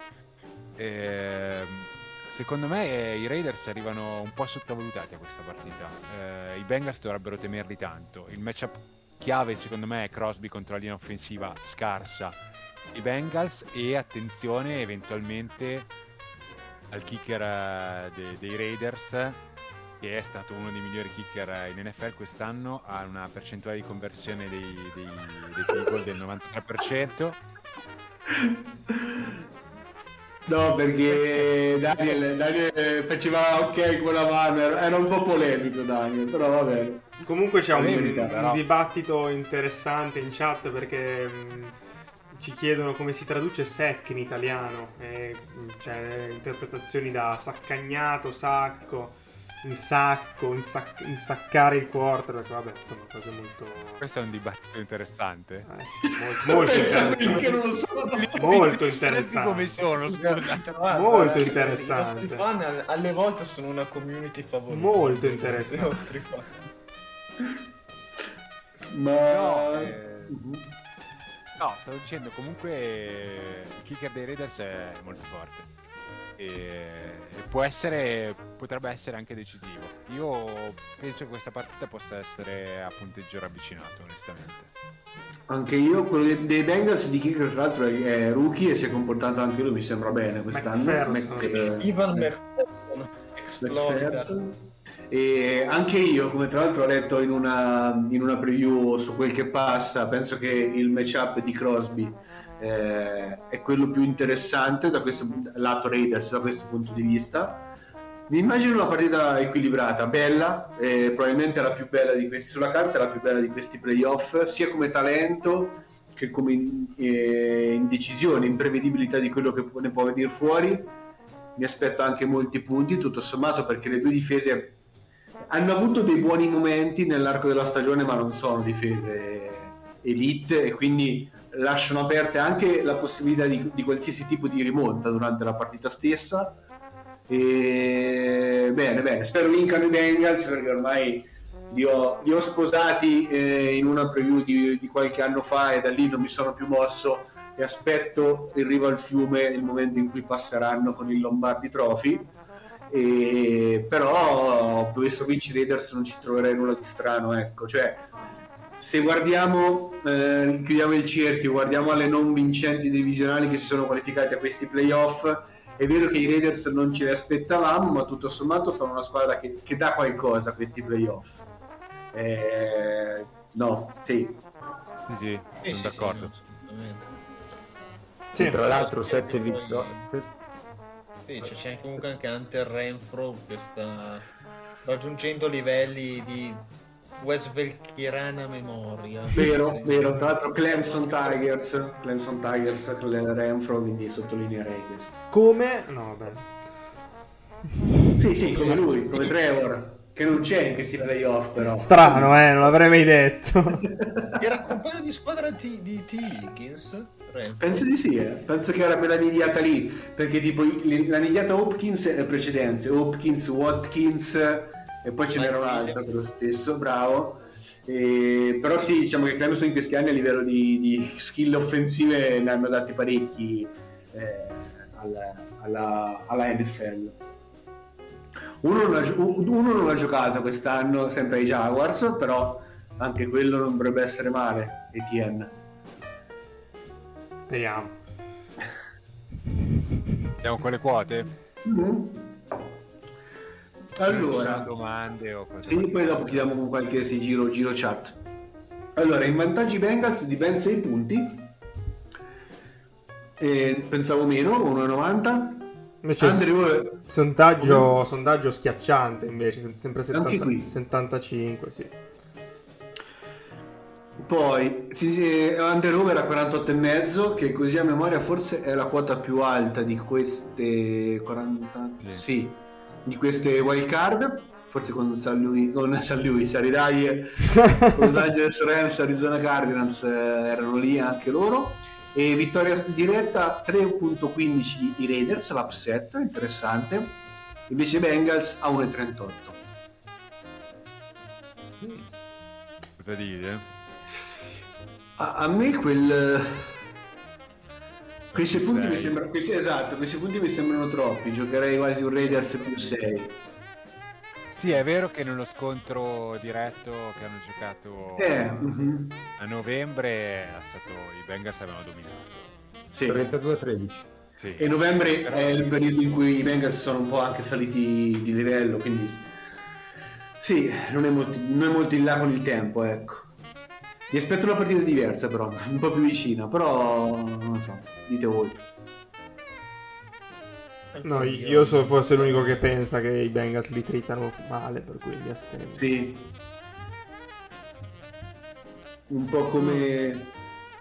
Secondo me i Raiders arrivano un po' sottovalutati a questa partita. I Bengals dovrebbero temerli tanto. Il matchup chiave secondo me è Crosby contro la linea offensiva scarsa i Bengals, e attenzione eventualmente al kicker dei Raiders, che è stato uno dei migliori kicker in NFL quest'anno, ha una percentuale di conversione dei field goal del 93%. No, perché Daniel faceva ok con la mano, era un po' polemico Daniel, però va bene. Comunque c'è Polemica, un però. dibattito interessante in chat perché ci chiedono come si traduce sec in italiano. C'è interpretazioni da saccagnato, sacco, insaccare il quarterback. Vabbè, sono cose molto... Questo è un dibattito interessante. Sì, molto interessante. Che non lo so. Molto Senti come interessante. sono, scusate. Guarda, Molto I interessante. nostri fan alle volte sono una community favorita. Molto I interessante. nostri fan. Ma... No, stavo dicendo comunque il kicker dei Raiders è molto forte e potrebbe essere anche decisivo. Io penso che questa partita possa essere a punteggio ravvicinato, onestamente. Anche io, quello dei Bengals di kicker tra l'altro è rookie e si è comportato anche lui, mi sembra bene quest'anno. Ivan McPherson, ex Florida. McPherson. E anche io, come tra l'altro ho letto in una preview su quel che passa, penso che il matchup di Crosby è quello più interessante da questo lato Raiders, da questo punto di vista. Mi immagino una partita equilibrata, bella, probabilmente la più bella di questi sulla carta, la più bella di questi playoff, sia come talento che come indecisione, imprevedibilità di quello che ne può venire fuori. Mi aspetto anche molti punti, tutto sommato, perché le due difese hanno avuto dei buoni momenti nell'arco della stagione, ma non sono difese elite e quindi lasciano aperte anche la possibilità di qualsiasi tipo di rimonta durante la partita stessa. E bene, spero vincano i Bengals, perché ormai li ho sposati in una preview di qualche anno fa e da lì non mi sono più mosso e aspetto il rivo al fiume, il momento in cui passeranno con il Lombardi Trophy. Però dovessero vincere i Raiders non ci troverei nulla di strano, ecco. Cioè, se guardiamo chiudiamo il cerchio, guardiamo alle non vincenti divisionali che si sono qualificati a questi playoff, è vero che i Raiders non ce li aspettavamo, ma tutto sommato sono una squadra che dà qualcosa a questi playoff. No, sì, sono d'accordo. Sì, tra l'altro 7 vittorie. Sì, c'è comunque anche Hunter Renfro che sta raggiungendo livelli di Westvelkirana memoria. Vero, tra l'altro Clemson Tigers Renfro, quindi sottolineerei questo. Come? No, vabbè. Sì, come lui, come Trevor, che non c'è in questi playoff però. Strano, non l'avrei mai detto. Era compagno di squadra di T. Higgins? Penso di sì, penso che era quella nidiata lì, perché tipo la nidiata Hopkins è precedenza, Hopkins, Watkins e poi ce n'era un altro che lo stesso, bravo. Però sì, diciamo che Clemson in questi anni a livello di skill offensive ne hanno dati parecchi alla NFL. Uno non ha giocato quest'anno, sempre ai Jaguars, però anche quello non dovrebbe essere male, Etienne. Vediamo. Andiamo con le quote? Allora, domande o cose. Sì, poi dopo chiediamo con qualche giro chat. Allora, in vantaggio i Bengals di ben 6 punti. Pensavo meno, 1,90. Invece sondaggio schiacciante, invece, sempre anche qui 75, sì. Poi under over a 48,5, che così a memoria forse è la quota più alta di queste 40, sì, di queste wild card, forse con San Luis, Aridai, Los Angeles Rams, Arizona Cardinals erano lì anche loro. E vittoria diretta 3.15 i Raiders, l'upset interessante, invece i Bengals a 1,38. Cosa dite? A me questi punti mi sembrano, questi punti mi sembrano troppi, giocherei quasi un Raiders più 6. Sì, è vero che nello scontro diretto che hanno giocato a novembre i Bengals avevano dominato. Sì. 32-13. Sì. E novembre è il periodo in cui i Bengals sono un po' anche saliti di livello, quindi sì, non è molto in là con il tempo, ecco. Mi aspetto una partita diversa però, un po' più vicina, però non lo so, dite voi. No, io sono forse l'unico che pensa che i Bengals li tritano male, per cui li astengo. Sì. Un po' come...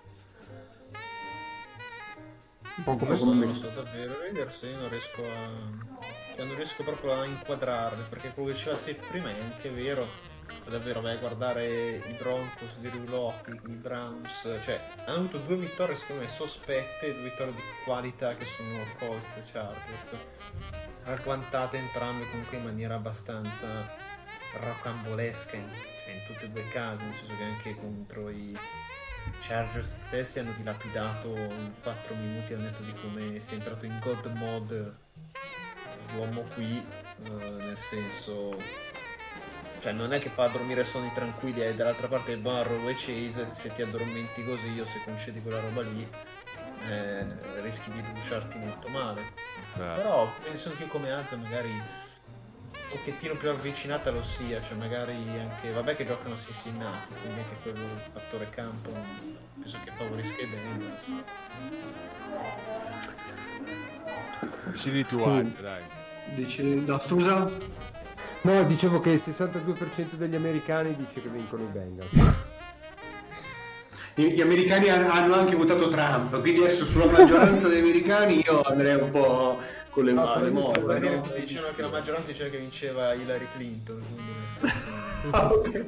Non lo so davvero, Raiders io non riesco proprio a inquadrarli, perché quello che diceva Steve prima è anche vero, davvero vai a guardare i Broncos di Drew Lock, i Browns, cioè hanno avuto 2 vittorie secondo me sospette, 2 vittorie di qualità che sono Colts e Chargers, ragguantate entrambe comunque in maniera abbastanza rocambolesca in tutti e 2 i casi, nel senso che anche contro i Chargers stessi hanno dilapidato in 4 minuti al netto di come sia entrato in God mode l'uomo qui, nel senso, cioè non è che fa dormire sonni tranquilli e dall'altra parte il Barrow e Chase, se ti addormenti così o se concedi quella roba lì rischi di bruciarti molto male. Però penso anche come Azza magari un pochettino più avvicinata lo sia, cioè magari anche, vabbè che giocano a Cincinnati, quindi anche quello fattore campo penso che favorisca i Bengals. Decidi tu, Sì. dai. Dice... No, scusa? No, dicevo che il 62% degli americani dice che vincono i Bengals. Gli americani hanno anche votato Trump, quindi adesso sulla maggioranza degli americani io andrei un po' con le mani molle, Per dire, no? dicevano che la maggioranza diceva che vinceva Hillary Clinton, quindi... Ah, ok.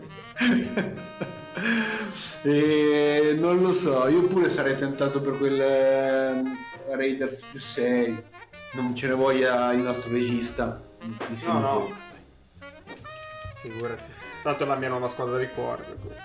Non lo so, io pure sarei tentato per quel Raiders +6, non ce ne voglia il nostro regista. No. Figurati. Tanto è la mia nuova squadra di cuore. Per cui.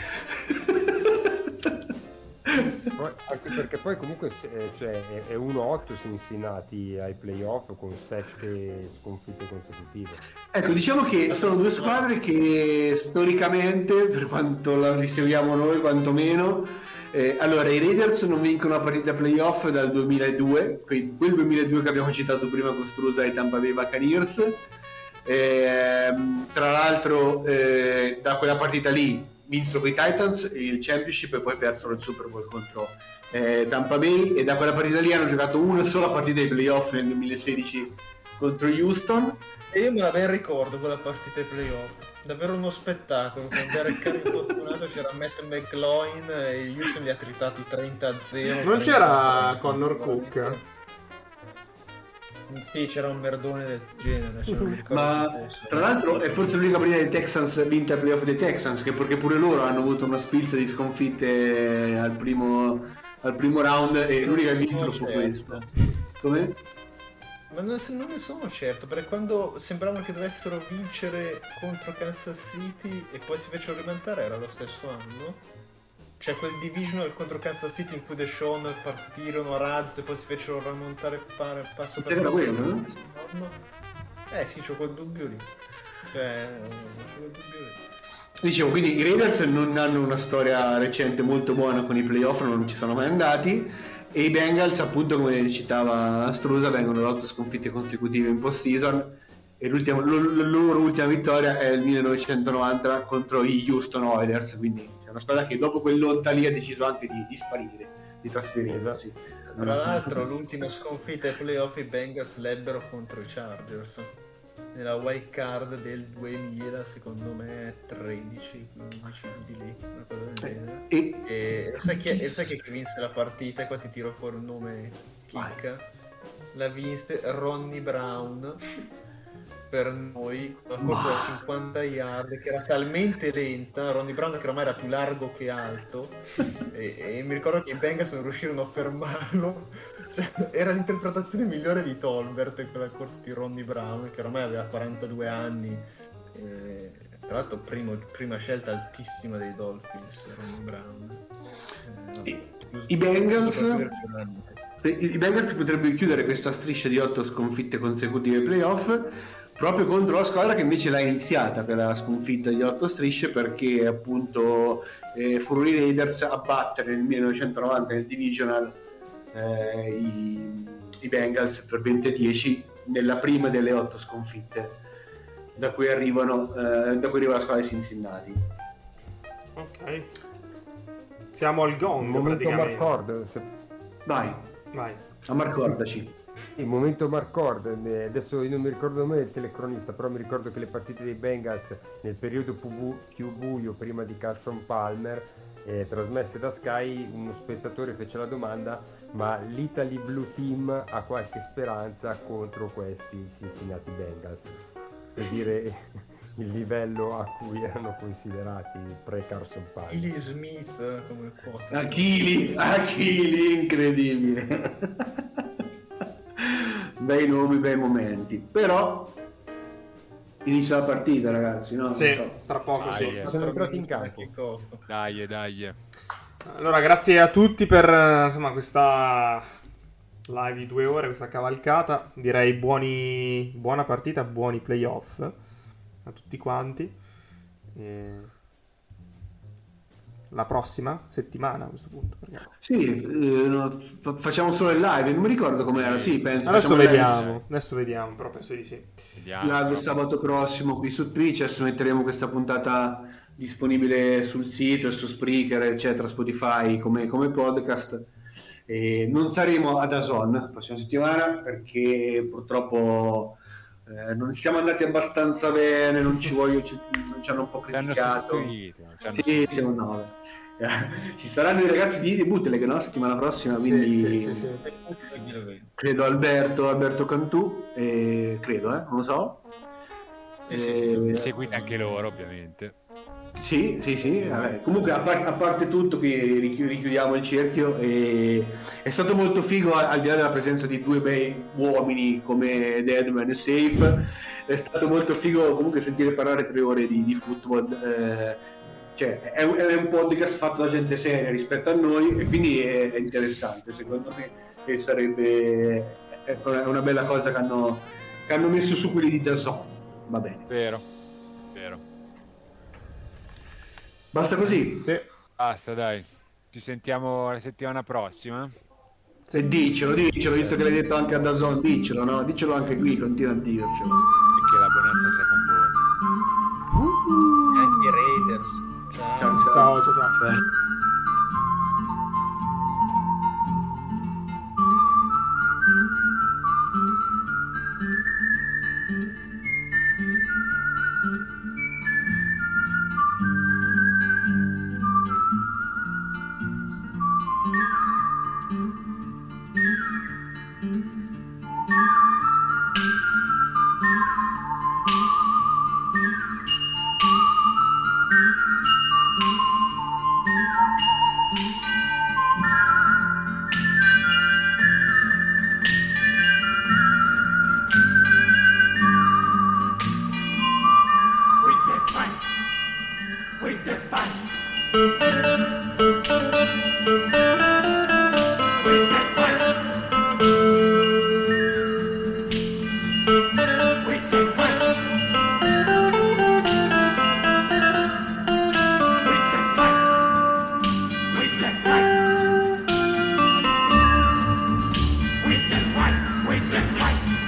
Anche perché poi comunque cioè, è 1-8 Cincinnati ai playoff con 7 sconfitte consecutive. Ecco, diciamo che sono 2 squadre che storicamente, per quanto li seguiamo noi quantomeno, allora i Raiders non vincono una partita playoff dal 2002, quel 2002 che abbiamo citato prima con Strusa ai Tampa Bay Buccaneers. Tra l'altro da quella partita lì vinsero con i Titans il championship e poi persero il Super Bowl contro Tampa Bay, e da quella partita lì hanno giocato una sola partita ai playoff nel 2016 contro Houston. E io me la ben ricordo quella partita ai playoff, davvero uno spettacolo, con Derek Carr infortunato, c'era Matt McLaughlin e Houston li ha tritati 30-0. Non c'era Connor Cook? Sì, c'era un merdone del genere, cioè non mi ricordo Ma chi fosse. tra l'altro è forse l'unica partita dei Texans vinta ai playoff dei Texans, che perché pure loro hanno avuto una sfilza di sconfitte al primo round e l'unica che vinsero fu questa. Come? Ma non ne sono certo, perché quando sembravano che dovessero vincere contro Kansas City e poi si fecero rimontare era lo stesso anno. Cioè quel divisional contro Kansas City in cui Deshaun partirono a razzo e poi si fecero rammontare passo per Era passo. quello, no? Sì, c'ho quel dubbio lì. C'ho quel dubbio lì. Dicevo, quindi i Raiders non hanno una storia recente molto buona con i playoff, non ci sono mai andati, e i Bengals, appunto, come citava Strusa, vengono da 8 sconfitte consecutive in post-season e la loro ultima vittoria è il 1990 contro i Houston Oilers, quindi è una squadra che dopo quell'onta lì ha deciso anche di sparire, di trasferirsi. Tra l'altro l'ultima sconfitta ai playoff i Bengals l'ebbero contro i Chargers nella wild card del 2000, secondo me 13, 15 di lì, una cosa del genere. E sai chi vinse la partita? E qua ti tiro fuori un nome chicca. La vinse Ronnie Brown per noi, una corsa da 50 yard che era talmente lenta, Ronnie Brown che ormai era più largo che alto, e mi ricordo che i Bengals non riuscirono a fermarlo. Cioè, era l'interpretazione migliore di Tolbert quella corsa di Ronnie Brown, che ormai aveva 42 anni, tra l'altro prima scelta altissima dei Dolphins, Ronnie Brown. I Bengals potrebbero chiudere questa striscia di 8 sconfitte consecutive ai playoff proprio contro la squadra che invece l'ha iniziata quella sconfitta di 8 strisce, perché appunto furono i Raiders a battere nel 1990 nel divisional i Bengals per 20-10 nella prima delle 8 sconfitte da cui arriva la squadra di Cincinnati. Ok, siamo al gong Momento praticamente. Marcord. Vai, Vai. ammarcordaci. Il momento Marcord, adesso io non mi ricordo il nome del telecronista, però mi ricordo che le partite dei Bengals nel periodo più buio prima di Carson Palmer, trasmesse da Sky, uno spettatore fece la domanda: ma l'Italy Blue Team ha qualche speranza contro questi Cincinnati Bengals? Per dire il livello a cui erano considerati pre-Carson Palmer. Ili Smith come quota. Achille, incredibile. Bei nomi, bei momenti. Però inizia la partita, ragazzi, no? Sì, Non so. tra poco sì. Sono entrati in campo. Dai. Allora, grazie a tutti per insomma questa live di 2 ore, questa cavalcata. Direi buona partita, buoni playoff a tutti quanti. La prossima settimana a questo punto. Perché... Sì, facciamo solo il live, non mi ricordo com'era, sì, penso. Adesso facciamo vediamo, però penso di sì. live sabato prossimo qui su Twitch, adesso metteremo questa puntata disponibile sul sito e su Spreaker, eccetera, Spotify come podcast. E non saremo ad DAZN la prossima settimana perché purtroppo non siamo andati abbastanza bene, non ci hanno un po' criticato. Sì, siamo 9. Ci saranno i ragazzi di Bootleg, no? Settimana prossima, quindi Sì. credo Alberto Cantù, credo, non lo so. Seguite anche loro, ovviamente. Sì. Vabbè. Comunque, a parte tutto, qui richiudiamo il cerchio. È stato molto figo, al di là della presenza di 2 bei uomini come Deadman e Safe. È stato molto figo comunque sentire parlare 3 ore di football. Cioè, è un podcast fatto da gente seria rispetto a noi, e quindi è interessante. Secondo me è una bella cosa che hanno messo su quelli di DAZN. Va bene. Vero. Basta così? Sì. Basta, dai. Ci sentiamo la settimana prossima. Se dicelo, visto che l'hai detto anche a DAZN, dicelo, no? Dicelo anche qui, continua a dircelo. E che la bonanza sia con voi. E anche i Raiders. Ciao. With the fight.